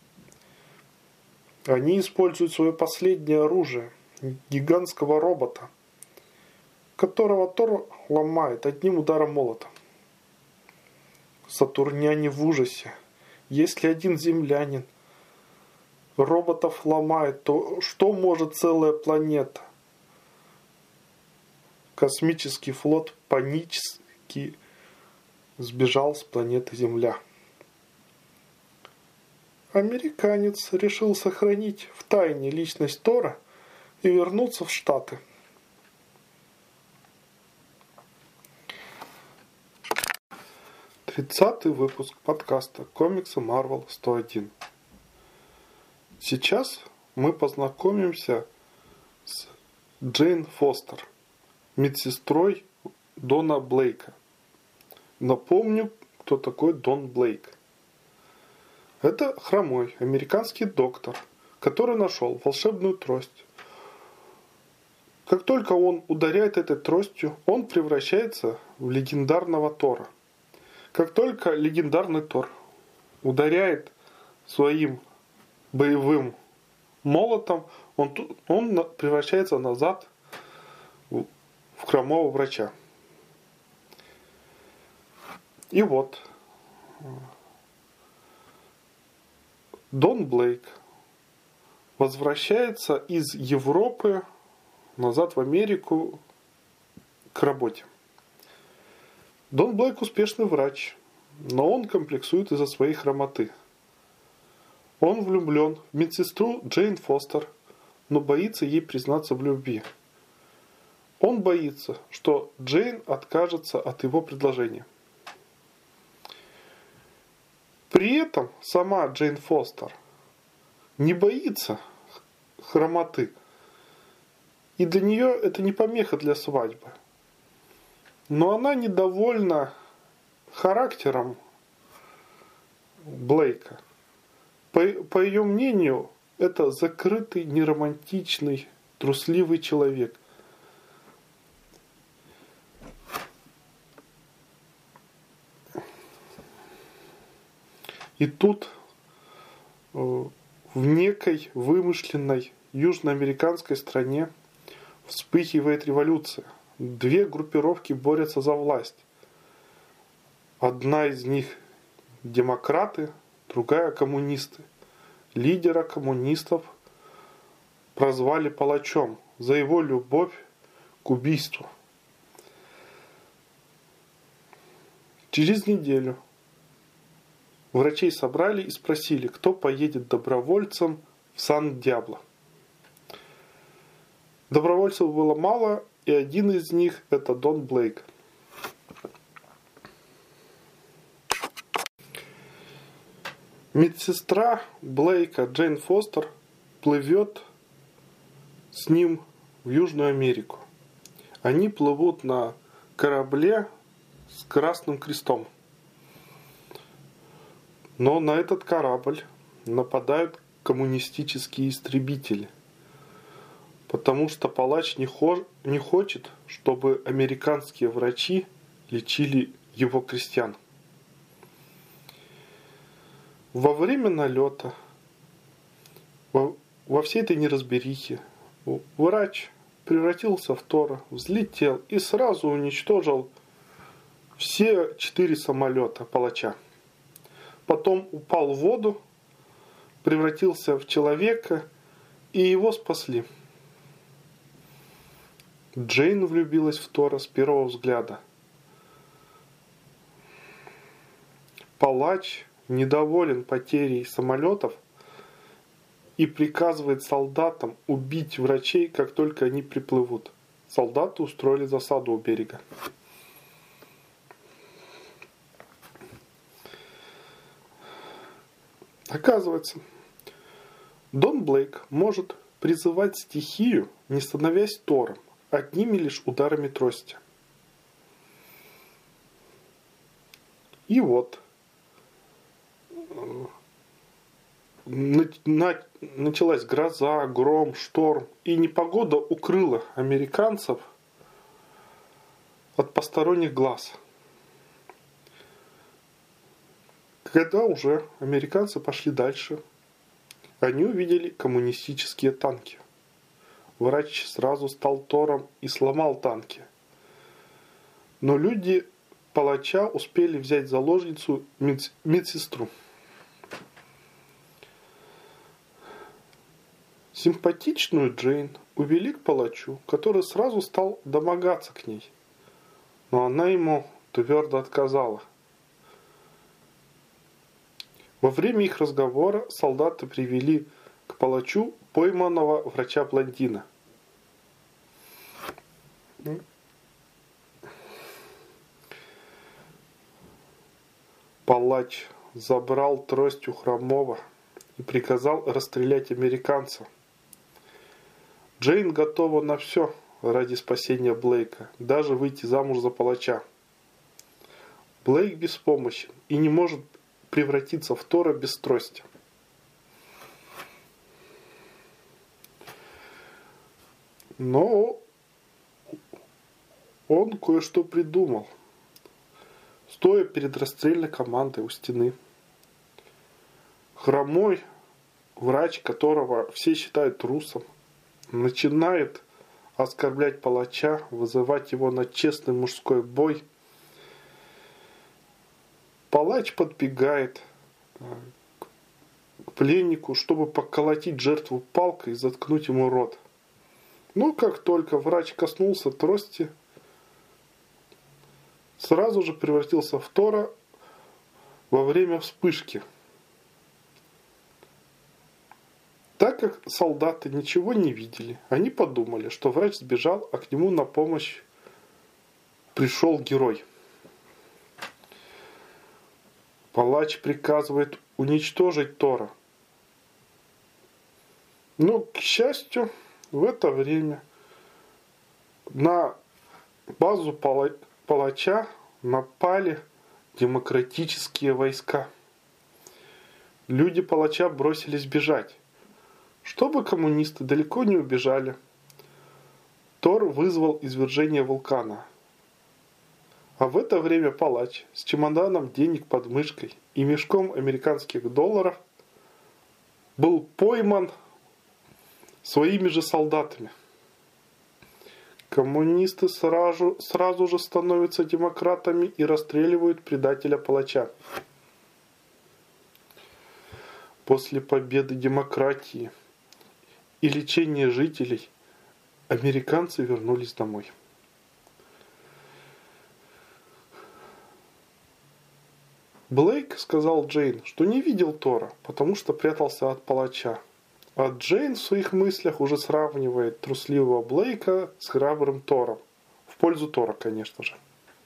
Они используют свое последнее оружие – гигантского робота, которого Тор ломает одним ударом молота. Сатурняне в ужасе. Если один землянин роботов ломает, то что может целая планета? Космический флот панически сбежал с планеты Земля. Американец решил сохранить в тайне личность Тора и вернуться в Штаты. Тридцатый выпуск подкаста «Комиксы Marvel 101». Сейчас мы познакомимся с Джейн Фостер, медсестрой Дона Блейка. Напомню, кто такой Дон Блейк. Это хромой американский доктор, который нашел волшебную трость. Как только он ударяет этой тростью, он превращается в легендарного Тора. Как только легендарный Тор ударяет своим боевым молотом, он превращается назад в хромого врача. И вот Дон Блейк возвращается из Европы назад в Америку к работе. Дон Блейк успешный врач, но он комплексует из-за своей хромоты. Он влюблен в медсестру Джейн Фостер, но боится ей признаться в любви. Он боится, что Джейн откажется от его предложения. При этом сама Джейн Фостер не боится хромоты, и для нее это не помеха для свадьбы. Но она недовольна характером Блейка. По ее мнению, это закрытый, неромантичный, трусливый человек. И тут в некой вымышленной южноамериканской стране вспыхивает революция. Две группировки борются за власть. Одна из них демократы, другая коммунисты. Лидера коммунистов прозвали палачом за его любовь к убийству. Через неделю врачей собрали и спросили, кто поедет добровольцем в Сан-Диабло. Добровольцев было мало, и один из них – это Дон Блейк. Медсестра Блейка Джейн Фостер плывет с ним в Южную Америку. Они плывут на корабле с Красным Крестом. Но на этот корабль нападают коммунистические истребители, потому что палач не хочет, чтобы американские врачи лечили его крестьян. Во время налета, во всей этой неразберихе, врач превратился в Тора, взлетел и сразу уничтожил все 4 самолета палача. Потом упал в воду, превратился в человека, и его спасли. Джейн влюбилась в Тора с первого взгляда. Палач недоволен потерей самолетов и приказывает солдатам убить врачей, как только они приплывут. Солдаты устроили засаду у берега. Оказывается, Дон Блейк может призывать стихию, не становясь Тором, одними лишь ударами трости. И вот началась гроза, гром, шторм, и непогода укрыла американцев от посторонних глаз. Когда уже американцы пошли дальше, они увидели коммунистические танки. Врач сразу стал Тором и сломал танки. Но люди палача успели взять заложницу медсестру. Симпатичную Джейн увели к палачу, который сразу стал домогаться к ней. Но она ему твердо отказала. Во время их разговора солдаты привели к палачу пойманного врача-блондина. Палач забрал трость у хромого и приказал расстрелять американца. Джейн готова на все ради спасения Блейка, даже выйти замуж за палача. Блейк беспомощен и не может превратиться в Тора без трости. Но он кое-что придумал. Стоя перед расстрельной командой у стены, хромой врач, которого все считают трусом, начинает оскорблять палача, вызывать его на честный мужской бой. Палач подбегает к пленнику, чтобы поколотить жертву палкой и заткнуть ему рот. Но как только врач коснулся трости, сразу же превратился в Тора во время вспышки. Так как солдаты ничего не видели, они подумали, что врач сбежал, а к нему на помощь пришел герой. Палач приказывает уничтожить Тора. Но, к счастью, в это время на базу палача напали демократические войска. Люди палача бросились бежать. Чтобы коммунисты далеко не убежали, Тор вызвал извержение вулкана. А в это время палач с чемоданом денег под мышкой и мешком американских долларов был пойман своими же солдатами. Коммунисты сразу же становятся демократами и расстреливают предателя палача. После победы демократии и лечения жителей американцы вернулись домой. Блейк сказал Джейн, что не видел Тора, потому что прятался от палача. А Джейн в своих мыслях уже сравнивает трусливого Блейка с храбрым Тором. В пользу Тора, конечно же.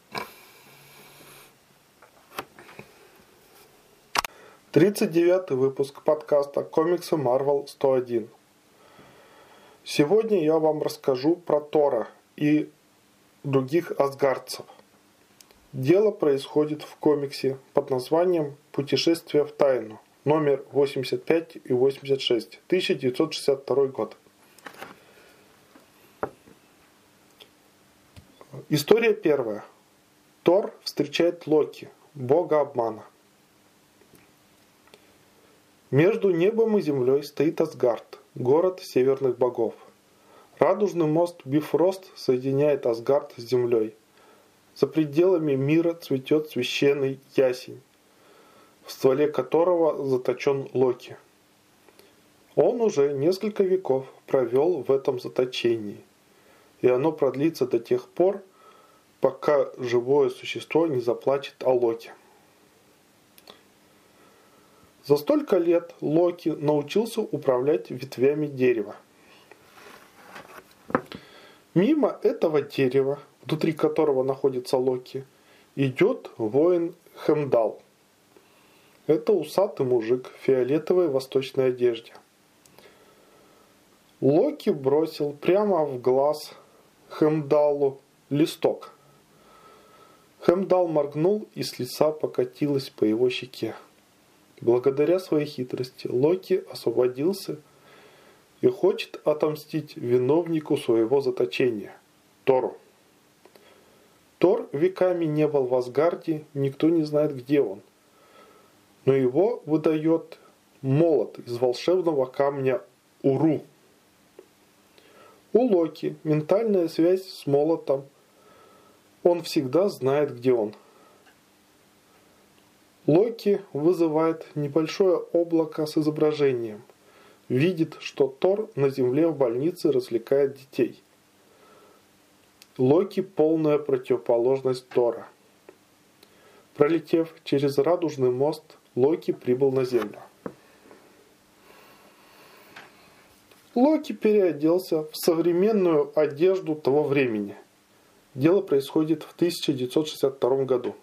Тридцать 39-й выпуск подкаста «Комиксы Marvel 101». Сегодня я вам расскажу про Тора и других асгардцев. Дело происходит в комиксе под названием «Путешествие в тайну», номер 85 и 86, 1962 год. История первая. Тор встречает Локи, бога обмана. Между небом и землей стоит Асгард, город северных богов. Радужный мост Бифрост соединяет Асгард с землей. За пределами мира цветет священный ясень, в стволе которого заточен Локи. Он уже несколько веков провел в этом заточении, и оно продлится до тех пор, пока живое существо не заплачет о Локи. За столько лет Локи научился управлять ветвями дерева. Мимо этого дерева, внутри которого находится Локи, идет воин Хемдал. Это усатый мужик в фиолетовой восточной одежде. Локи бросил прямо в глаз Хемдалу листок. Хемдал моргнул, и с лица покатилась по его щеке. Благодаря своей хитрости Локи освободился и хочет отомстить виновнику своего заточения – Тору. Тор веками не был в Асгарде, никто не знает, где он. Но его выдает молот из волшебного камня Уру. У Локи ментальная связь с молотом. Он всегда знает, где он. Локи вызывает небольшое облако с изображением. Видит, что Тор на земле в больнице развлекает детей. Локи – полная противоположность Тора. Пролетев через радужный мост, Локи прибыл на землю. Локи переоделся в современную одежду того времени. Дело происходит в 1962 году.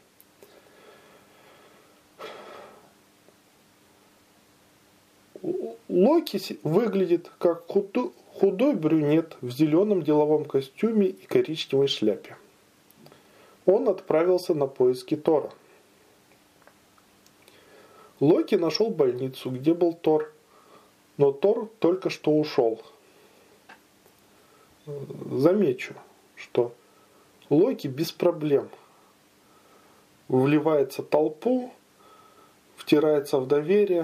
Локи выглядит как худой брюнет в зеленом деловом костюме и коричневой шляпе. Он отправился на поиски Тора. Локи нашел больницу, где был Тор, но Тор только что ушел. Замечу, что Локи без проблем вливается в толпу, втирается в доверие.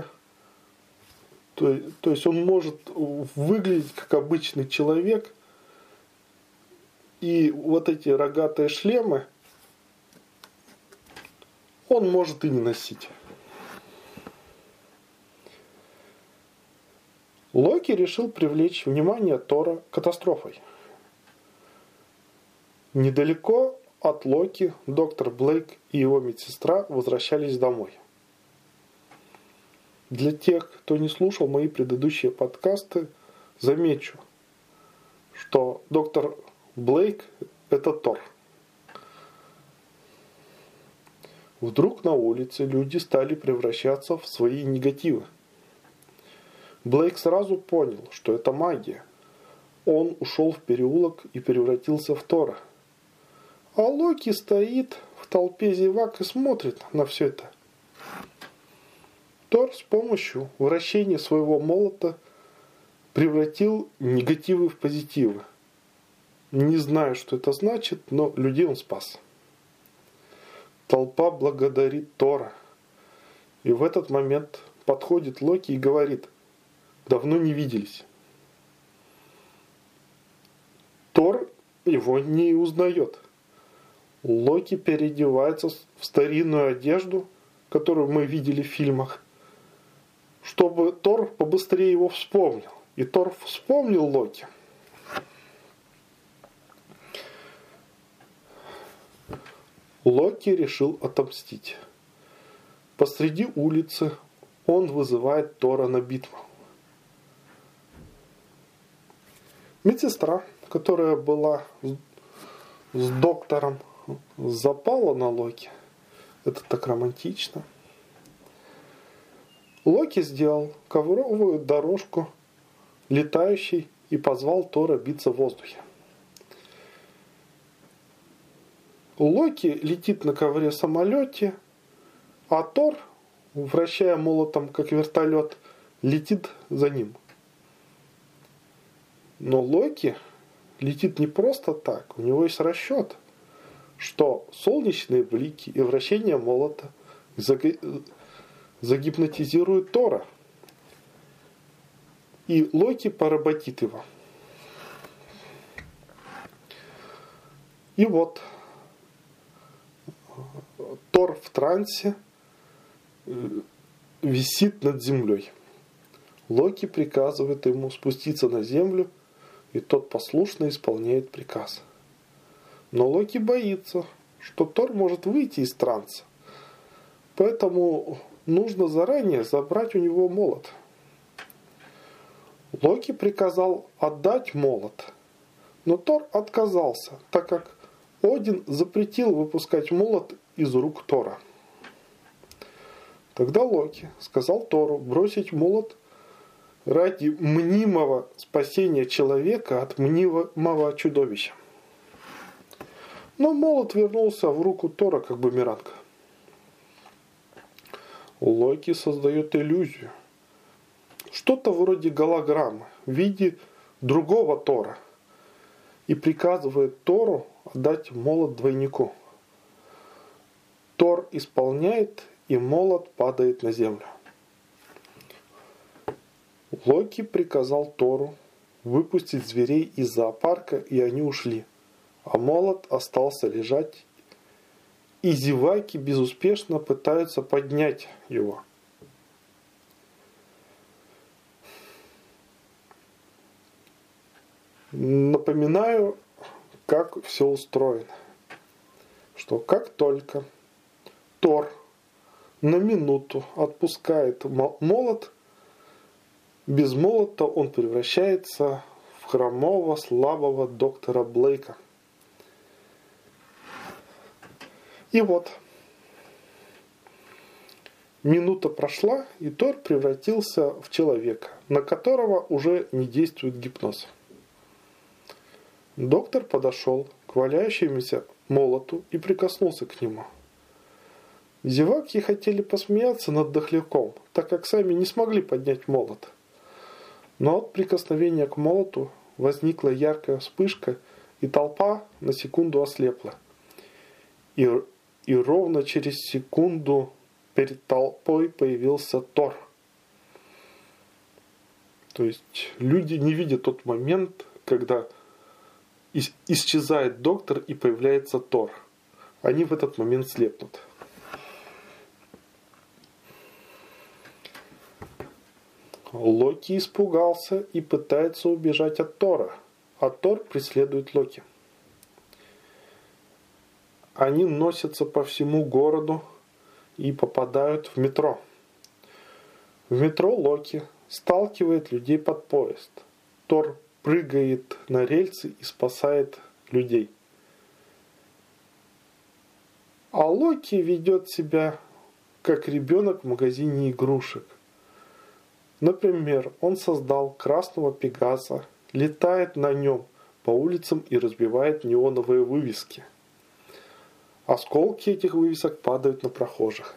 То есть он может выглядеть как обычный человек, и вот эти рогатые шлемы он может и не носить. Локи решил привлечь внимание Тора катастрофой. Недалеко от Локи доктор Блейк и его медсестра возвращались домой. Для тех, кто не слушал мои предыдущие подкасты, замечу, что доктор Блейк – это Тор. Вдруг на улице люди стали превращаться в свои негативы. Блейк сразу понял, что это магия. Он ушел в переулок и превратился в Тора. А Локи стоит в толпе зевак и смотрит на все это. Тор с помощью вращения своего молота превратил негативы в позитивы. Не знаю, что это значит, но людей он спас. Толпа благодарит Тора. И в этот момент подходит Локи и говорит: давно не виделись. Тор его не узнает. Локи переодевается в старинную одежду, которую мы видели в фильмах, чтобы Тор побыстрее его вспомнил. И Тор вспомнил Локи. Локи решил отомстить. Посреди улицы он вызывает Тора на битву. Медсестра, которая была с доктором, запала на Локи. Это так романтично. Локи сделал ковровую дорожку летающей и позвал Тора биться в воздухе. Локи летит на ковре-самолете, а Тор, вращая молотом, как вертолет, летит за ним. Но Локи летит не просто так, у него есть расчет, что солнечные блики и вращение молота загипнотизируют Тора. И Локи поработит его. И вот Тор в трансе висит над землей. Локи приказывает ему спуститься на землю, и тот послушно исполняет приказ. Но Локи боится, что Тор может выйти из транса. Поэтому нужно заранее забрать у него молот. Локи приказал отдать молот, но Тор отказался, так как Один запретил выпускать молот из рук Тора. Тогда Локи сказал Тору бросить молот ради мнимого спасения человека от мнимого чудовища. Но молот вернулся в руку Тора как бумеранг. Локи создает иллюзию. Что-то вроде голограммы в виде другого Тора. И приказывает Тору отдать молот двойнику. Тор исполняет, и молот падает на землю. Локи приказал Тору выпустить зверей из зоопарка, и они ушли. А молот остался лежать, и зеваки безуспешно пытаются поднять его. Напоминаю, как все устроено. Что как только Тор на минуту отпускает молот, без молота он превращается в хромого, слабого доктора Блейка. И вот, минута прошла, и Тор превратился в человека, на которого уже не действует гипноз. Доктор подошел к валяющемуся молоту и прикоснулся к нему. Зеваки хотели посмеяться над дохляком, так как сами не смогли поднять молот. Но от прикосновения к молоту возникла яркая вспышка, и толпа на секунду ослепла. И ровно через секунду перед толпой появился Тор. То есть люди не видят тот момент, когда исчезает доктор и появляется Тор. Они в этот момент слепнут. Локи испугался и пытается убежать от Тора, а Тор преследует Локи. Они носятся по всему городу и попадают в метро. В метро Локи сталкивает людей под поезд. Тор прыгает на рельсы и спасает людей. А Локи ведет себя как ребенок в магазине игрушек. Например, он создал красного пегаса, летает на нем по улицам и разбивает неоновые вывески. Осколки этих вывесок падают на прохожих.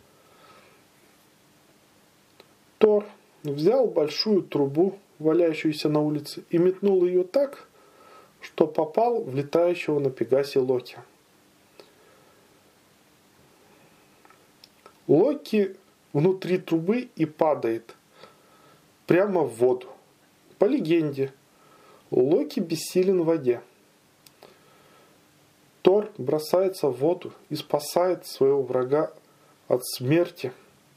Тор взял большую трубу, валяющуюся на улице, и метнул ее так, что попал в летающего на пегасе Локи. Локи внутри трубы и падает прямо в воду. По легенде, Локи бессилен в воде. Тор бросается в воду и спасает своего врага от смерти.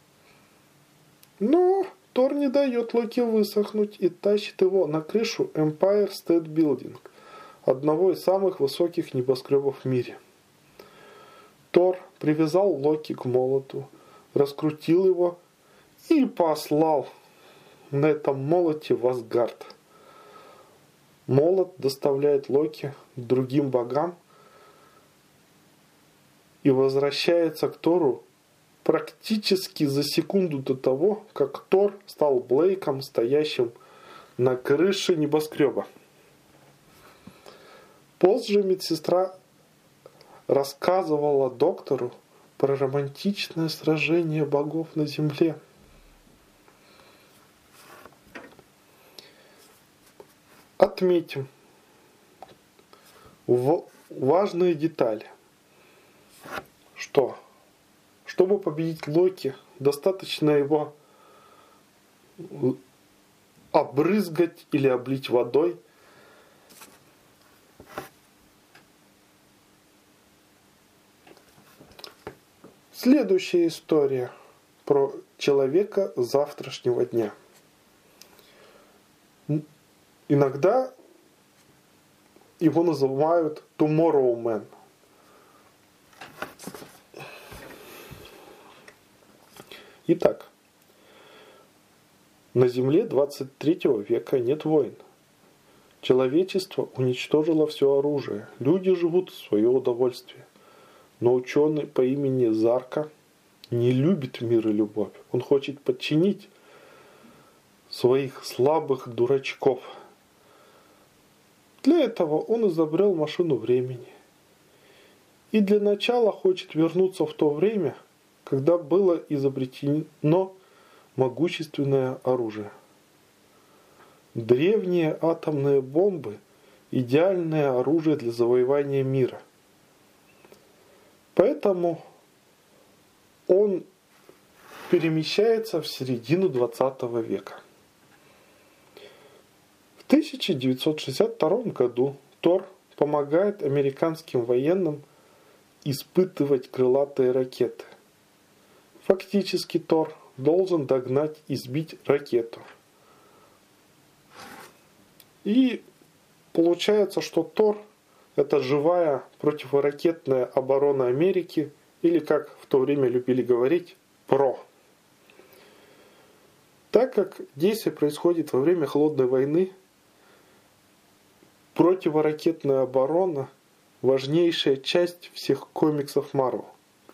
Но Тор не дает Локи высохнуть и тащит его на крышу Empire State Building, одного из самых высоких небоскребов в мире. Тор привязал Локи к молоту, раскрутил его и послал на этом молоте в Асгард. Молот доставляет Локи к другим богам и возвращается к Тору практически за секунду до того, как Тор стал Блейком, стоящим на крыше небоскреба. Позже медсестра рассказывала доктору про романтичное сражение богов на земле. Отметим важные детали, что чтобы победить Локи, достаточно его обрызгать или облить водой. Следующая история про человека завтрашнего дня. Иногда его называют Tomorrow Man. Итак, на Земле 23 века нет войн. Человечество уничтожило все оружие. Люди живут в свое удовольствие. Но ученый по имени Зарка не любит мир и любовь. Он хочет подчинить своих слабых дурачков. Для этого он изобрел машину времени. И для начала хочет вернуться в то время, когда было изобретено могущественное оружие. Древние атомные бомбы – идеальное оружие для завоевания мира. Поэтому он перемещается в середину 20 века. В 1962 году Тор помогает американским военным испытывать крылатые ракеты. Фактически Тор должен догнать и сбить ракету. И получается, что Тор – это живая противоракетная оборона Америки, или, как в то время любили говорить, ПРО. Так как действие происходит во время Холодной войны, противоракетная оборона – важнейшая часть всех комиксов Марвел.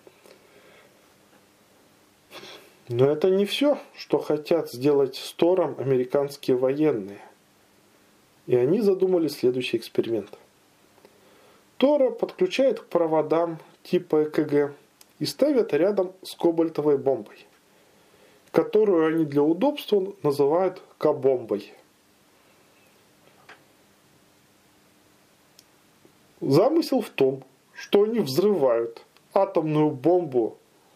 Но это не все, что хотят сделать с Тором американские военные. И они задумали следующий эксперимент. Тора подключают к проводам типа ЭКГ и ставят рядом с кобальтовой бомбой, которую они для удобства называют К-бомбой. Замысел в том, что они взрывают атомную бомбу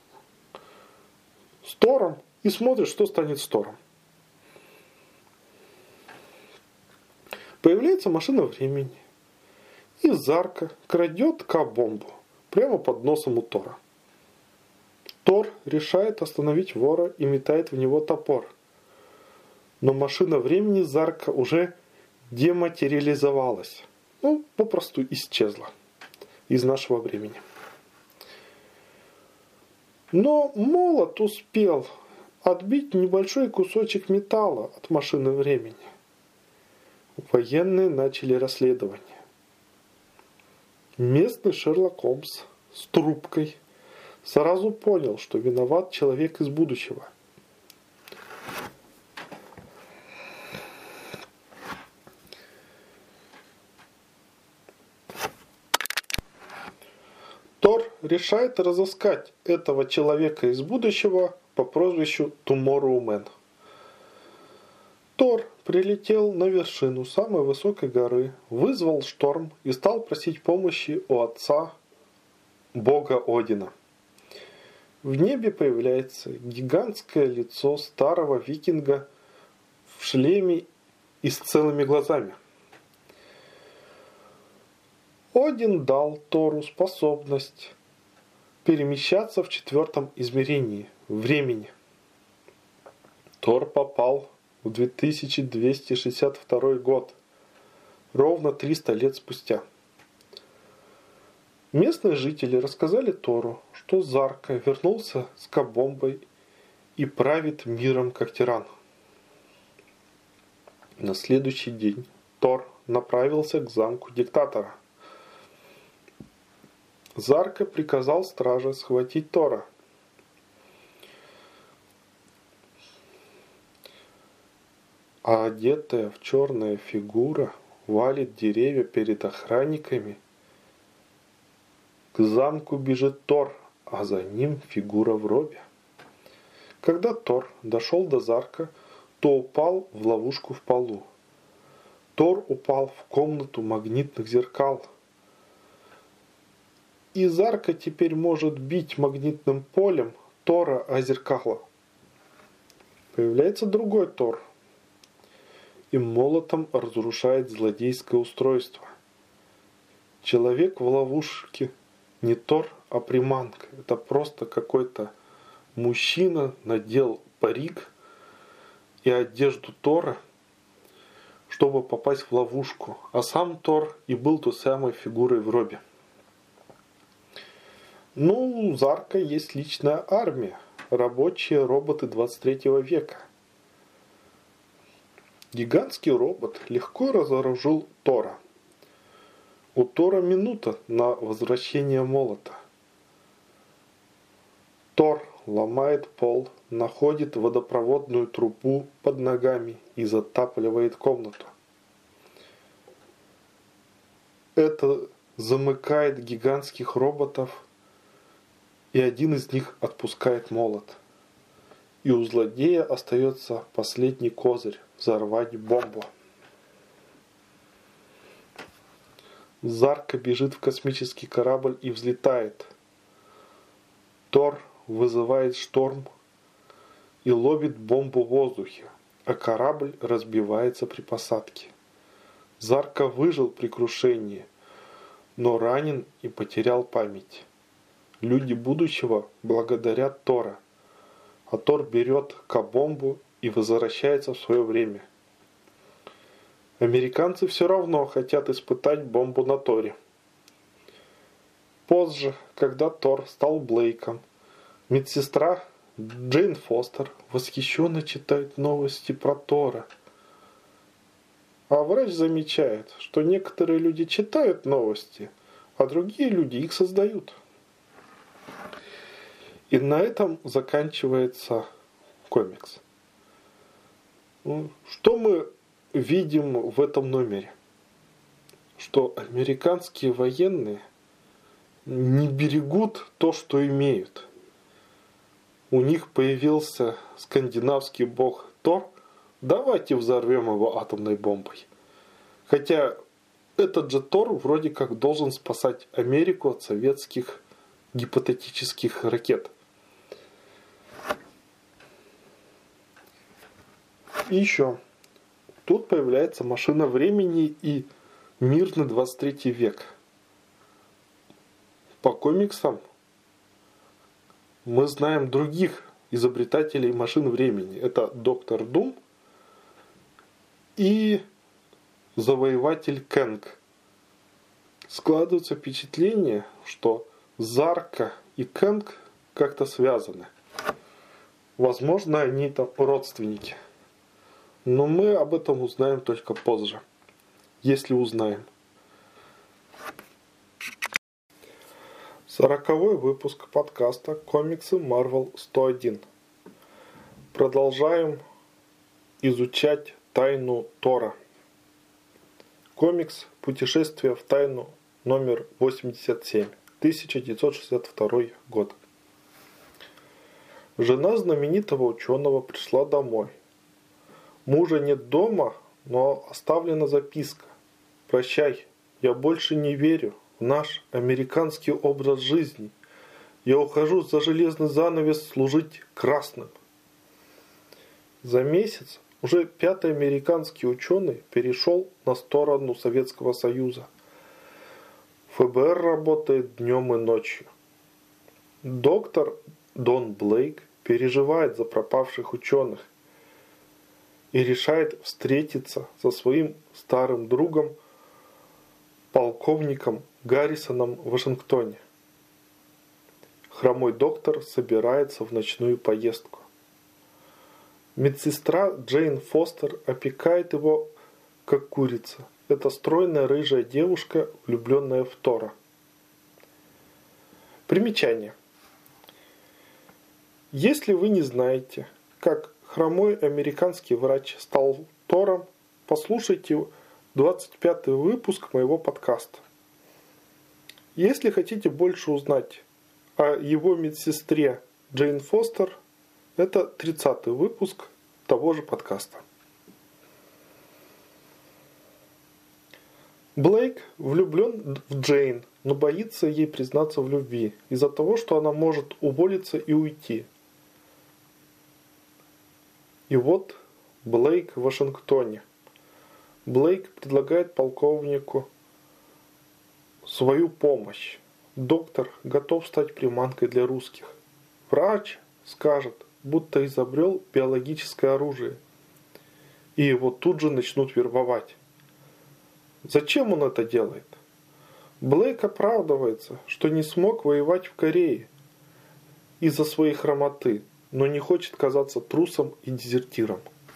с Тором и смотрят, что станет с Тором. Появляется машина времени, и Зарка крадет К-бомбу прямо под носом у Тора. Тор решает остановить вора и метает в него топор. Но машина времени Зарка уже дематериализовалась. Попросту исчезла из нашего времени. Но молот успел отбить небольшой кусочек металла от машины времени. Военные начали расследование. Местный Шерлок Холмс с трубкой сразу понял, что виноват человек из будущего. Тор решает разыскать этого человека из будущего по прозвищу Tomorrowman. Тор прилетел на вершину самой высокой горы, вызвал шторм и стал просить помощи у отца, бога Одина. В небе появляется гигантское лицо старого викинга в шлеме и с целыми глазами. Один дал Тору способность перемещаться в 4 измерении времени. Тор попал в 2262 год, ровно 300 лет спустя. Местные жители рассказали Тору, что Зарка вернулся с Кабомбой и правит миром как тиран. На следующий день Тор направился к замку диктатора. Зарка приказал страже схватить Тора. А одетая в черная фигура валит деревья перед охранниками. К замку бежит Тор, а за ним фигура в робе. Когда Тор дошел до Зарка, то упал в ловушку в полу. Тор упал в комнату магнитных зеркал. И Зарка теперь может бить магнитным полем Тора о зеркало. Появляется другой Тор. И молотом разрушает злодейское устройство. Человек в ловушке не Тор, а приманка. Это просто какой-то мужчина надел парик и одежду Тора, чтобы попасть в ловушку. А сам Тор и был той самой фигурой в робе. Ну, у Зарка есть личная армия. Рабочие роботы 23 века. Гигантский робот легко разоружил Тора. У Тора минута на возвращение молота. Тор ломает пол, находит водопроводную трубу под ногами и затапливает комнату. Это замыкает гигантских роботов, и один из них отпускает молот. И у злодея остается последний козырь – взорвать бомбу. Зарка бежит в космический корабль и взлетает. Тор вызывает шторм и ловит бомбу в воздухе, а корабль разбивается при посадке. Зарка выжил при крушении, но ранен и потерял память. Люди будущего благодарят Тора, а Тор берет Кабомбу и возвращается в свое время. Американцы все равно хотят испытать бомбу на Торе. Позже, когда Тор стал Блейком, медсестра Джейн Фостер восхищенно читает новости про Тора. А врач замечает, что некоторые люди читают новости, а другие люди их создают. И на этом заканчивается комикс. Что мы видим в этом номере? Что американские военные не берегут то, что имеют. У них появился скандинавский бог Тор. Давайте взорвем его атомной бомбой. Хотя этот же Тор вроде как должен спасать Америку от советских гипотетических ракет. И еще. Тут появляется машина времени и мирный 23 век. По комиксам мы знаем других изобретателей машин времени. Это Доктор Дум и завоеватель Кэнг. Складывается впечатление, что Зарка и Кэнг как-то связаны. Возможно, они там родственники. Но мы об этом узнаем только позже. Если узнаем. 40-й выпуск подкаста «Комиксы Marvel 101». Продолжаем изучать тайну Тора. Комикс «Путешествие в тайну» номер 87, 1962 год. Жена знаменитого ученого пришла домой. Мужа нет дома, но оставлена записка. «Прощай, я больше не верю в наш американский образ жизни. Я ухожу за железный занавес служить красным». За месяц уже 5-й американский ученый перешел на сторону Советского Союза. ФБР работает днем и ночью. Доктор Дон Блейк переживает за пропавших ученых и решает встретиться со своим старым другом, полковником Гаррисоном в Вашингтоне. Хромой доктор собирается в ночную поездку. Медсестра Джейн Фостер опекает его, как курица. Это стройная рыжая девушка, влюбленная в Тора. Примечание. Если вы не знаете, как хромой американский врач стал Тором, послушайте 25-й выпуск моего подкаста. Если хотите больше узнать о его медсестре Джейн Фостер, это 30-й выпуск того же подкаста. Блейк влюблен в Джейн, но боится ей признаться в любви из-за того, что она может уволиться и уйти. И вот Блейк в Вашингтоне. Блейк предлагает полковнику свою помощь. Доктор готов стать приманкой для русских. Врач скажет, будто изобрел биологическое оружие. И его тут же начнут вербовать. Зачем он это делает? Блейк оправдывается, что не смог воевать в Корее из-за своей хромоты, но не хочет казаться трусом и дезертиром.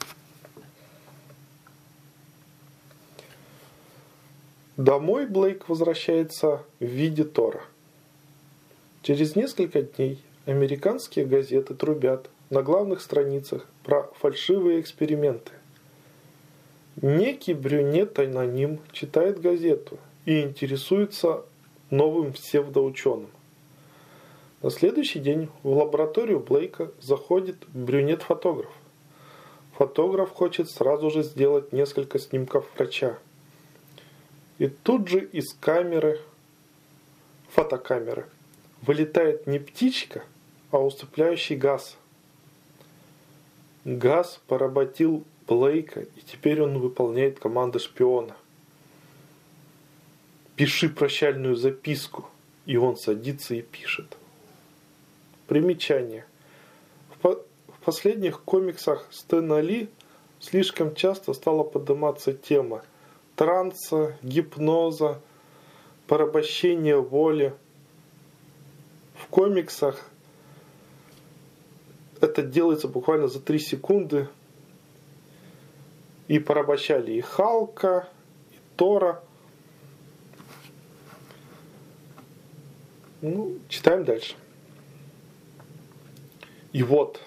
Домой Блейк возвращается в виде Тора. Через несколько дней американские газеты трубят на главных страницах про фальшивые эксперименты. Некий брюнет-аноним читает газету и интересуется новым псевдоученым. На следующий день в лабораторию Блейка заходит брюнет-фотограф. Фотограф хочет сразу же сделать несколько снимков врача. И тут же из фотокамеры, вылетает не птичка, а усыпляющий газ. Газ поработил Блейка, и теперь он выполняет команды шпиона. «Пиши прощальную записку», и он садится и пишет. Примечание. В последних комиксах Стэна Ли слишком часто стала подниматься тема транса, гипноза, порабощения воли. В комиксах это делается буквально за 3 секунды. И порабощали и Халка, и Тора. Читаем дальше. И вот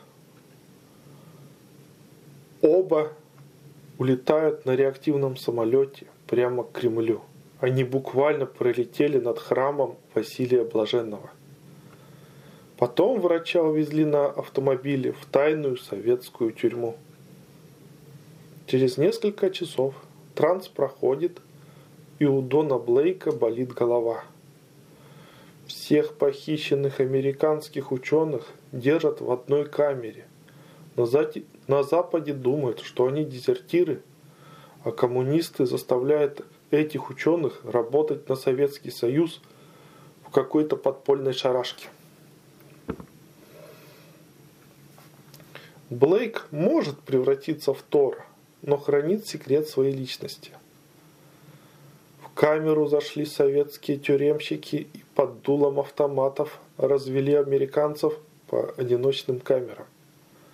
оба улетают на реактивном самолете прямо к Кремлю. Они буквально пролетели над храмом Василия Блаженного. Потом врача увезли на автомобиле в тайную советскую тюрьму. Через несколько часов транс проходит, и у Дона Блейка болит голова. Всех похищенных американских ученых держат в одной камере. На Западе думают, что они дезертиры, а коммунисты заставляют этих ученых работать на Советский Союз в какой-то подпольной шарашке. Блейк может превратиться в Тора, но хранит секрет своей личности. В камеру зашли советские тюремщики и под дулом автоматов развели американцев по одиночным камерам.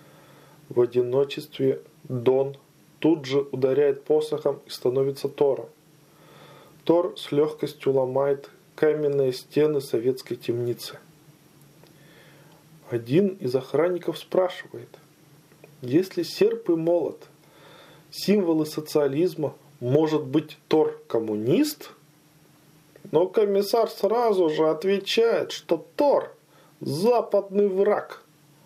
В одиночестве Дон тут же ударяет посохом и становится Тором. Тор с легкостью ломает каменные стены советской темницы. Один из охранников спрашивает: если серп и молот – символы социализма, может быть, Тор коммунист? Но комиссар сразу же отвечает, что Тор – западный враг.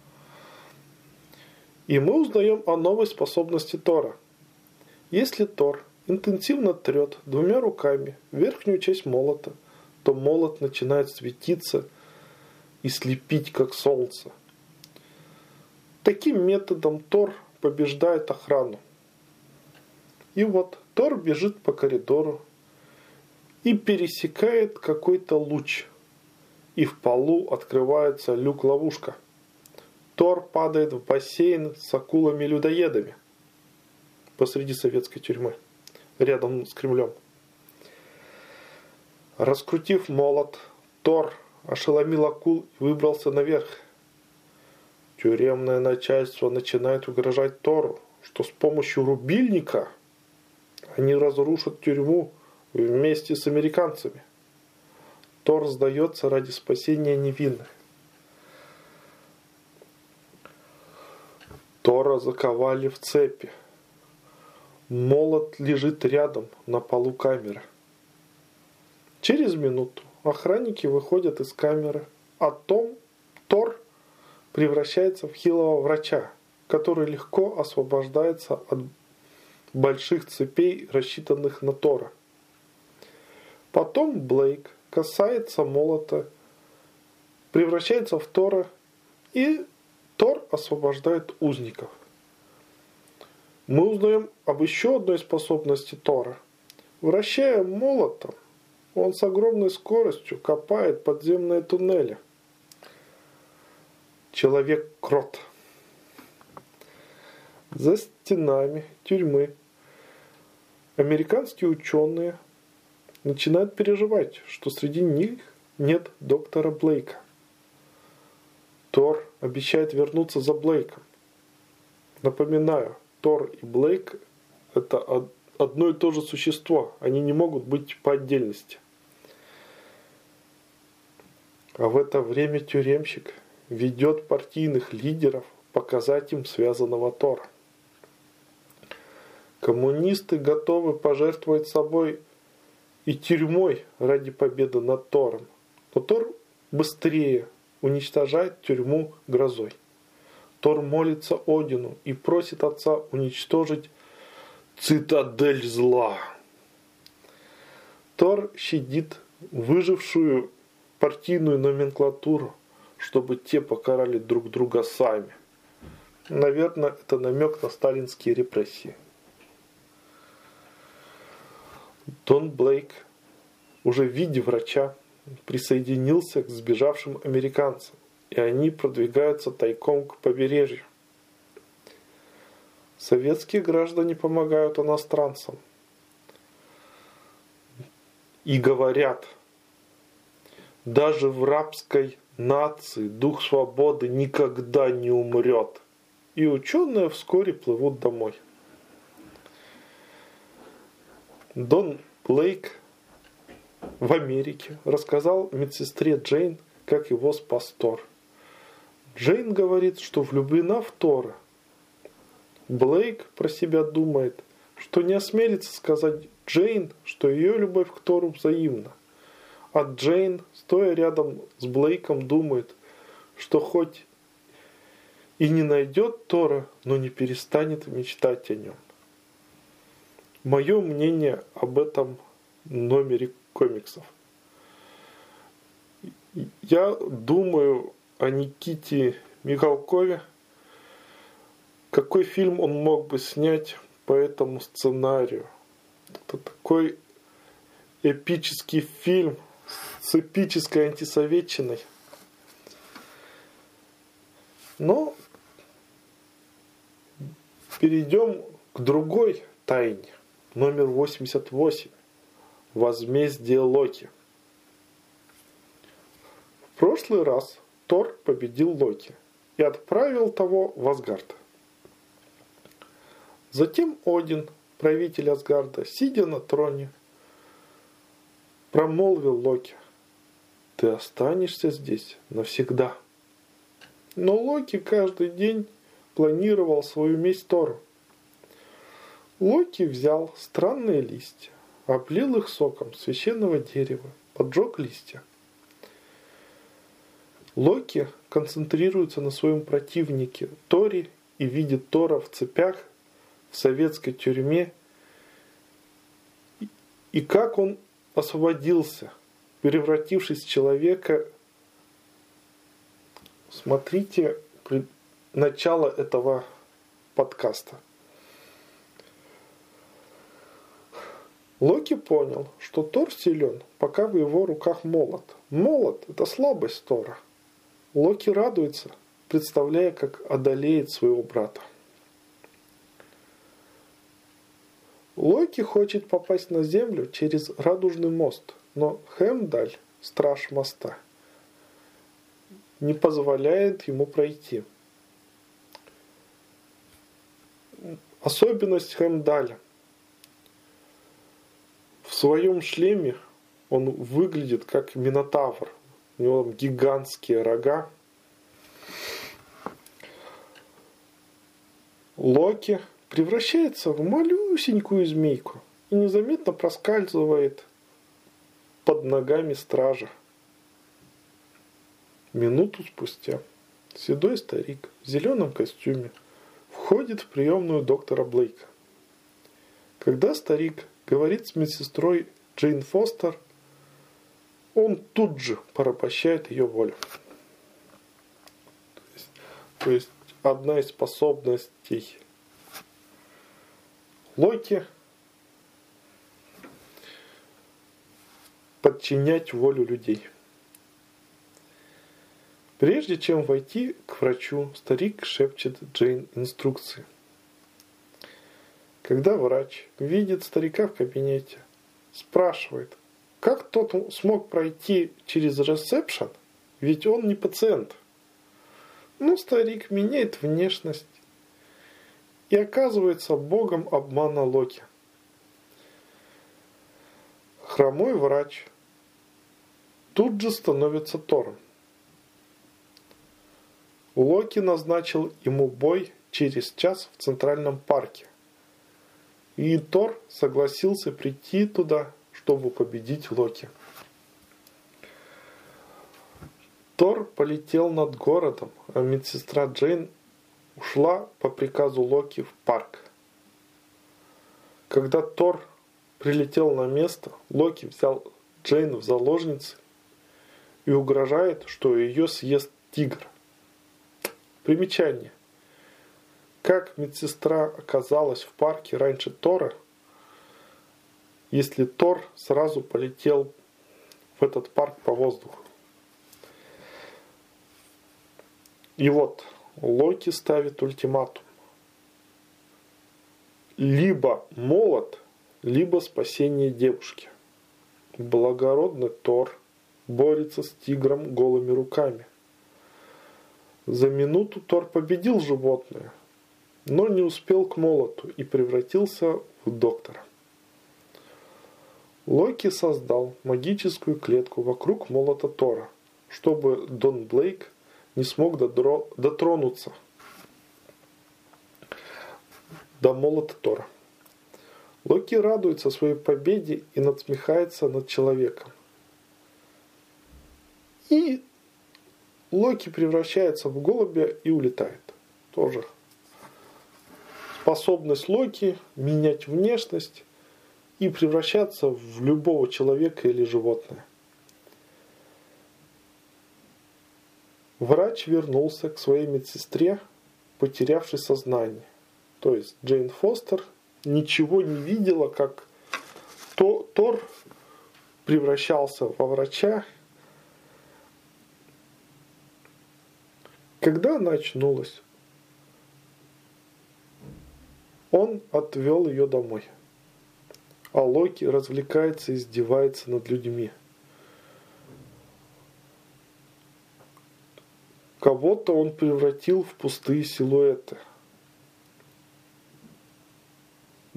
И мы узнаем о новой способности Тора. Если Тор интенсивно трет двумя руками верхнюю часть молота, то молот начинает светиться и слепить, как солнце. Таким методом Тор побеждает охрану. И вот Тор бежит по коридору и пересекает какой-то луч. И в полу открывается люк-ловушка. Тор падает в бассейн с акулами-людоедами посреди советской тюрьмы, рядом с Кремлем. Раскрутив молот, Тор ошеломил акул и выбрался наверх. Тюремное начальство начинает угрожать Тору, что с помощью рубильника они разрушат тюрьму вместе с американцами. Тор сдается ради спасения невинных. Тора заковали в цепи. Молот лежит рядом на полу камеры. Через минуту охранники выходят из камеры, а Тор превращается в хилого врача, который легко освобождается от больших цепей, рассчитанных на Тора. Потом Блейк касается молота, превращается в Тора, и Тор освобождает узников. Мы узнаем об еще одной способности Тора. Вращая молотом, он с огромной скоростью копает подземные туннели. Человек-крот. За стенами тюрьмы американские ученые начинают переживать, что среди них нет доктора Блейка. Тор обещает вернуться за Блейком. Напоминаю, Тор и Блейк – это одно и то же существо. Они не могут быть по отдельности. А в это время тюремщик ведет партийных лидеров показать им связанного Тора. Коммунисты готовы пожертвовать собой и тюрьмой ради победы над Тором. Но Тор быстрее уничтожает тюрьму грозой. Тор молится Одину и просит отца уничтожить цитадель зла. Тор щадит выжившую партийную номенклатуру, чтобы те покарали друг друга сами. Наверное, это намек на сталинские репрессии. Дон Блейк, уже в виде врача, присоединился к сбежавшим американцам, и они продвигаются тайком к побережью. Советские граждане помогают иностранцам и говорят: даже в рабской нации дух свободы никогда не умрет. И ученые вскоре плывут домой. Дон Блейк в Америке рассказал медсестре Джейн, как его спас Тор. Джейн говорит, что влюблена в Тора. Блейк про себя думает, что не осмелится сказать Джейн, что ее любовь к Тору взаимна. А Джейн, стоя рядом с Блейком, думает, что хоть и не найдет Тора, но не перестанет мечтать о нем. Мое мнение об этом номере комиксов. Я думаю о Никите Михалкове. Какой фильм он мог бы снять по этому сценарию? Это такой эпический фильм с эпической антисоветчиной. Но перейдем к другой тайне. Номер 88. Возмездие Локи. В прошлый раз Тор победил Локи и отправил того в Асгард. Затем Один, правитель Асгарда, сидя на троне, промолвил Локи: «Ты останешься здесь навсегда». Но Локи каждый день планировал свою месть Тору. Локи взял странные листья, облил их соком священного дерева, поджег листья. Локи концентрируется на своем противнике Торе и видит Тора в цепях в советской тюрьме, и как он освободился, превратившись в человека. Смотрите начало этого подкаста. Локи понял, что Тор силен, пока в его руках молот. Молот – это слабость Тора. Локи радуется, представляя, как одолеет своего брата. Локи хочет попасть на землю через Радужный мост, но Хемдаль, страж моста, не позволяет ему пройти. Особенность Хемдаля. В своем шлеме он выглядит как минотавр. У него гигантские рога. Локи превращается в малюсенькую змейку и незаметно проскальзывает под ногами стража. Минуту спустя седой старик в зеленом костюме входит в приемную доктора Блейка. Когда старик говорит с медсестрой Джейн Фостер, он тут же порабощает ее волю. То есть одна из способностей Локи – подчинять волю людей. Прежде чем войти к врачу, старик шепчет Джейн инструкции. Когда врач видит старика в кабинете, спрашивает, как тот смог пройти через ресепшн, ведь он не пациент. Но старик меняет внешность и оказывается богом обмана Локи. Хромой врач тут же становится Тором. Локи назначил ему бой через час в Центральном парке. И Тор согласился прийти туда, чтобы победить Локи. Тор полетел над городом, а медсестра Джейн ушла по приказу Локи в парк. Когда Тор прилетел на место, Локи взял Джейн в заложницы и угрожает, что ее съест тигр. Примечание. Как медсестра оказалась в парке раньше Тора, если Тор сразу полетел в этот парк по воздуху? И вот Локи ставит ультиматум. Либо молот, либо спасение девушки. Благородный Тор борется с тигром голыми руками. За минуту Тор победил животное, но не успел к молоту и превратился в доктора. Локи создал магическую клетку вокруг молота Тора, чтобы Дон Блейк не смог дотронуться до молота Тора. Локи радуется своей победе и надсмехается над человеком. И Локи превращается в голубя и улетает. Тоже способность Локи менять внешность и превращаться в любого человека или животное. Врач вернулся к своей медсестре, потерявшей сознание. То есть Джейн Фостер ничего не видела, как Тор превращался во врача. Когда она очнулась, он отвел ее домой. А Локи развлекается и издевается над людьми. Кого-то он превратил в пустые силуэты.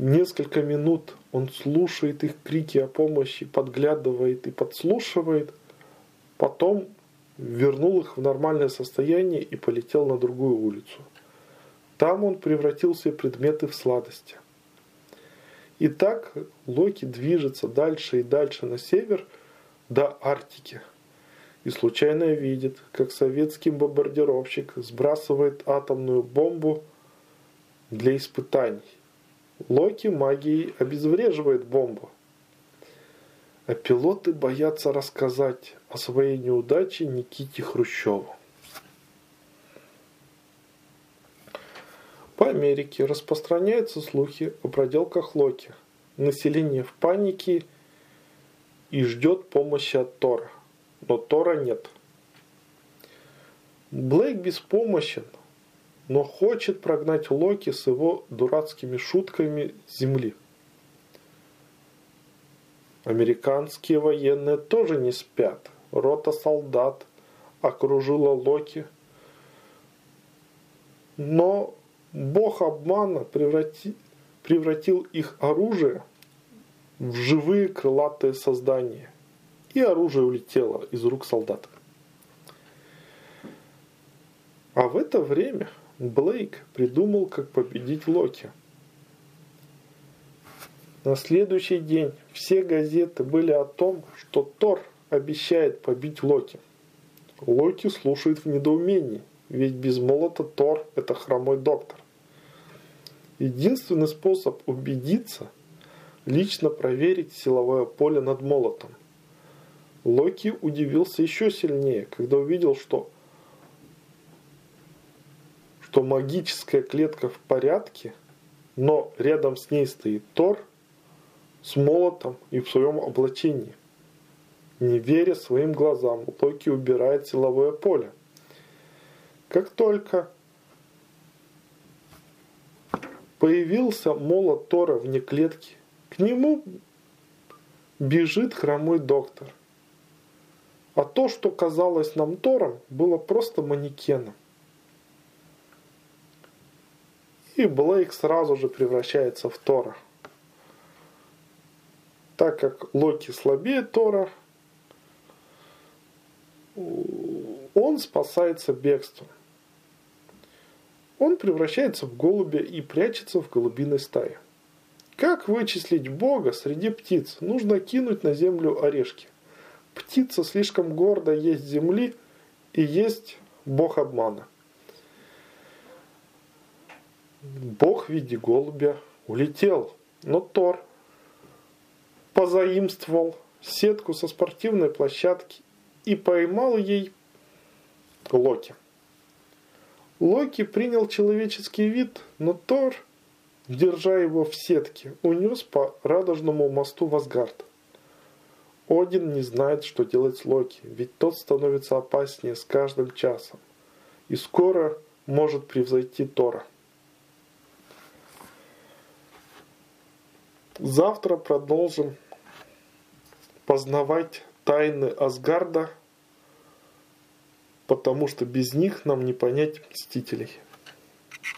Несколько минут он слушает их крики о помощи, подглядывает и подслушивает. Потом вернул их в нормальное состояние и полетел на другую улицу. Там он превратил все предметы в сладости. И так Локи движется дальше и дальше на север до Арктики. И случайно видит, как советский бомбардировщик сбрасывает атомную бомбу для испытаний. Локи магией обезвреживает бомбу. А пилоты боятся рассказать о своей неудаче Никите Хрущеву. По Америке распространяются слухи о проделках Локи. Население в панике и ждет помощи от Тора. Но Тора нет. Блейк беспомощен, но хочет прогнать Локи с его дурацкими шутками с Земли. Американские военные тоже не спят. Рота солдат окружила Локи. Но бог обмана превратил их оружие в живые крылатые создания. И оружие улетело из рук солдат. А в это время Блейк придумал, как победить Локи. На следующий день все газеты были о том, что Тор обещает побить Локи. Локи слушает в недоумении, ведь без молота Тор – это хромой доктор. Единственный способ убедиться – лично проверить силовое поле над молотом. Локи удивился еще сильнее, когда увидел, что магическая клетка в порядке, но рядом с ней стоит Тор с молотом и в своем облачении. Не веря своим глазам, Локи убирает силовое поле. Как только появился молот Тора вне клетки, к нему бежит хромой доктор. А то, что казалось нам Тором, было просто манекеном. И Блейк сразу же превращается в Тора. Так как Локи слабее Тора, он спасается бегством. Он превращается в голубя и прячется в голубиной стае. Как вычислить Бога среди птиц? Нужно кинуть на землю орешки. Птица слишком гордо есть земли и есть бог обмана. Бог в виде голубя улетел, но Тор позаимствовал сетку со спортивной площадки и поймал ей Локи. Локи принял человеческий вид, но Тор, держа его в сетке, унес по радужному мосту в Асгард. Один не знает, что делать с Локи, ведь тот становится опаснее с каждым часом и скоро может превзойти Тора. Завтра продолжим познавать тайны Асгарда, потому что без них нам не понять Мстителей.